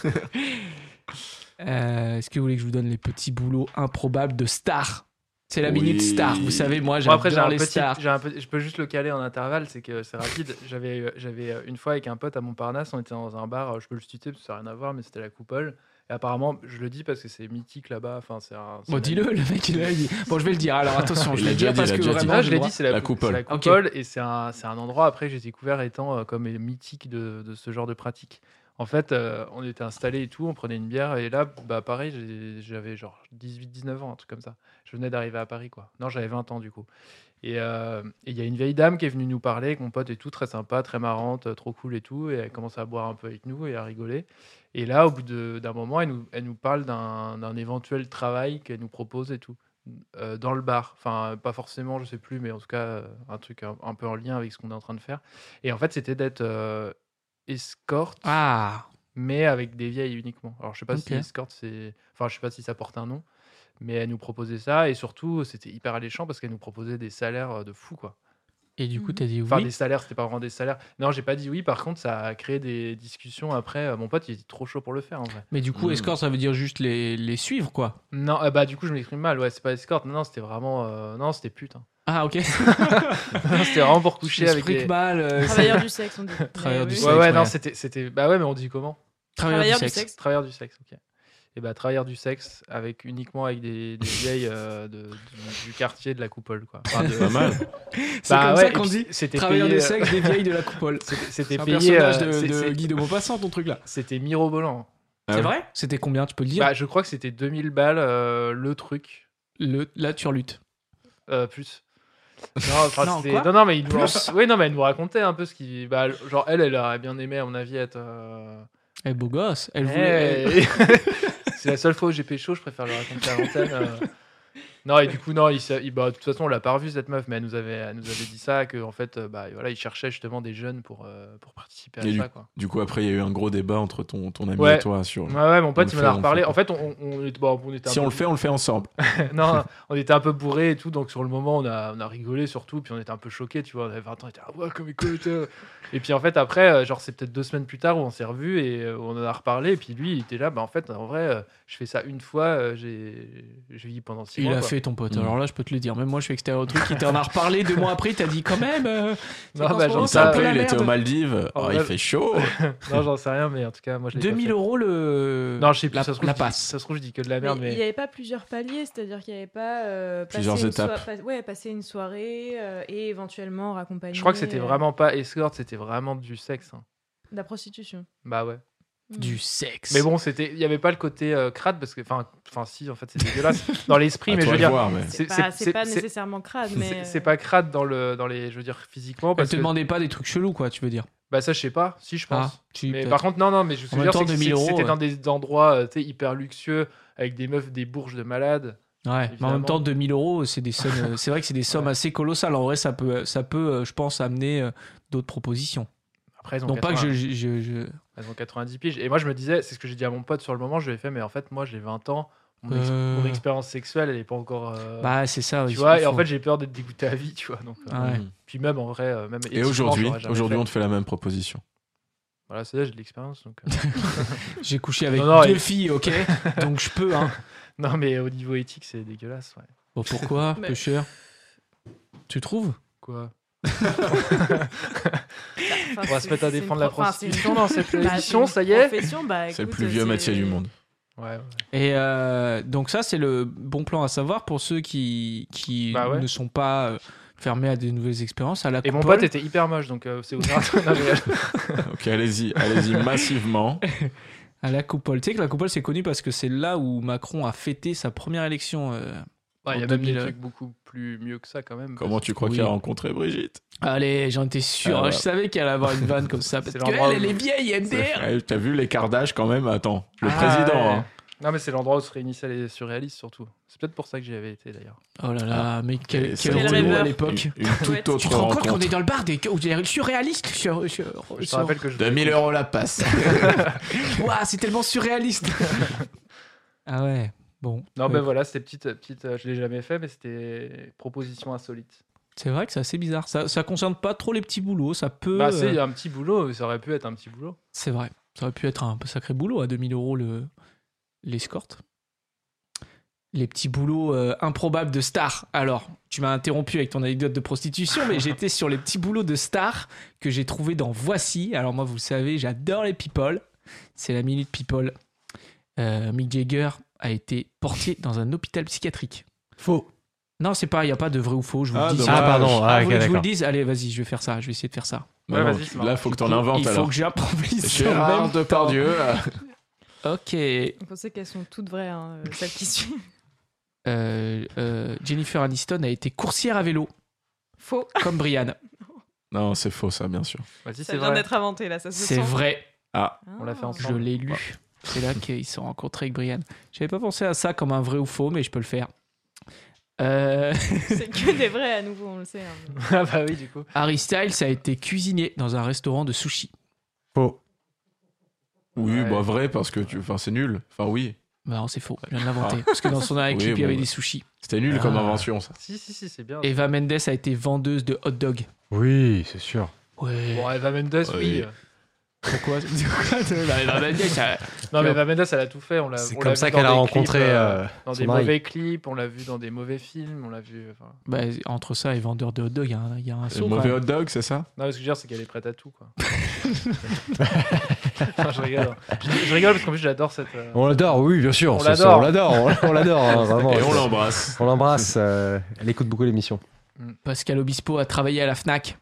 Est-ce que vous voulez que je vous donne les petits boulots improbables de stars? C'est la minute star. Vous savez, moi, j'adore les stars. Je peux juste le caler en intervalle, c'est que c'est rapide. J'avais une fois avec un pote à Montparnasse, on était dans un bar, je peux le citer parce que ça n'a rien à voir, mais c'était la Coupole. Et apparemment, je le dis parce que c'est mythique là-bas. Enfin, bon, dis-le, le mec, il l'a dit. Bon, je vais le dire. Alors, attention, je vais le dire parce que vraiment. Je l'ai dit, c'est la Coupole. C'est la Coupole, et c'est un endroit, après, j'ai découvert étant comme mythique de ce genre de pratique. En fait, on était installés et tout, on prenait une bière, et là, pareil, j'avais genre 18-19 ans, un truc comme ça. Je venais d'arriver à Paris, quoi. Non, j'avais 20 ans, du coup. Et il y a une vieille dame qui est venue nous parler, avec mon pote et tout, très sympa, très marrante, trop cool et tout, et elle commence à boire un peu avec nous et à rigoler. Et là, au bout d'un moment, elle nous parle d'un éventuel travail qu'elle nous propose et tout, dans le bar. Enfin, pas forcément, je sais plus, mais en tout cas, un truc un peu en lien avec ce qu'on est en train de faire. Et en fait, c'était d'être escorte, mais avec des vieilles uniquement. Alors, je sais pas si escorte, je sais pas si ça porte un nom, mais elle nous proposait ça, et surtout, c'était hyper alléchant parce qu'elle nous proposait des salaires de fou, quoi. Et du coup, t'as dit oui? Enfin, des salaires, c'était pas vraiment des salaires. Non, j'ai pas dit oui. Par contre, ça a créé des discussions après. Mon pote, il était trop chaud pour le faire, en vrai. Mais du coup, escort, ça veut dire juste les suivre, quoi? Non, du coup, je m'exprime mal. Ouais, c'est pas escort. Non, c'était vraiment... Non, c'était pute. Hein. Ah, ok. C'était vraiment pour coucher avec les... Travailleurs du sexe, on dit. Travailleurs du sexe. Ouais, non, c'était... Bah ouais, mais on dit comment? Travailleurs du sexe. Travailleurs du sexe, ok. Et travailleurs du sexe uniquement avec des vieilles du quartier de la Coupole, quoi. Enfin, pas mal. C'est comme ça qu'on dit. Travailleurs payé, du sexe des vieilles de la Coupole. C'était payé. Un personnage de Guy de Maupassant, ton truc là. C'était mirobolant. C'est vrai? C'était combien, tu peux le dire? Je crois que c'était 2000 balles le truc. La turlute. Plus. Non, mais il nous elle nous racontait un peu ce qui... genre, elle aurait bien aimé, à mon avis, être... Elle est beau gosse. Elle voulait... C'est la seule fois où j'ai pécho, je préfère le raconter à l'antenne. Non, et du coup, non, de toute façon, on l'a pas revue, cette meuf, mais elle nous avait dit ça, qu'en fait, voilà, il cherchait justement des jeunes pour participer à ça, quoi. Du coup, après, il y a eu un gros débat entre ton ami et toi sur... Ouais, mon pote, il m'en a reparlé. En fait, on était si on le fait ensemble. Non, on était un peu bourrés et tout, donc sur le moment, on a rigolé surtout, puis on était un peu choqués, tu vois, on avait 20 ans, on était « Ah ouais, comme écoute !» Et puis en fait, après, genre, c'est peut-être 2 semaines plus tard où on s'est revus et on en a reparlé, et puis lui, il était là, en fait, en vrai, je fais ça une fois, je vis pendant 6 mois. Il a fait ton pote, alors là, je peux te le dire, même moi, je suis extérieur au truc, il t'en a reparlé 2 mois après, il t'a dit quand même. J'en sais après, il était aux Maldives, il fait chaud. Non, j'en sais rien, mais en tout cas, moi, je l'ai 2000 € le. Non, je sais plus, la passe. Ça se trouve, je dis que de la merde, mais. Il n'y avait pas plusieurs paliers, c'est-à-dire qu'il n'y avait pas. Plusieurs étapes. Passer une soirée et éventuellement raccompagner. Je crois que c'était vraiment pas escorte, c'était vraiment du sexe. Hein. De la prostitution. Bah ouais. Du sexe. Mais bon, il n'y avait pas le côté crade parce que, enfin, si, en fait, c'est dégueulasse dans l'esprit, mais je veux dire, c'est pas nécessairement crade, mais c'est pas crade dans les, je veux dire, physiquement. Elle te demandait pas des trucs chelous, quoi, tu veux dire? Bah ça, je sais pas. Si, je pense. Mais peut-être. par contre, non, mais je veux dire, c'était dans des endroits, hyper luxueux avec des meufs, des bourges de malades. Ouais, mais en même temps, 2000 €, c'est des sommes. C'est vrai que c'est des sommes assez colossales. En vrai, ça peut, je pense, amener d'autres propositions. Après, non 80... pas que Elles ont 90 piges. Et moi, je me disais, c'est ce que j'ai dit à mon pote sur le moment, je lui ai fait, mais en fait, moi, j'ai 20 ans. Mon expérience sexuelle, elle est pas encore. Bah, c'est ça. Tu vois, et en fait, j'ai peur d'être dégoûté à vie, tu vois. Donc, puis même en vrai, même. Et aujourd'hui, on te fait la même proposition. Voilà, c'est là, j'ai de l'expérience. Donc, j'ai couché avec 2 filles, ok. Donc je peux, hein. Non, mais au niveau éthique, c'est dégueulasse, ouais. Bon, pourquoi, peu cher? Tu trouves? Quoi? On va se mettre à défendre la prostitution dans cette émission, ça y est. C'est le plus vieux métier du monde. Ouais. Et donc ça, c'est le bon plan à savoir pour ceux qui ne sont pas fermés à des nouvelles expériences. À la Coupole. Et mon pote était hyper moche, donc c'est ouvert. Ok, allez-y massivement. À la Coupole. Tu sais que la Coupole, c'est connu parce que c'est là où Macron a fêté sa première élection. Il y a même des trucs beaucoup plus mieux que ça quand même. Comment tu crois qu'il a rencontré Brigitte? Allez, j'en étais sûr. Je savais qu'elle allait avoir une vanne comme ça. Parce qu'elle, elle est vieille, MDR. T'as vu les Kardashians quand même? Attends, le président. Hein. Non, mais c'est l'endroit où se réunissaient les surréalistes, surtout. C'est peut-être pour ça que j'y avais été, d'ailleurs. Oh là là, mais quel Quel relou rêveur. à l'époque. Une toute Ouais, autre Tu te rends compte qu'on est rencontre. dans le bar des surréalistes Je te rappelle que je 2000 € la passe. Ouah, c'est tellement surréaliste. Ah ouais, bon. Non, ben voilà, c'était petite je l'ai jamais fait, mais c'était proposition insolite. C'est vrai que c'est assez bizarre. Ça concerne pas trop les petits boulots. Ça peut. Bah, c'est un petit boulot, ça aurait pu être un petit boulot. C'est vrai. Ça aurait pu être un sacré boulot à 2000 € l'escorte. Les petits boulots improbables de stars. Alors, tu m'as interrompu avec ton anecdote de prostitution, mais j'étais sur les petits boulots de stars que j'ai trouvé dans Voici. Alors moi, vous le savez, j'adore les people. C'est la minute people. Mick Jagger a été porté dans un hôpital psychiatrique. Faux. Non, c'est pas, il n'y a pas de vrai ou faux, je vous le dis. dommage. Ah, pardon. Ah, Ah, vous ok, voulez que je vous le d'accord. dise? Allez, vas-y, je vais faire ça, je vais essayer de faire ça. Bah Ouais, non, vas-y, c'est là, marrant. faut que t'en inventes Il faut alors. que j'improvise sur le Gérard même Depardieu. Ok. Vous pensez qu'elles sont toutes vraies, hein, celles qui suivent. Jennifer Aniston a été coursière à vélo, Faux. comme Brian. Non, c'est faux ça, bien sûr. Vas-y, Ça c'est vient vrai. d'être inventé, là, ça se C'est sent. vrai, Ah, On l'a fait Ah. ensemble. je l'ai lu. C'est là qu'ils se sont rencontrés avec Brian. J'avais pas pensé à ça comme un vrai ou faux, mais je peux le faire. C'est que des vrais, à nouveau, on le sait. hein. Ah bah oui, du coup. Harry Styles a été cuisinier dans un restaurant de sushi. Faux. oui, Ouais. bah vrai parce que c'est nul. Enfin oui, Bah non, c'est faux, je viens de l'inventer. Parce que dans son équipe, Oui, il y avait bon, des sushis. c'était nul comme invention ça. Si, c'est bien. Eva Mendes a été vendeuse de hot dog. Oui, c'est sûr. Ouais. Bon, Eva Mendes, oui. Oui. Pourquoi Bah, Eva Mendes, ça- Non, mais Eva Mendes, elle a tout fait. On l'a, C'est on comme l'a ça vu dans qu'elle a des rencontré clips, son dans des mari. mauvais clips, on l'a vu dans des mauvais films, on l'a vu. Enfin... bah, entre ça et vendeur de hot dog, il y a un saut. quand Mauvais même. hot dog, c'est ça? Non, ce que je veux dire, c'est qu'elle est prête à tout, quoi. Non, je rigole. Je rigole parce qu'en plus, j'adore cette. On l'adore, oui, bien sûr. On ça, l'adore. on l'adore, on l'adore, hein, vraiment. Et on l'embrasse. On l'embrasse. Elle écoute beaucoup l'émission. Pascal Obispo a travaillé à la Fnac.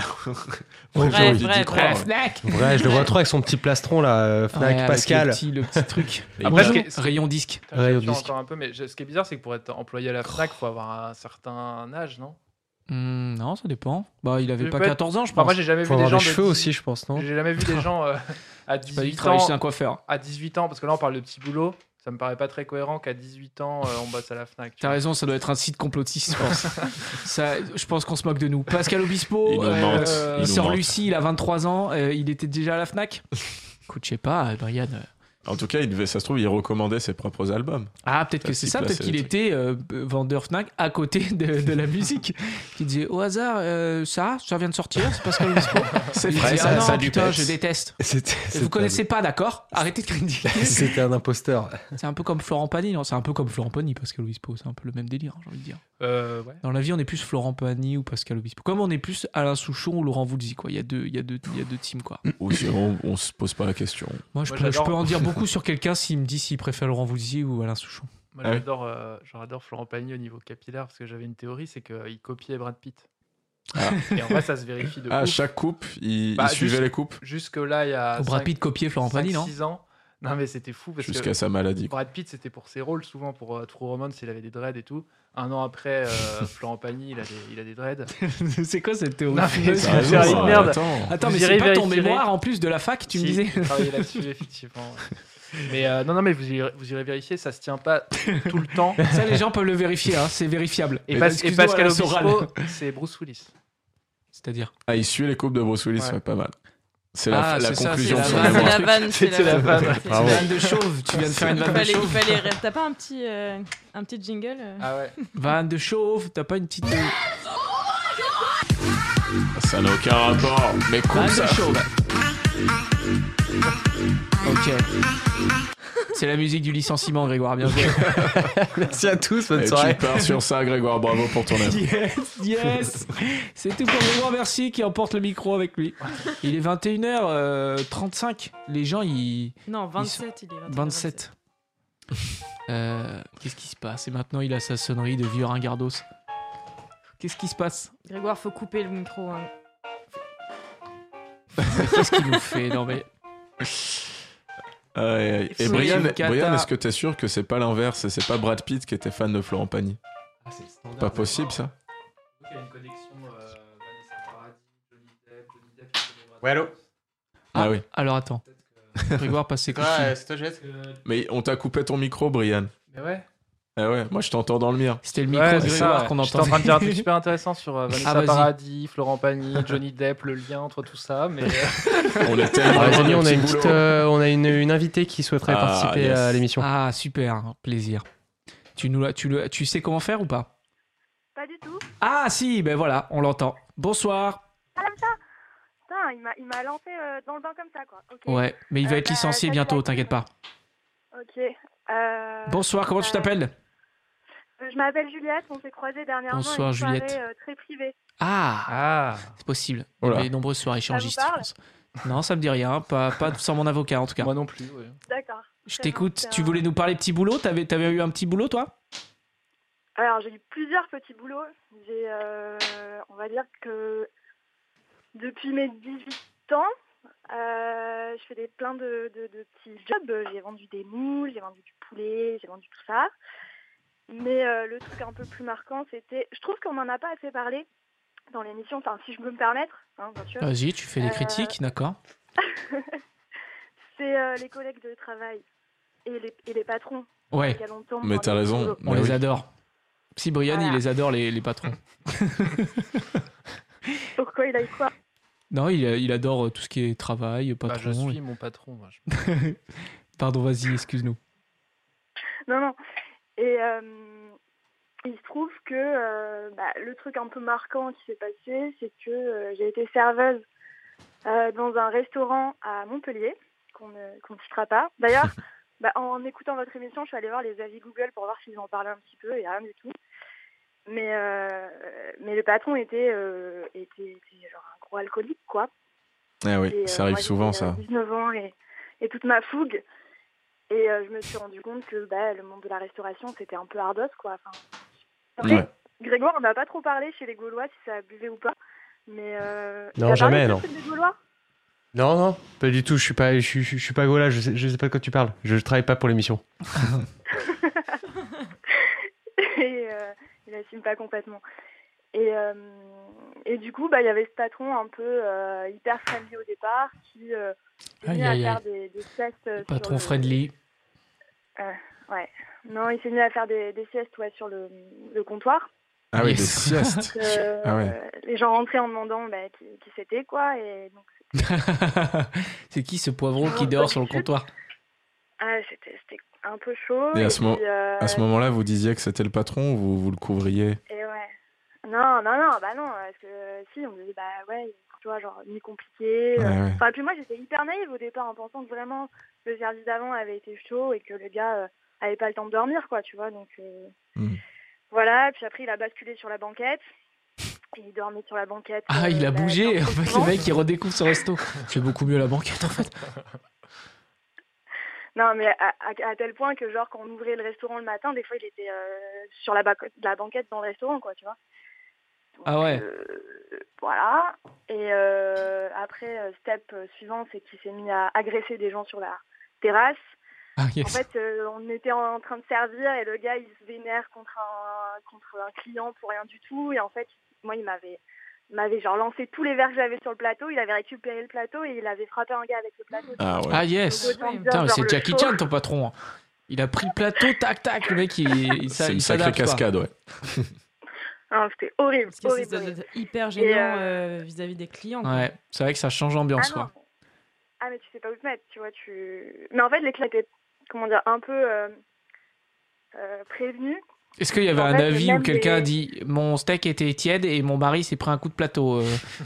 Ouais, Vrai, j'ai envie vrai, d'y À croire. la Fnac Ouais, je le vois trop avec son petit plastron là, Fnac, Ouais, avec Pascal. le petit truc. Et Après, il- ce qui est- Rayon disque. Putain, Ouais, je au tire disque. encore un peu, mais ce qui est bizarre, c'est que pour être employé à la Fnac, il faut avoir un certain âge, non? Non, ça dépend. Bah, il avait Tu pas peux être- 14 ans, je Enfin, pense. moi, j'ai jamais Faut vu des avoir gens des de cheveux 10 aussi, je pense, non? J'ai jamais vu des gens à Pas dit 18 travailler ans. chez un coiffeur. À 18 ans, parce que là, on parle de petits boulots. Ça me paraît pas très cohérent qu'à 18 ans, on bosse à la Fnac. tu T'as vois. raison, ça doit être un site complotiste, je pense. Ça, je pense qu'on se moque de nous. Pascal Obispo, Ils nous mentent. il Ils nous sort mentent. Lucie, il a 23 ans, il était déjà à la Fnac. Écoute, je sais pas, Brian. En tout cas, ça se trouve, il recommandait ses propres albums. Ah, peut-être que Peut-être c'est qu'il ça, peut-être plaçait qu'il les était vendeur Fnac à côté de la musique. Qui disait au hasard, ça vient de sortir, c'est Pascal Obispo. C'est Il vrai, dit, ça, ah non, ça putain, du je déteste. C'était Vous connaissez pas, d'accord? Arrêtez de critiquer. C'était un imposteur. C'est un peu comme Florent Pagny, non? C'est un peu comme Florent Pagny, Pascal Obispo. C'est un peu le même délire, j'ai envie de dire. Ouais. Dans la vie, on est plus Florent Pagny ou Pascal Obispo. Comme on est plus Alain Souchon ou Laurent Voulzy, quoi. Il y a deux teams, quoi. Ou si on se pose pas la question. Moi, je Moi, peux j'adore. en dire beaucoup sur quelqu'un s'il me dit s'il préfère Laurent Voulzy ou Alain Souchon. Moi, Ah ouais. j'adore Florent Pagny au niveau capillaire parce que j'avais une théorie, c'est qu'il copiait Brad Pitt. Ah. Et en vrai, ça se vérifie de Ah, ouf. chaque coupe, il Bah, suivait juste- les coupes Jusque-là, il y a Brad Pitt copier Florent Pagny, non? 6 ans. Non, mais c'était fou parce jusqu'à que sa maladie. Brad Pitt, c'était pour ses rôles, souvent pour True Romance, il avait des dreads et tout. Un an après, Florent Pagny, il a des dreads. C'est quoi cette théorie? Non, mais T'as c'est raison, une merde. Attends, Vous mais irez c'est pas ton vérifier. mémoire en plus de la fac, tu me Si, disais? j'ai travaillé là-dessus, effectivement. Mais non, mais vous irez vérifier, ça se tient pas tout le temps. Ça, les gens peuvent le vérifier, hein, c'est vérifiable. Et, Et excuse-moi, Pascal la Soral. Obispo, c'est Bruce Willis. C'est-à-dire? Ah, il suit les coupes de Bruce Willis, Ouais. ouais, pas mal. C'est Ah, la c'est ça, conclusion c'est de son la C'est vanne. mémoire. la vanne, c'est C'était la vanne. C'est Bravo. Vanne de chauve, tu viens de faire une vanne de Il chauve. fallait. T'as pas un petit jingle Ah ouais. Vanne de chauve, t'as pas une petite. Ça n'a aucun rapport. Mais coupe Vanne ça. de chauve. Ok. C'est la musique du licenciement, Grégoire, bien joué. Merci à tous, bonne Et soirée. tu pars sur ça, Grégoire. Bravo pour ton avis. Yes. C'est tout pour Grégoire, merci, qui emporte le micro avec lui. Il est 21h35. Les gens, ils. Non, 27, il est 27. Qu'est-ce qui se passe? Et maintenant, il a sa sonnerie de vieux ringardos. Qu'est-ce qui se passe? Grégoire, faut couper le micro. Hein. Mais qu'est-ce qu'il nous fait? Non, mais. Aïe, aïe. Et C'est Brian, une cata. Brian, est-ce que t'es sûr que c'est pas l'inverse et c'est pas Brad Pitt qui était fan de Florent Pagny? Ah, c'est le standard. Pas possible ça. Il y a une connexion Vanessa Paradis, Johnny Depp, qui connaît Brad Ouais, allô Pitt. Ah oui. Alors attends. Peut-être que- Grégoire passe ses coups de fil. c'est toi, Jess. Mais on t'a coupé ton micro, Brian. Mais ouais. Ah ouais, moi je t'entends dans le mien. C'était le micro Ouais, de c'est Grégoire ça. qu'on J'étais en entendait. train de dire un truc super intéressant sur Vanessa vas-y. Paradis, Florent Pagny, Johnny Depp, le lien entre tout ça. Mais On est tellement Alors, les loin amis, d'un on a petit une boulot. petite, on a une invitée qui souhaiterait Ah, participer yes. à l'émission. Ah, super, plaisir. Tu sais comment faire ou pas? Pas du tout. Ah, si, ben voilà, on l'entend. Bonsoir. Putain, il m'a lancé dans le bain comme ça, quoi. Ok. Ouais, mais il va être bah, licencié salut, bientôt, la t'inquiète team. pas. Ok. Bonsoir, comment tu t'appelles? Je m'appelle Juliette, on s'est croisés dernièrement Bonsoir, à une soirée Juliette. très privée. Ah, ah, c'est possible. Oh Il y là. avait de nombreuses soirées échangistes, je parle pense. Non, ça me dit rien, pas sans mon avocat en tout cas. moi non plus. Ouais. D'accord. Je Très t'écoute, bien, tu c'est voulais nous parler petit boulot? T'avais eu un petit boulot toi? Alors, j'ai eu plusieurs petits boulots. J'ai, on va dire que depuis mes 18 ans, je fais plein de petits jobs. J'ai vendu des moules, j'ai vendu du poulet, j'ai vendu tout ça. Mais le truc un peu plus marquant, c'était... Je trouve qu'on n'en a pas assez parlé dans l'émission, enfin, si je peux me permettre, hein, bien sûr. Vas-y, tu fais des critiques, d'accord. C'est les collègues de travail et les patrons. Ouais, avec qui on tombe Mais dans t'as le raison. boulot. on Mais les oui. adore. Si Brian, Voilà. il les adore les patrons. Pourquoi il a eu quoi? Non, il adore tout ce qui est travail, Bah, je patron. suis mon patron. Moi, je- Pardon, vas-y, excuse-nous. Non. Et il se trouve que le truc un peu marquant qui s'est passé, c'est que j'ai été serveuse dans un restaurant à Montpellier, qu'on ne citera pas. D'ailleurs, en écoutant votre émission, je suis allée voir les avis Google pour voir s'ils en parlaient un petit peu, et rien du tout. Mais le patron était genre un gros alcoolique, quoi. Ah oui, Et, ça arrive moi, souvent j'avais, ça. 19 ans et toute ma fougue. Et je me suis rendu compte que le monde de la restauration, c'était un peu ardos, quoi. Enfin, après, Ouais. Grégoire, on n'a pas trop parlé chez les Gaulois si ça buvait ou pas. Mais Non, t'as jamais, parlé non. de ce truc des Gaulois? Non, pas du tout. Je suis pas gaulois. Je sais pas de quoi tu parles. Je travaille pas pour l'émission. Et il assume pas complètement. Et du coup, il y avait ce patron un peu hyper friendly au départ qui s'est mis à Aïe, aïe, faire aïe. des siestes. Patron friendly. Ouais. Non, il s'est mis à faire des siestes sur le comptoir. Ah oui, Yes. des siestes. Ah ouais. Les gens rentraient en demandant qui c'était, quoi. Et donc, C'est qui ce poivron qui dort sur le comptoir? c'était un peu chaud. Et à et ce puis, À ce moment-là, vous disiez que c'était le patron ou vous le couvriez? Et ouais. Non, parce que si, on me disait, tu vois, genre, nuit compliquée. Ouais, ouais. Enfin, et puis moi, j'étais hyper naïve au départ en pensant que vraiment le service d'avant avait été chaud et que le gars avait pas le temps de dormir, quoi, tu vois. Donc, voilà. Puis après, il a basculé sur la banquette. Et il dormait sur la banquette. Ah, il a bougé. En fait, souvent. le mec, il redécouvre son resto. C'est beaucoup mieux la banquette, en fait. Non, mais à tel point que, genre, quand on ouvrait le restaurant le matin, des fois, il était sur la banquette dans le restaurant, quoi, tu vois. Donc, Ah ouais. Voilà. Et après, step suivant, c'est qu'il s'est mis à agresser des gens sur la terrasse. Ah, yes. En fait, on était en train de servir et le gars, il se vénère contre un client pour rien du tout. Et en fait, moi, il m'avait genre lancé tous les verres que j'avais sur le plateau. Il avait récupéré le plateau et il avait frappé un gars avec le plateau. Ah ouais. Ah, yes. Donc, autant dire, Putain, mais genre, c'est le Jackie show. Chan, ton patron. Il a pris le plateau, tac, tac. Le mec, il C'est une sacrée s'adapte, quoi. cascade, ouais. Non, c'était horrible. Parce que horrible, ça doit horrible. être hyper gênant vis-à-vis des clients. quoi. Ouais, c'est vrai que ça change l'ambiance, Ah non. quoi. Ah, mais tu sais pas où te mettre, tu vois. Mais en fait, les clients étaient, comment dire, un peu prévenus. Est-ce qu'il y avait En un fait, avis où même quelqu'un a les- dit mon steak était tiède et mon mari s'est pris un coup de plateau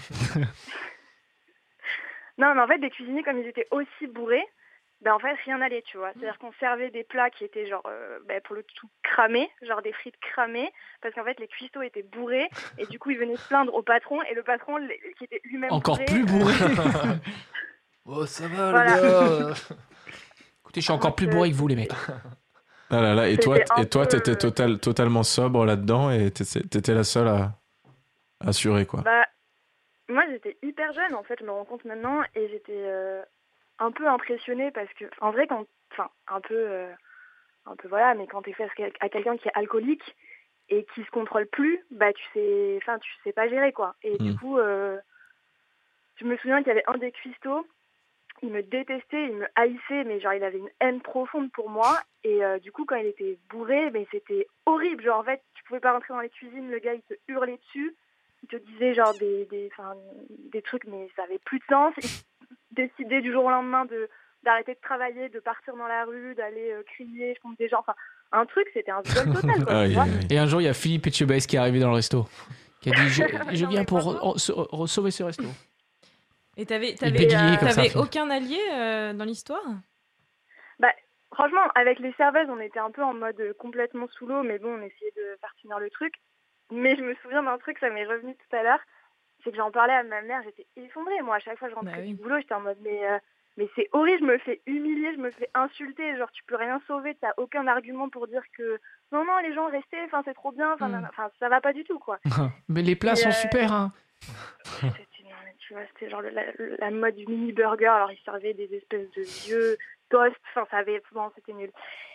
Non, mais en fait, des cuisiniers, comme ils étaient aussi bourrés, en fait, rien n'allait, tu vois. C'est-à-dire qu'on servait des plats qui étaient, genre, pour le tout cramés, genre des frites cramées, parce qu'en fait, les cuistots étaient bourrés, et du coup, ils venaient se plaindre au patron, et le patron, qui était lui-même Encore bourré, plus bourré. Oh, ça va, Voilà. le gars. Écoutez, je suis encore plus bourré que vous, les mecs. Ah là là. Et C'était un toi, peu- t'étais totalement sobre là-dedans et t'étais la seule à assurer, quoi. Moi, j'étais hyper jeune, en fait, je me rends compte maintenant, et j'étais un peu impressionnée, parce que, en vrai, un peu, voilà, mais quand t'es face à quelqu'un qui est alcoolique, et qui se contrôle plus, tu sais pas gérer, quoi. Et du coup, je me souviens qu'il y avait un des cuistots il me détestait, il me haïssait, mais genre il avait une haine profonde pour moi. Et du coup, quand il était bourré, mais c'était horrible. Genre en fait, tu pouvais pas rentrer dans les cuisines, le gars il te hurlait dessus, il te disait genre des trucs, mais ça avait plus de sens. Il décidait du jour au lendemain d'arrêter de travailler, de partir dans la rue, d'aller crier contre des gens. Enfin, un truc, c'était un viol total, quoi. Tu vois. Et un jour, il y a Philippe Etchebest qui est arrivé dans le resto, qui a dit je Non, viens mais pour vraiment. sauver ce resto. Et t'avais bégayait comme ça, t'avais Philippe. aucun allié dans l'histoire? Franchement, avec les serveuses, on était un peu en mode complètement sous l'eau, mais bon, on essayait de faire finir le truc. Mais je me souviens d'un truc, ça m'est revenu tout à l'heure, c'est que j'en parlais à ma mère, j'étais effondrée. Moi, à chaque fois que je rentrais Bah oui. du boulot, j'étais en mode, mais c'est horrible, je me fais humilier, je me fais insulter, genre tu peux rien sauver, t'as aucun argument pour dire que non, les gens restez, enfin c'est trop bien, enfin ça va pas du tout, quoi. Mais les plats sont super, hein. Non, mais tu vois, c'était genre la mode du mini burger, alors ils servaient des espèces de vieux toasts, enfin ça avait, bon, c'était nul.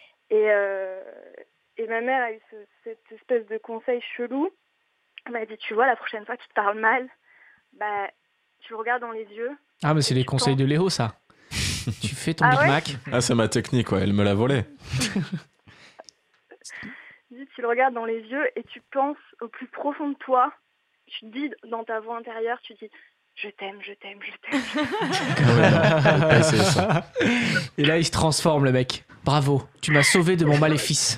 Et ma mère a eu cette espèce de conseil chelou. Elle m'a dit, tu vois, la prochaine fois qu'il te parle mal, bah tu le regardes dans les yeux. Ah, mais c'est Et les tu conseils penses- de Léo, ça. Tu fais ton Ah Big ouais Mac. Ah, c'est ma technique, ouais. Elle me l'a volé. Tu le regardes dans les yeux et tu penses au plus profond de toi. Tu dis dans ta voix intérieure, tu dis je t'aime, je t'aime, je t'aime. Ouais, c'est ça. Et là, il se transforme, le mec. Bravo, tu m'as sauvé de mon maléfice.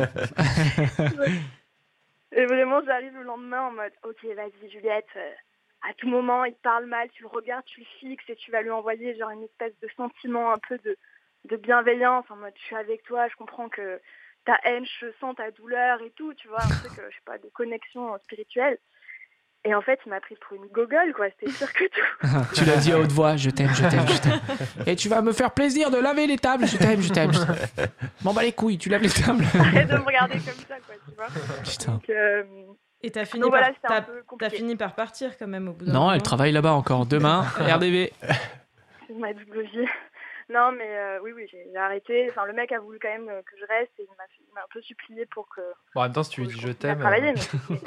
Et vraiment, j'arrive le lendemain en mode ok, vas-y Juliette, à tout moment il te parle mal, tu le regardes, tu le fixes et tu vas lui envoyer genre une espèce de sentiment un peu de bienveillance en mode je suis avec toi, je comprends que ta haine, je sens ta douleur et tout, tu vois, un truc, je sais pas, de connexion spirituelle. Et en fait, il m'a pris pour une gogole, quoi, c'était pire que tout. Tu l'as dit à haute voix, je t'aime, je t'aime, je t'aime. Et tu vas me faire plaisir de laver les tables, je t'aime, je t'aime. Je t'aime. M'en bats les couilles, tu laves les tables. Arrête de me regarder comme ça, quoi, tu vois. Putain. Donc, Et t'as fini, donc voilà, c'était t'as un peu compliqué. fini par partir quand même au bout d'un Non, moment. elle travaille là-bas encore. Demain, RDV. C'est ma double vie. Non, mais oui, j'ai arrêté. Enfin, le mec a voulu quand même que je reste et il m'a un peu supplié pour que Bon, en même temps, si tu lui pour dis que je continue à t'aime. travailler, mais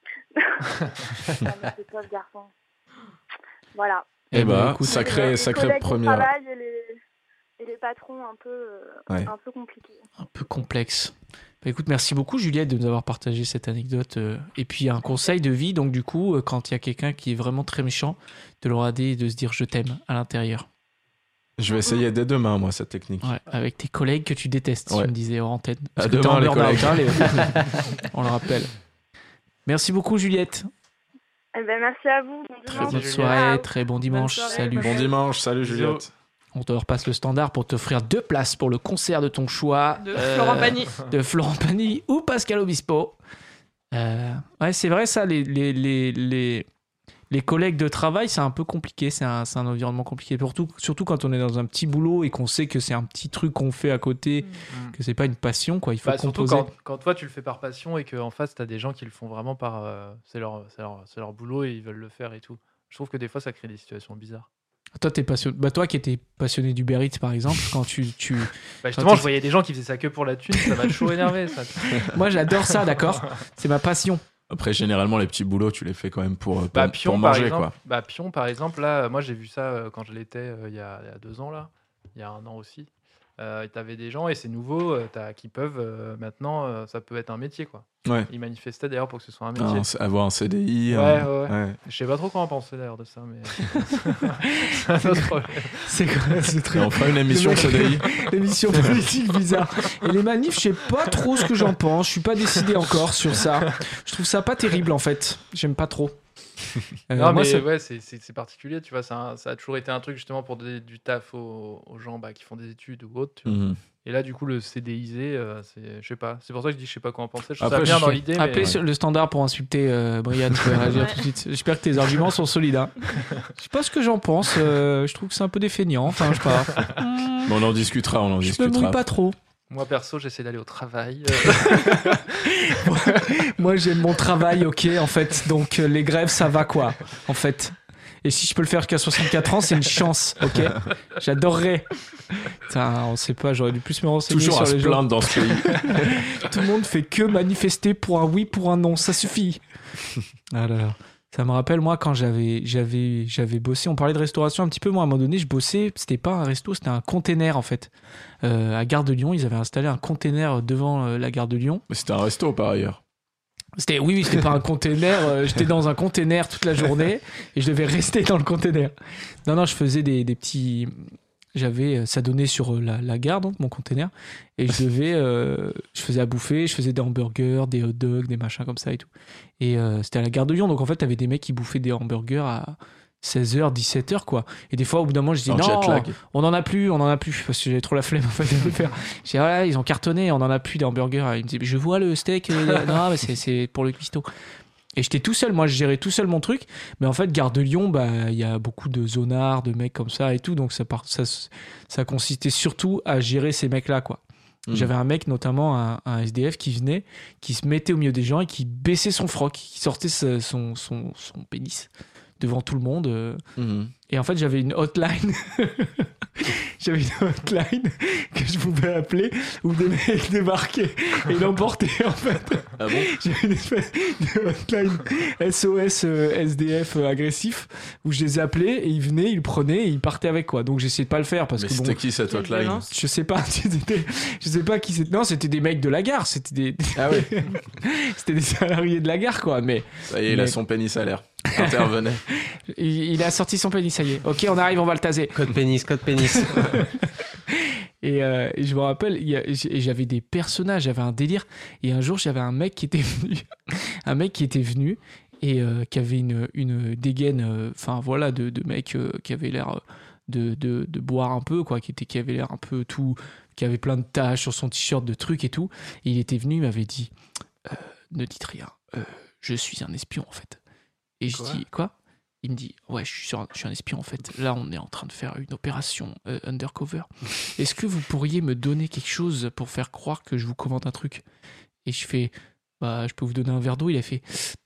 mais c'est pauvre garçon. Voilà. Eh bah, écoute, Les sacré collègues de première. travail et les patrons un peu compliqués. Un peu complexe. Bah, écoute, merci beaucoup Juliette de nous avoir partagé cette anecdote. Et puis un conseil de vie, donc du coup, quand il y a quelqu'un qui est vraiment très méchant, de le regarder et de se dire je t'aime à l'intérieur. Je vais essayer dès demain, moi, cette technique. Ouais, avec tes collègues que tu détestes, Ouais. tu me disais hors antenne. À que t'es demain, en les burn-out, collègues. hein, on le rappelle. Merci beaucoup Juliette. Eh ben, merci à vous. Bon Très dimanche. bonne Juliette. soirée, Ciao. très bon dimanche. soirée, Salut. bonne Bon dimanche, salut Bisous. Juliette. On te repasse le standard pour t'offrir 2 places pour le concert de ton choix. De Florent Pagny. De Florent Pagny ou Pascal Obispo. Ouais, c'est vrai, ça, les collègues de travail, c'est un peu compliqué. C'est un environnement compliqué. Surtout quand on est dans un petit boulot et qu'on sait que c'est un petit truc qu'on fait à côté, que c'est pas une passion, quoi. Il faut Surtout composer. quand toi tu le fais par passion et qu'en face t'as des gens qui le font vraiment par. C'est leur boulot et ils veulent le faire et tout. Je trouve que des fois ça crée des situations bizarres. Toi, t'es passionné. Bah, toi qui étais passionné du Biarritz, par exemple, quand tu... Bah justement, t'es- je voyais des gens qui faisaient ça que pour la thune, ça m'a chaud énervé ça. Moi, j'adore ça, d'accord. C'est ma passion. Après, généralement, les petits boulots, tu les fais quand même pour Bah, pour Pion, manger, par exemple, quoi. Bah, Pion, par exemple, là, moi j'ai vu ça quand je l'étais il y a 2 ans, là, il y a 1 an aussi. T'avais des gens, et c'est nouveau, qui peuvent maintenant, ça peut être un métier, quoi. Ouais. Ils manifestaient d'ailleurs pour que ce soit un métier. Avoir un CDI. Ouais. Je sais pas trop quoi en penser d'ailleurs de ça, mais c'est un autre problème. C'est quoi ce Et truc? on fera une émission Le mec- CDI. Émission politique bizarre. Et les manifs, je sais pas trop ce que j'en pense. Je suis pas décidé encore sur ça. Je trouve ça pas terrible en fait. J'aime pas trop. Non, moi, mais ça- ouais, c'est particulier, tu vois. Ça a toujours été un truc justement pour donner du taf aux gens qui font des études ou autres. Tu vois. Mhm. Et là, du coup, le CDIsé, je sais pas. C'est pour ça que je dis je sais pas quoi en penser. Je trouve Après, ça bien je dans suis- l'idée. Appelez Mais... sur le standard pour insulter Brian. Tu peux réagir Ouais. tout de suite. J'espère que tes arguments sont solides. Hein. Je sais pas ce que j'en pense. Je trouve que c'est un peu des feignants. Enfin, je sais pas. Bon, on en discutera, Je me mouille discutera. pas trop. Moi, perso, j'essaie d'aller au travail. Moi, j'aime mon travail, ok, en fait. Donc, les grèves, ça va, quoi, en fait. Et si je peux le faire qu'à 64 ans, c'est une chance, ok. J'adorerais. Putain, on sait pas, j'aurais dû plus me renseigner Toujours sur à se les gens. plaindre dans ce pays. Tout le monde fait que manifester pour un oui, pour un non, ça suffit. Ah là là. Ça me rappelle, moi, quand j'avais bossé, on parlait de restauration un petit peu. Moi, à un moment donné, je bossais, c'était pas un resto, c'était un container, en fait. À Gare de Lyon, ils avaient installé un container devant la Gare de Lyon. Mais c'était un resto par ailleurs. Oui, c'était pas un container. J'étais dans un container toute la journée et je devais rester dans le container. Non, je faisais des petits... ça donnait sur la gare, donc mon container, et je faisais à bouffer, je faisais des hamburgers, des hot dogs, des machins comme ça et tout. Et c'était à la gare de Lyon, donc en fait, t'avais des mecs qui bouffaient des hamburgers à 16h, 17h, quoi. Et des fois, au bout d'un moment, je dis En non, jet lag. on en a plus, parce que j'avais trop la flemme, en fait, de le faire. Je dis, voilà, ils ont cartonné, on en a plus des hamburgers. Il me dit, je vois le steak, non, mais c'est pour le cuistot. Et j'étais tout seul, moi je gérais tout seul mon truc, mais en fait Gare de Lyon, bah il y a beaucoup de zonards, de mecs comme ça et tout, donc ça consistait surtout à gérer ces mecs-là, quoi. J'avais un mec, notamment un SDF, qui venait, qui se mettait au milieu des gens et qui baissait son froc, qui sortait son pénis devant tout le monde. Et en fait j'avais une hotline. J'avais une hotline que je pouvais appeler où des mecs débarquaient et l'emportaient, en fait. Ah bon? J'avais une espèce de hotline SOS SDF agressif où je les appelais et ils venaient, ils le prenaient et ils partaient avec, quoi. Donc j'essayais de pas le faire parce Mais que c'était bon, qui cette Quelle hotline? violence. je sais pas, je sais pas qui c'était. Non, c'était des mecs de la gare, c'était des Ah ouais. c'était des salariés de la gare, quoi. Mais Ça y est, il a son pénis à l'air. Intervenait. il a sorti son pénis, ça y est. Ok, on arrive, on va le taser. Code pénis. Et je me rappelle, et j'avais des personnages, j'avais un délire. Et un jour, j'avais un mec qui était venu, et qui avait une dégaine, enfin voilà, de mec qui avait l'air de boire un peu, quoi, qui avait l'air un peu tout, qui avait plein de taches sur son t-shirt, de trucs et tout. Et il était venu, il m'avait dit, ne dites rien, je suis un espion, en fait. Et je dis, quoi? Il me dit, ouais, je suis un espion, en fait. Là, on est en train de faire une opération undercover. Est-ce que vous pourriez me donner quelque chose pour faire croire que je vous commande un truc? Et je fais, bah, je peux vous donner un verre d'eau? Il a fait,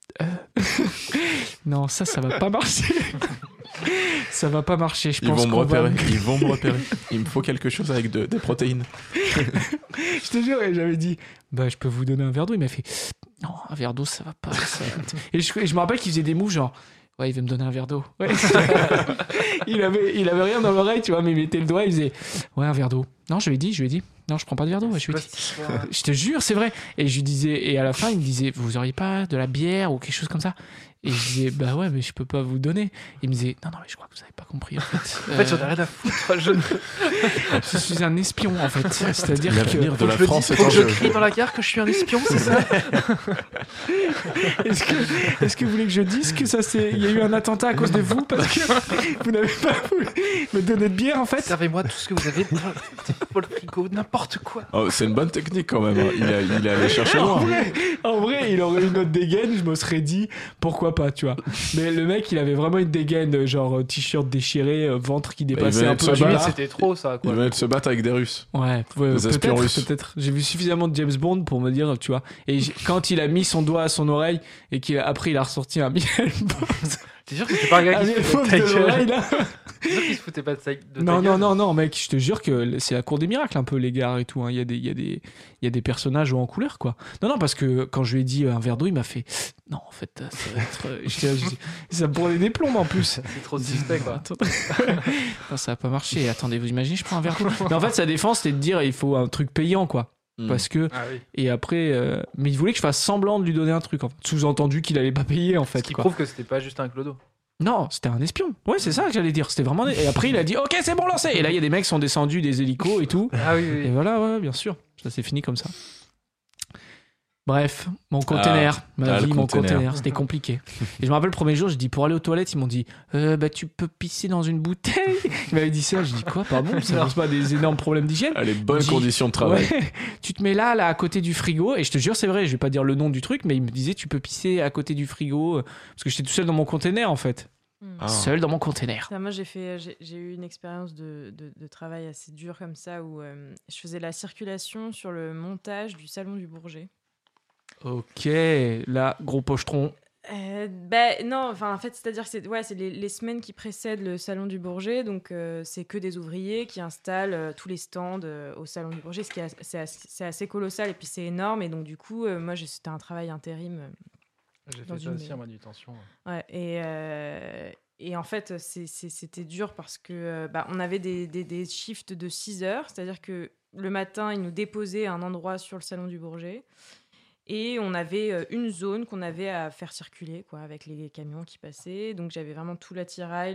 non, ça va pas marcher. Ça va pas marcher, je Ils pense vont me qu'on va... repérer. Ils vont me repérer. Il me faut quelque chose avec des protéines. Je te jure, et j'avais dit, bah, je peux vous donner un verre d'eau? Il m'a fait, non, un verre d'eau, ça va pas. Et je me rappelle qu'il faisait des moves genre, ouais, il veut me donner un verre d'eau. Ouais. il avait rien dans l'oreille, tu vois, mais il mettait le doigt, il faisait, ouais, un verre d'eau. Non, je lui ai dit, non, je prends pas de verre d'eau. Ouais, je lui ai dit, je te jure, c'est vrai. Et je lui disais, et à la fin, il me disait, vous auriez pas de la bière ou quelque chose comme ça? Et je disais, bah ouais, mais je peux pas vous donner. Il me disait, non, mais je crois que vous avez pas compris, en fait. En fait, j'en ai rien à foutre. Je suis un espion, en fait. C'est-à-dire que... L'avenir de la Faut France est que en je jeu. crie dans la gare que je suis un espion, c'est ça? Est-ce que vous voulez que je dise que il y a eu un attentat à cause de vous parce que vous n'avez pas voulu me donner de bière, en fait? Servez-moi tout ce que vous avez pour le frigo, n'importe quoi. Oh, c'est une bonne technique quand même. Hein. Il est allé chercher En loin. vrai, il aurait eu une autre dégaine, je me serais dit pourquoi pas, tu vois. Mais le mec, il avait vraiment une dégaine, genre t-shirt déchiré, ventre qui dépassait venait un de peu se du battre. bas. C'était trop ça, Il quoi. venait de se battre avec des Russes. Ouais, Des espions russes. peut-être. J'ai vu suffisamment de James Bond pour me dire, tu vois. Et quand il a mis son doigt à son oreille et qu'après il a ressorti un Miel Bond, T'es sûr que c'était pas un gars qui se foutait de de ta l'oreille, gueule? là. T'es sûr qu'il se foutait pas de ta Non, gueule? non, mec, je te jure que c'est la cour des miracles un peu, les gars et tout. Hein. Il y a des personnages en couleur, quoi. Non, parce que quand je lui ai dit un verre d'eau, il m'a fait non, en fait, ça va être. Ça me prenait des plombes en plus. C'est trop suspect, quoi. Attends. Non, ça va pas marcher. Attendez, vous imaginez, je prends un verre d'eau. Mais en fait, sa défense, c'était de dire il faut un truc payant, quoi. Parce que. Ah oui. Et après. Mais il voulait que je fasse semblant de lui donner un truc, en fait. Sous-entendu qu'il allait pas payer, en Ce fait. qui Quoi. prouve que c'était pas juste un clodo. Non, c'était un espion. Ouais, c'est ça que j'allais dire. C'était vraiment. Et après, il a dit ok, c'est bon, lancez. Et là, il y a des mecs qui sont descendus des hélicos et tout. Ah oui, Et voilà, ouais, bien sûr. Ça s'est fini comme ça. Bref, mon container, ma vie, le mon container. container, c'était compliqué. Et je me rappelle le premier jour, j'ai dit pour aller aux toilettes, ils m'ont dit bah tu peux pisser dans une bouteille. Ils m'avaient dit ça, je dis quoi, pardon, ça pose pas des énormes problèmes d'hygiène. Ah, les bonnes Dis- conditions de travail. Ouais, tu te mets là à côté du frigo, et je te jure, c'est vrai, je vais pas dire le nom du truc, mais ils me disaient tu peux pisser à côté du frigo, parce que j'étais tout seul dans mon container en fait. Ah. Seul dans mon container. Ça, moi, j'ai eu une expérience de travail assez dure comme ça où je faisais la circulation sur le montage du Salon du Bourget. Ok, là, gros pochetron. Non, enfin en fait, c'est-à-dire que c'est les semaines qui précèdent le Salon du Bourget, donc c'est que des ouvriers qui installent tous les stands au Salon du Bourget, c'est assez colossal et puis c'est énorme, et donc du coup, moi c'était un travail intérim J'ai Dans fait ça une aussi maison. en manutention. Ouais, et en fait, c'était dur parce que on avait des shifts de 6 heures, c'est-à-dire que le matin, ils nous déposaient à un endroit sur le salon du Bourget et on avait une zone qu'on avait à faire circuler quoi, avec les camions qui passaient. Donc j'avais vraiment tout l'attirail,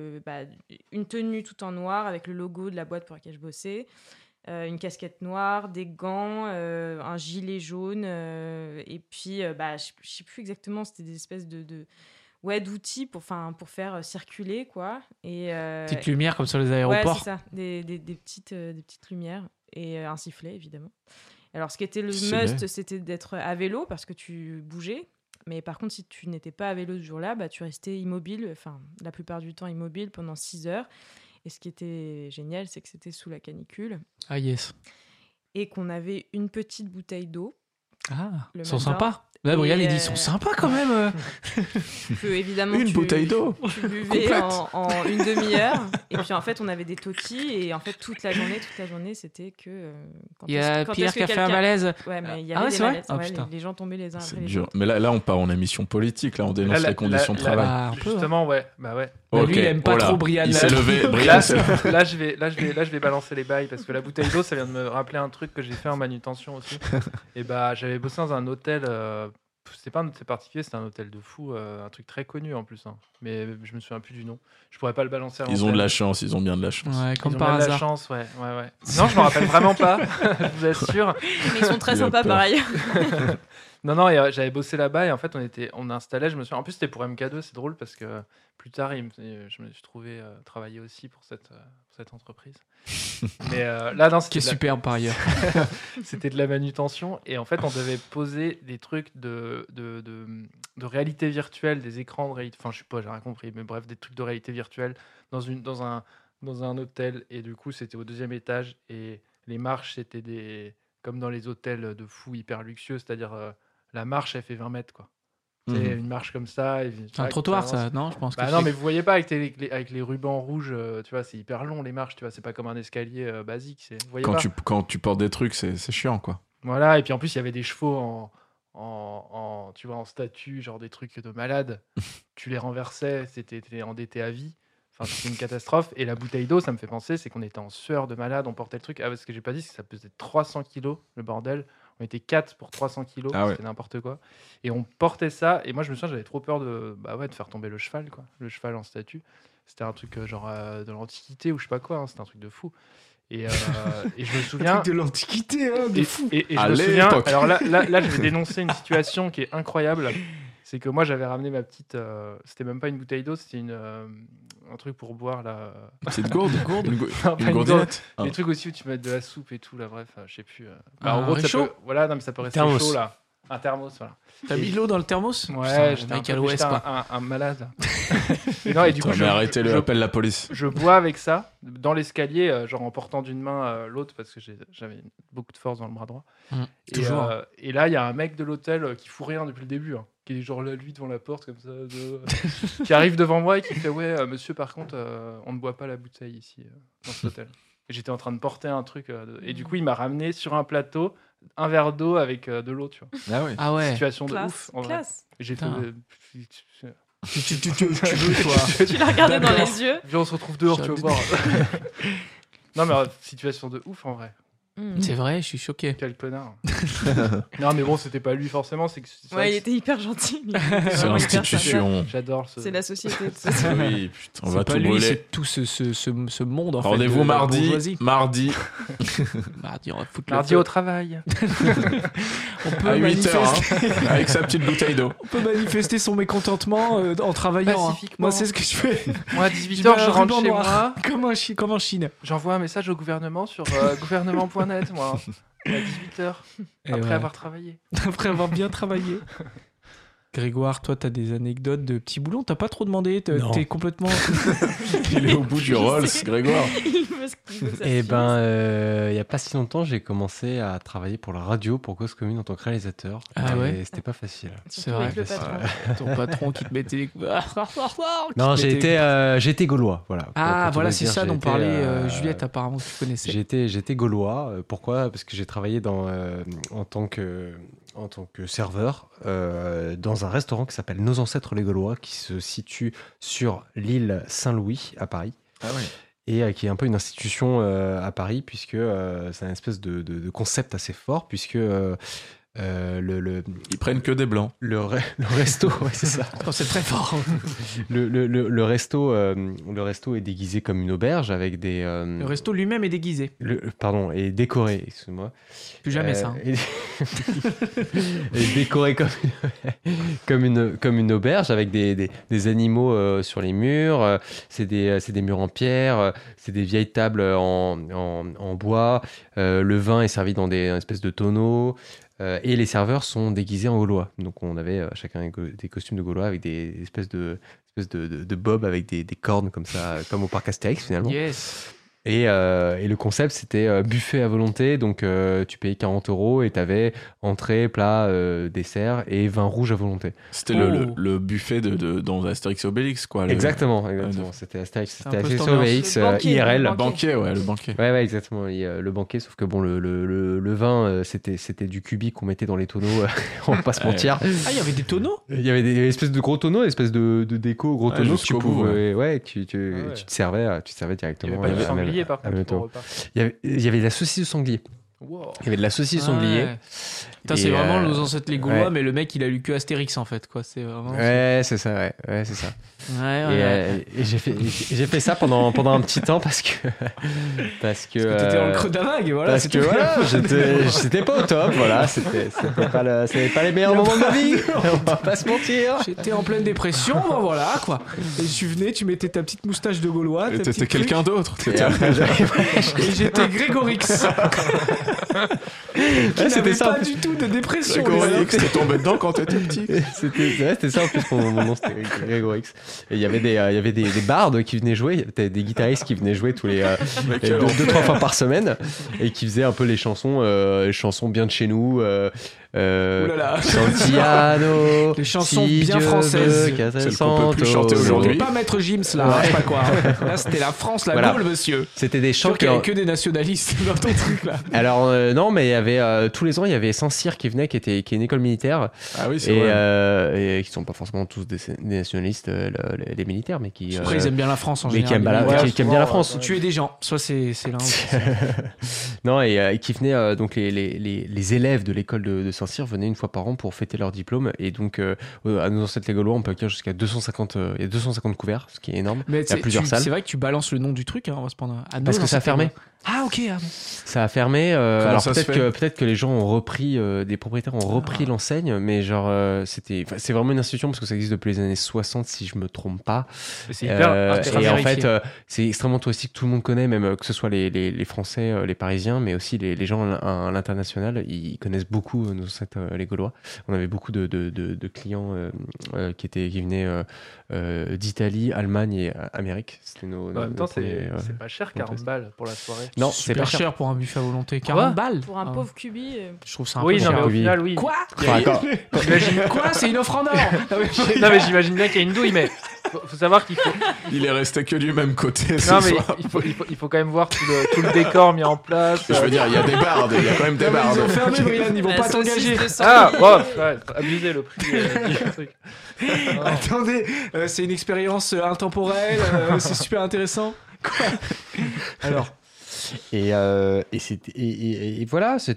une tenue tout en noir avec le logo de la boîte pour laquelle je bossais. Une casquette noire, des gants, un gilet jaune, et puis je sais plus exactement, c'était des espèces d'outils pour faire circuler quoi. Et Petite lumière comme sur les ouais, aéroports. c'est ça, des petites lumières et un sifflet évidemment. Alors ce qui était le Stylé. must, c'était d'être à vélo parce que tu bougeais. Mais par contre, si tu n'étais pas à vélo ce jour-là, tu restais immobile, la plupart du temps immobile pendant 6 heures. Et ce qui était génial, c'est que c'était sous la canicule Ah yes. et qu'on avait une petite bouteille d'eau. Ah, Le ils sont matin. sympas. Là, Brian, il dit, ils Et, sont sympas quand même. Que, évidemment, Une bouteille d'eau. Tu buvais Complète. en une demi-heure. Et puis en fait, on avait des totis. Et en fait, toute la journée, c'était que. Quand Il y a est-ce- quand Pierre est-ce que qui a fait un quelqu'un- malaise. Ouais, mais il y Ah avait ouais, des c'est vrai malaises. Ah, Ouais, putain. les gens tombaient les uns C'est après les dur. autres. Mais là, on part en émission politique. Là, on dénonce Là, les conditions de travail. Ah, un peu, Justement, ouais. Bah ouais. Bah, lui, Ok, il aime pas oh là. trop Brian. Il là. s'est levé. Là, Brian s'est là, je vais balancer les bails parce que la bouteille d'eau, ça vient de me rappeler un truc que j'ai fait en manutention aussi. Et j'avais bossé dans un hôtel. C'était pas un hôtel particulier, c'était un hôtel de fou, un truc très connu en plus. Hein. Mais je me souviens plus du nom. Je pourrais pas le balancer. À Ils ont l'antenne. de la chance. Ils ont bien de la chance. Ouais, Ils comme ont par bien de la hasard. chance, ouais. Non, je me rappelle vraiment pas. Je vous assure. Mais ils sont très Il a sympas peur. par ailleurs. Non, j'avais bossé là-bas et en fait, on installait, je me souviens. En plus, c'était pour MK2, c'est drôle parce que plus tard, je me suis trouvé travailler aussi pour cette entreprise. Mais là, non, Qui est c'était superbe par ailleurs. c'était de la manutention et en fait, on devait poser des trucs de réalité virtuelle, des écrans de réalité. Enfin, je sais pas, j'ai rien compris, mais bref, des trucs de réalité virtuelle dans un hôtel et du coup, c'était au 2e étage et les marches, c'était comme dans les hôtels de fous hyper luxueux, c'est-à-dire la marche, elle fait 20 mètres, quoi. C'est Mhm. une marche comme ça. C'est un trottoir, ça, non? Je pense que Bah c'est- non, mais vous voyez pas avec les rubans rouges, tu vois, c'est hyper long les marches, tu vois, c'est pas comme un escalier basique. Vous voyez pas. Quand tu portes des trucs, c'est chiant, quoi. Voilà, et puis en plus, il y avait des chevaux tu vois, en statue, genre des trucs de malade. Tu les renversais, t'étais endetté à vie. Enfin, c'était une catastrophe. Et la bouteille d'eau, ça me fait penser, c'est qu'on était en sueur de malade, on portait le truc. Ah, ce que j'ai pas dit, c'est que ça pesait 300 kilos, le bordel. On était 4 pour 300 kilos, Ah ouais. c'était n'importe quoi. Et on portait ça, et moi, je me souviens, j'avais trop peur de faire tomber le cheval, quoi. Le cheval en statue. C'était un truc genre de l'Antiquité ou je sais pas quoi, hein, c'était un truc de fou. Et je me souviens. de l'Antiquité, hein, de fou. Et je À me souviens, l'époque. alors là, je vais dénoncer une situation qui est incroyable. C'est que moi, j'avais ramené ma petite. C'était même pas une bouteille d'eau, c'était un truc pour boire là. Petite gourde. Une Non, pas une une gourdinette. Ah. Les trucs aussi où tu mets de la soupe et tout là, bref, je sais plus. Un en gros, ça réchaud peut, voilà, non, mais ça peut rester Thermos. chaud là. Un thermos, voilà. T'as mis de l'eau dans le thermos? Ouais, Putain, j'étais le mec un à peu- l'ouest, j'étais quoi. un malade. Et non, et du coup, Putain, mais arrêtez-le, je- appelle la police. je bois avec ça dans l'escalier, genre en portant d'une main l'autre parce que j'avais beaucoup de force dans le bras droit. Et, toujours. et là, il y a un mec de l'hôtel qui fout rien depuis le début, hein, qui est genre là, lui, devant la porte, comme ça, qui arrive devant moi et qui fait ouais, monsieur, par contre, on ne boit pas la bouteille ici, dans cet hôtel. Et j'étais en train de porter un truc, et du coup, il m'a ramené sur un plateau un verre d'eau avec de l'eau, tu vois. Ah oui. Ah ouais. Situation de Classe, ouf, en vrai. classe. Et j'ai fait. Putain. Tu veux, toi? Tu l'as regardé dans D'accord. les yeux. Viens, on se retrouve dehors, tu vas voir. Non, mais situation de ouf, en vrai. C'est vrai, je suis choqué. Quel connard. Non, mais bon, c'était pas lui forcément. C'est que c'est vrai Ouais, il que était hyper gentil. lui. Il était C'est vraiment hyper sympa. l'institution. j'adore ce. C'est la société. Ah oui, putain, on C'est va pas tout lui, brûler. c'est tout ce monde en fait. Rendez-vous de la mardi. bourgeoisie. Mardi Mardi, on va foutre le Mardi feu. au travail. On peut à 8h, manifester. avec sa petite bouteille d'eau. On peut manifester son mécontentement en travaillant. hein. Pacifiquement. Moi, c'est ce que je fais. Moi, à Je 18h, mets un je rentre ruban chez noir. moi. Comme en Chine. J'envoie un message au gouvernement sur gouvernement.net, moi. À 18h, Et après ouais. avoir travaillé. Après avoir bien travaillé. Grégoire, toi, t'as des anecdotes de petits boulons. T'as pas trop demandé. Non. T'es complètement. Il est au bout du Rolls, Grégoire. Il veut ce qu'il veut, ça Et suffit. ben, il n'y a pas si longtemps, j'ai commencé à travailler pour la radio, pour Cause Commune en tant que réalisateur. Ah Et ouais c'était pas facile. C'est Surtout vrai. avec le patron. Ton patron qui te mettait les. Non, Qui j'ai te mettait- été gaulois. Voilà. Ah, Pour tout voilà, vous c'est dire, ça j'ai dont été, parlait Juliette, apparemment, que tu connaissais. J'étais gaulois. Pourquoi? Parce que j'ai travaillé en tant que en tant que serveur dans un restaurant qui s'appelle Nos Ancêtres les Gaulois, qui se situe sur l'île Saint-Louis à Paris. Ah ouais. Et qui est un peu une institution à Paris, puisque c'est un espèce de concept assez fort, puisque Ils prennent que des blancs. le resto, ouais, c'est ça. Oh, c'est très fort. Le resto est déguisé comme une auberge avec des. Le resto lui-même est déguisé. Pardon, est décoré, excuse-moi. Plus jamais ça. hein. Est décoré comme une auberge avec des animaux sur les murs. C'est des murs en pierre. C'est des vieilles tables en bois. Le vin est servi dans des espèces de tonneaux. Et les serveurs sont déguisés en Gaulois. Donc on avait chacun des costumes de Gaulois avec des espèces de bobs avec des cornes comme ça, comme au parc Astérix finalement. Yes. Et le concept, c'était buffet à volonté. Donc, tu payais 40 € et tu avais entrée, plat, dessert et vin rouge à volonté. C'était Oh. le buffet dans Astérix et Obélix, quoi. Exactement. Ouais, C'était Astérix, C'est un c'était peu Astérix cette ambiance. Obélix, Le banquier, IRL. le Le banquet, ouais, le banquet. Ouais, exactement. Le banquet, sauf que bon, le vin, c'était du cubi qu'on mettait dans les tonneaux, on va pas se mentir. Ah, il y avait des tonneaux. Il y avait des espèces de gros tonneaux, espèces de déco gros Ouais, tonneaux que tu jusqu'au bout, pouvais, tu ouais. te servais Il n'y directement. avait pas de à même- sanglier par à même contre. temps. au repas. Il y avait de la saucisse de sanglier. Wow. Il y avait de la saucisse Ah, sanglier. ouais. Putain, Et, c'est vraiment nos ancêtres les Gaulois, ouais. mais le mec il a lu que Astérix en fait, quoi. C'est vraiment. Ouais, c'est ça, ouais, c'est ça. Ouais, Et j'ai fait ça pendant un petit temps parce que Parce que t'étais dans le creux de la vague, voilà. parce c'est que tout. voilà, j'étais pas au top, voilà, c'était pas les meilleurs moments de ma vie, on va pas se mentir. J'étais en pleine dépression, ben voilà quoi. Et tu venais, tu mettais ta petite moustache de Gaulois. Et ta t'étais petite quelqu'un d'autre. Et après, Et j'étais Grégorix. ouais, c'était ça. Pas du tout de dépression. Grégory, t'es tombé dedans quand t'étais petit. C'était ça en plus mon nom, c'était Grégory X. Et il y avait des bardes qui venaient jouer, il y avait des guitaristes qui venaient jouer tous les quel 2-3 fois par semaine et qui faisaient un peu les chansons bien de chez nous. Ouh là là. Santillano, Les chansons si bien Dieu françaises. veut, Celles qu'on peut plus chanter On aujourd'hui. peut pas mettre Gims là, je sais pas quoi. Là c'était la France, la Voilà. Gaule, monsieur. C'était des Je suis chants sûr qu'il y avait que des nationalistes dans ton truc là. Alors non, mais il y avait tous les ans il y avait Saint-Cyr qui venait, qui est une école militaire Ah oui, c'est vrai. et qui sont pas forcément tous des nationalistes, les militaires, mais qui Après ils aiment bien la France en mais qui général. aiment, qui aiment bien la France. Faut tuer des gens, soit c'est l'un ou Non, et qui venaient donc les élèves de l'école de Saint-Cyr venaient une fois par an pour fêter leur diplôme, et donc à Nos Ancêtres les Gaulois on peut accueillir jusqu'à 250 il y a 250 couverts, ce qui est énorme. Mais Il y a plusieurs salles. c'est vrai que tu balances le nom du truc, hein, on va se prendre à Parce que ça a fermé. Ah ok. Ah, bon. Ça a fermé. Alors ça se peut-être que les gens ont repris, des propriétaires ont repris l'enseigne, mais genre c'est vraiment une institution parce que ça existe depuis les années 60 si je me trompe pas. C'est hyper intéressant. Et en vérifier. fait c'est extrêmement touristique, tout le monde connaît, même que ce soit les Français, les Parisiens, mais aussi les gens à l'international, ils connaissent beaucoup Nos Ancêtres les Gaulois. On avait beaucoup de clients qui venaient d'Italie, Allemagne et Amérique. C'était En même temps, premiers, c'est pas cher, 40 balles pour la soirée. Non, c'est Super pas cher. cher pour un buffet à volonté. 40 balles Pour un Ah, pauvre cubi. Je trouve ça un Oui, peu non, cher. mais au oui. final, oui. Quoi Enfin, Quoi C'est une offre en or. Non, mais j'imagine bien qu'il y a une douille, mais faut savoir qu'il faut. Il est resté que du même côté ce Non, mais soir. il faut quand même voir tout le décor mis en place. Je veux dire, il y a des bardes, il y a quand même des Ils bardes. ont fermé, Brian, ils vont La pas saucisse t'engager. de sang. Ah, wow, ouais, abusé le prix du truc. Non. Attendez, c'est une expérience intemporelle, c'est super intéressant. Quoi Alors, Et voilà,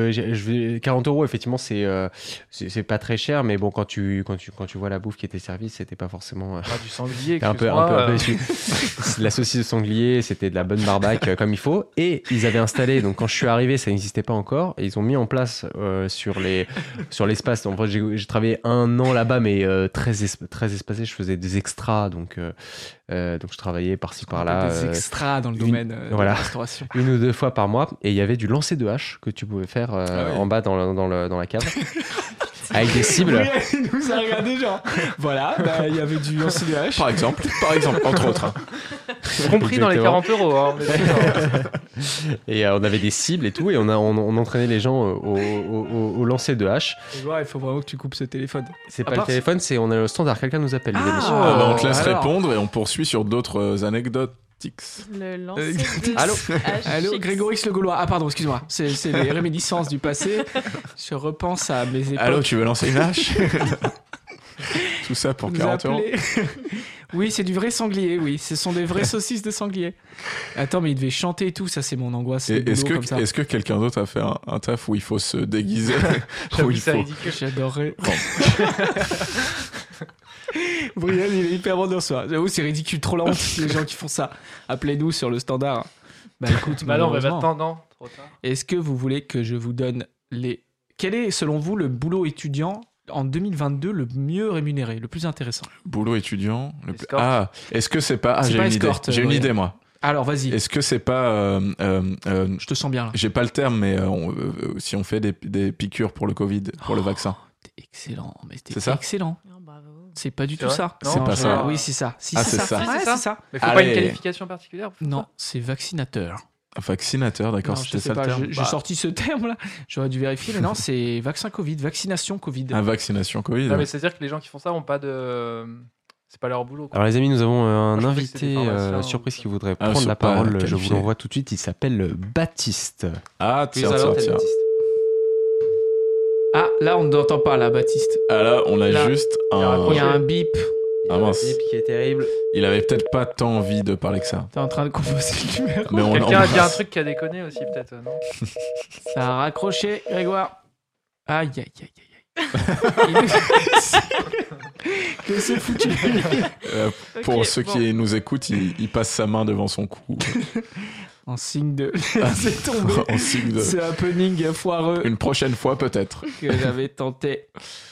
40 € effectivement c'est pas très cher, mais bon quand tu vois la bouffe qui était servie, c'était pas forcément Ah, du sanglier, t'es un peu excuse-moi, déçu. C'est de la saucisse de sanglier, c'était de la bonne barbaque comme il faut, et ils avaient installé, donc quand je suis arrivé ça n'existait pas encore, et ils ont mis en place sur l'espace. En fait j'ai travaillé 1 an là-bas, mais très espacé, je faisais des extras, donc je travaillais par-ci par-là, des extras dans le domaine de voilà. la restauration. 1 ou 2 fois par mois, et il y avait du lancer de hache que tu pouvais faire oui. en bas dans la cave avec des cibles. Brian, il nous a regardé genre, voilà, bah, il y avait du lancer de hache. Par exemple, entre autres. hein. compris dans les Exactement. 40 €. Hein, on est d'accord. Et on avait des cibles et tout, et on entraînait les gens au lancer de hache. Et voilà, il faut vraiment que tu coupes ce téléphone. C'est À pas le part- téléphone, on a le standard, quelqu'un nous appelle, les amis. Ah, bah, on te laisse alors. répondre et on poursuit sur d'autres anecdotes. Tix. Le lancer de Allô H. Allô, Grégory Le Gaulois. Ah, pardon, excuse-moi. C'est les réminiscences du passé. Je repense à mes époques. Allô, tu veux lancer une hache? Tout ça pour Vous 40 euros. appelez. Oui, c'est du vrai sanglier, oui. Ce sont des vraies saucisses de sanglier. Attends, mais il devait chanter et tout, ça c'est mon angoisse. Et le Est-ce boulot comme ça. que, est-ce que quelqu'un d'autre a fait un taf où il faut se déguiser? J'avoue, Où il c'est faut... ridicule. J'adorerais. Brian, il est hyper bon de recevoir. J'avoue, c'est ridicule, trop la honte, les gens qui font ça. Appelez-nous sur le standard. Bah écoute, Bah non, mais malheureusement. maintenant, non, trop tard. Est-ce que vous voulez que je vous donne les... Quel est, selon vous, le boulot étudiant en 2022 le mieux rémunéré, le plus intéressant? Boulot étudiant. Escorte. Ah, est-ce que c'est pas... Ah, C'est j'ai pas une idée. escorte, J'ai une ouais. idée, moi. Alors, vas-y, Est-ce que c'est pas... je te sens bien là. j'ai pas le terme, mais si on fait des piqûres pour le Covid, pour le vaccin. T'es excellent, mais C'est t'es ça excellent. Oh, bravo. C'est pas du C'est tout vrai ça. Non, C'est pas je- ça. Oui, c'est ça. Si, Ah, c'est ça. Ouais, Oui, c'est c'est ça. ça. Mais faut pas Allez. une qualification particulière pour Non, ça. c'est vaccinateur. Vaccinateur, d'accord, Non, je c'était sais ça le pas, terme. j'ai sorti ce terme-là. J'aurais dû vérifier, mais non, c'est vaccin Covid, vaccination Covid. Ah, vaccination Covid. Non, mais c'est-à-dire que les gens qui font ça ont pas de. C'est pas leur boulot. Quoi. Alors les amis, nous avons un Moi, je pensais que c'était invité des pharmaciens, surprise ou- qui voudrait Ah, prendre sont la pas parole. Je qualifiés. vous l'envoie tout de suite. Il s'appelle Baptiste. Ah, Oui, tiens, alors, tiens, t'es tiens. Baptiste. Ah, là, on ne t'entend pas, là, Baptiste. Ah là, on a Là. juste Il a un... Il y a un bip. Il y a Ah, un mince. type qui est terrible. Il avait peut-être pas tant envie de parler que ça. T'es en train de composer le numéro. Mais on Quelqu'un a dit un l'embrasse. truc qui a déconné aussi, peut-être, non? Ça a raccroché, Grégoire. Aïe, aïe, aïe, aïe, aïe. Que c'est foutu. Pour Ok, ceux bon. qui nous écoutent, il passe sa main devant son cou. En signe de. C'est tombé. En signe de... Ce happening foireux Une prochaine fois, peut-être. que j'avais tenté.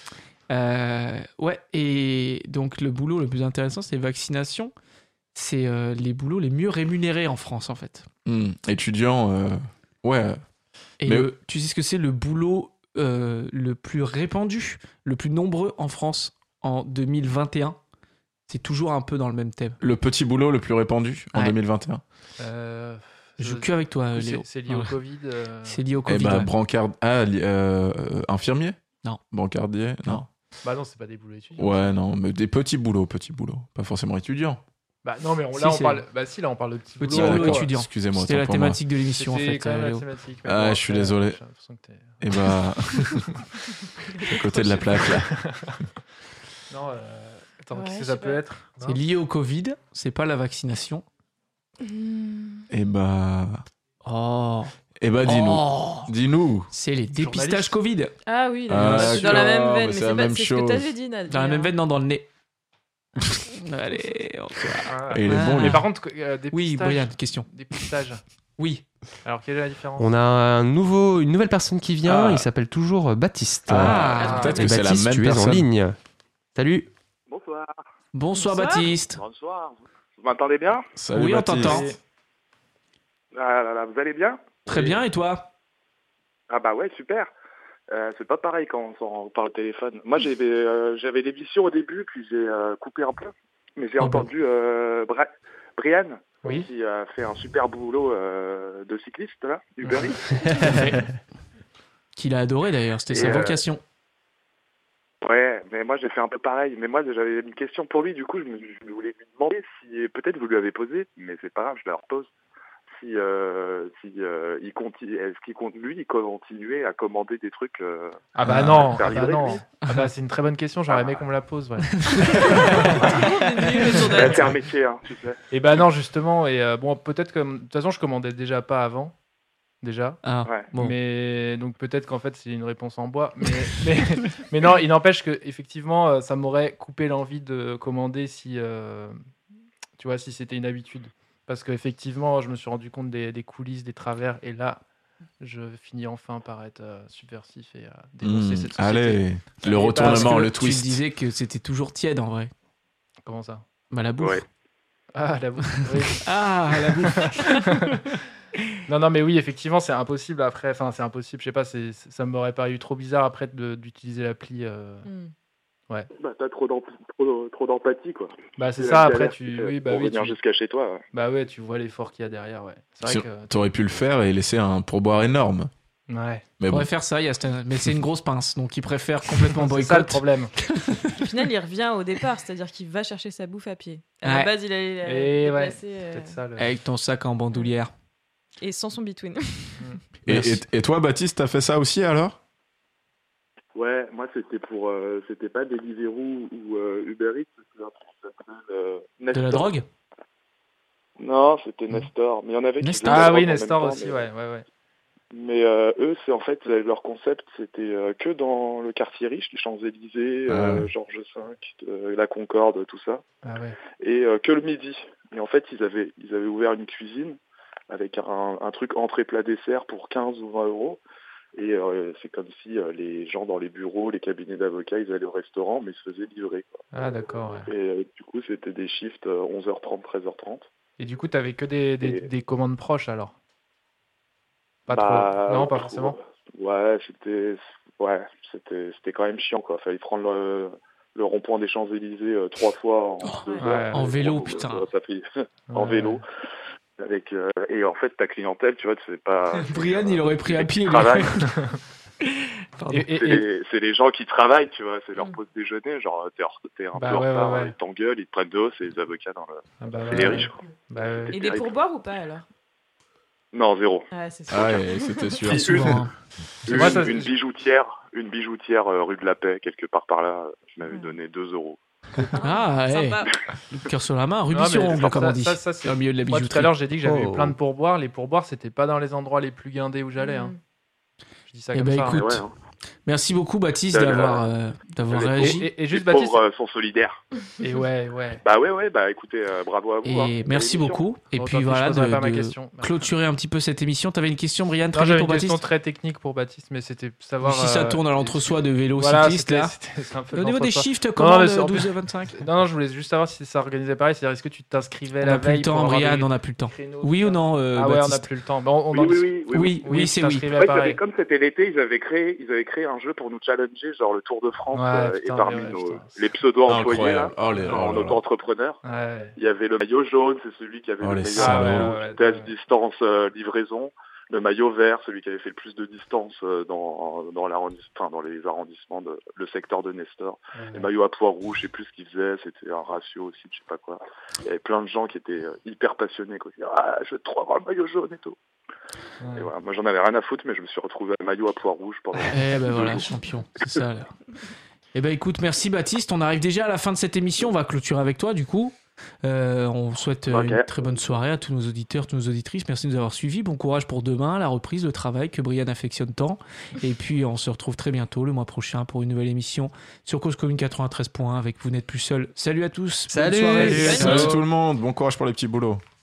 Ouais, et donc le boulot le plus intéressant, c'est vaccination. C'est les boulots les mieux rémunérés en France, en fait. Étudiant, ouais. Et Mais- tu sais ce que c'est le boulot le plus répandu, le plus nombreux en France en 2021? C'est toujours un peu dans le même thème. Le petit boulot le plus répandu en Ouais. 2021. Je joue que avec toi, Léo. C'est lié au Voilà. Covid. C'est lié au Eh Covid. ben, ouais. brancard... Ah, infirmier? Non. Brancardier? Non. Bah non, c'est pas des boulots étudiants. Ouais, non, mais des petits boulots. Pas forcément étudiants. Bah non, mais Si, là, on c'est- parle. Bah si, là, on parle de petits Petit boulots. boulot d'accord. étudiant. Excusez-moi, C'était autant la pour moi. thématique de l'émission, en C'était fait, quand même la Léo. thématique. mais Ah, je suis désolé. J'ai l'impression que t'es- Et bah, à côté de la plaque, là. Non, attends, Ouais, qu'est-ce que je ça sais peut pas. être? C'est lié au Covid, c'est pas la vaccination. Et bah... Oh. Eh bah, dis-nous. Oh. Dis-nous. C'est les dépistages Journaliste. Covid. Ah oui, Ah, c'est dans la même d'accord, veine. mais Mais c'est c'est la pas même c'est ce que chose. t'avais dit, Nadia. Dans la même veine, non, dans le nez. Allez, on Ah, Et il est Ah. bon, Mais lui. par contre, Oui, dépistage. Brian, question. Dépistage. Oui. Alors, quelle est la différence? On a une nouvelle personne qui vient. Ah. Il s'appelle toujours Baptiste. Ah, peut-être Et que c'est la Baptiste, même tu es en personne. ligne. Salut. Bonsoir. Bonsoir, Bonsoir. Baptiste. Bonsoir. Vous m'entendez bien? Salut, Oui, on Baptiste. t'entend. Ah là là, vous allez bien? Très bien, et toi? Ah bah ouais, super. C'est pas pareil quand on parle au téléphone. Moi, j'avais l'émission au début, puis j'ai coupé un peu. Mais j'ai Oh, entendu Brian, Oui. qui a fait un super boulot de cycliste, là, Uber Eats. Qu'il a adoré d'ailleurs, c'était Et, sa vocation. Ouais, mais moi, j'ai fait un peu pareil. Mais moi, j'avais une question pour lui, du coup, je voulais lui demander si, peut-être vous lui avez posé, mais c'est pas grave, je la repose. Il continue, est-ce qu'il compte lui continuer à commander des trucs Ah bah non, faire ah bah livrer, non. lui. Ah bah c'est une très bonne question, j'aurais aimé qu'on me la pose. Ouais. Tout le monde est nul autour de la C'est un table. métier, hein, tu sais. Et bah non, justement, et bon, peut-être que de toute façon, je commandais déjà pas avant, déjà. Ah, Ouais. bon. Mais donc peut-être qu'en fait c'est une réponse en bois. Mais non, il n'empêche que effectivement, ça m'aurait coupé l'envie de commander si, tu vois, si c'était une habitude. Parce qu'effectivement, je me suis rendu compte des coulisses, des travers, et là, je finis enfin par être subversif et dénoncer cette société. Allez, le Et retournement, Parce que le tu twist. disais que c'était toujours tiède en vrai. Comment ça? Bah la bouffe. Ouais. Ah, la oui. Ah, la bouffe. Non, mais oui, effectivement, c'est impossible après. Enfin, c'est impossible, je sais pas, ça m'aurait paru trop bizarre après d'utiliser l'appli. Hmm. Bah, t'as trop d'empathie, quoi. Bah, c'est la ça, après, galère, oui, bah pour oui, venir jusqu'à chez toi. Ouais. bah ouais, tu vois l'effort qu'il y a derrière, ouais. C'est vrai Sur- que. T'aurais pu le faire et laisser un pourboire énorme. Ouais. Mais On bon. pourrait faire ça, mais c'est une grosse pince, donc il préfère complètement C'est ça le boycott. problème. Au final, il revient au départ, c'est-à-dire qu'il va chercher sa bouffe à pied. À la Ouais. base, il allait la Et ouais, déplacer Peut-être ça. Le... Avec ton sac en bandoulière. et sans son between. Et toi, Baptiste, t'as fait ça aussi alors? Ouais, moi c'était pas Deliveroo ou Uber Eats, c'était un truc qui s'appelle De la Nestor. drogue? Non, c'était Nestor. Mais il y en avait qui Nestor. faisaient la Ah drogue oui, en même Nestor temps, aussi, mais- ouais. Mais eux, c'est en fait leur concept, c'était que dans le quartier riche, les Champs-Élysées, Ah. Georges V, la Concorde, tout ça, Ah ouais. et que le midi. Et en fait, ils avaient ouvert une cuisine avec un truc entrée plat dessert pour 15 ou 20 euros. Et c'est comme si les gens dans les bureaux, les cabinets d'avocats, ils allaient au restaurant, mais ils se faisaient livrer, quoi. Ah d'accord. Ouais. Et du coup, c'était des shifts 11h30, 13h30. Et du coup, t'avais que des commandes proches alors? Pas Bah, trop. Non, pas forcément. Ouais, c'était quand même chiant, quoi. Fallait prendre le rond-point des Champs-Élysées 3 fois en 2 ouais. heures. En vélo, Ça, putain. ça fait- en Ouais. vélo. Avec, et en fait, ta clientèle, tu vois, c'est pas... Brian, il aurait pris à pied. lui. Travail. Pardon. Et- C'est les gens qui travaillent, tu vois, c'est leur Mm. pause déjeuner, genre t'es un Bah peu en ouais, retard, ouais. ils t'engueulent, ils te prennent de haut, c'est les avocats dans le... Ah bah C'est ouais, les ouais. riches, quoi. Bah ouais. Et des terrible. pourboires ou pas alors? Non, zéro. Ah, c'est ça. Ah ouais, c'était sûr. Très souvent. hein. Une, Moi, ça- une bijoutière rue de la Paix, quelque part par là, je m'avais donné 2 euros. Ah, ouais. Sympa. Le cœur sur la main, Non, rubis mais sur ongle, comme on ça, dit. ça, c'est- Au milieu de la Moi, tout à bijouterie. l'heure, j'ai dit que j'avais Oh. eu plein de pourboires. Les pourboires, c'était pas dans les endroits les plus guindés où j'allais. Hein. Mm. Je dis ça Eh comme ben, ça. écoute, Mais ouais, hein. Merci beaucoup, Baptiste, Euh, d'avoir les réagi. Et juste Les Baptiste. pauvres sont solidaires. Et ouais. Bah ouais, bah écoutez, bravo à vous. hein. Et merci Belle émission. beaucoup. Et Bon, puis tant pis, voilà, je poserai de, pas ma de question. clôturer un petit peu cette émission. T'avais une question, Brian, Non, très vite j'avais pour une question Baptiste. très technique pour Baptiste, mais c'était savoir. Si ça tourne à l'entre-soi de vélo voilà, cycliste, c'était- là. c'était un peu Au niveau des l'entre-soi. shifts, comment mais c'est- en 12 à 25? Non, je voulais juste savoir si ça organisait pareil. C'est-à-dire, est-ce que tu t'inscrivais On la n'a plus veille le pour temps, avoir Brian, des on n'a plus le temps. créneaux, Oui tout ou ça non, Ah ouais, on n'a Baptiste? plus le temps. Bon, on en- Oui, tu c'est oui. t'inscrivais En fait, pareil. comme c'était l'été, ils avaient créé un jeu pour nous challenger, genre le Tour de France, Ouais, et putain, parmi mais ouais, putain. les pseudo-employés, là, Incroyable. Oh, les, en oh là là. auto-entrepreneurs. Ouais. Il y avait le maillot jaune, c'est celui qui avait Oh, le les meilleur salauds. test distance livraison. Le maillot vert, celui qui avait fait le plus de distance dans les arrondissements, le secteur de Nestor. Les maillots à pois rouges, je sais plus ce qu'ils faisaient, c'était un ratio aussi, je sais pas quoi. Il y avait plein de gens qui étaient hyper passionnés, quoi. Ils disaient, ah, je veux trop avoir le maillot jaune et tout. Ouais. Et voilà, moi j'en avais rien à foutre, mais je me suis retrouvé à maillot à pois rouge pendant. Eh ben voilà, 2 jours. champion, c'est ça. Là. Eh ben écoute, merci Baptiste. On arrive déjà à la fin de cette émission. On va clôturer avec toi, du coup. On souhaite Ok. une très bonne soirée à tous nos auditeurs, toutes nos auditrices. Merci de nous avoir suivis. Bon courage pour demain, la reprise, le travail que Brian affectionne tant. Et puis on se retrouve très bientôt, le mois prochain, pour une nouvelle émission sur Cause Commune 93.1 avec Vous n'êtes plus seul. Salut à tous. Bonne Salut. soirée. Salut. Salut tout le monde, bon courage pour les petits boulots.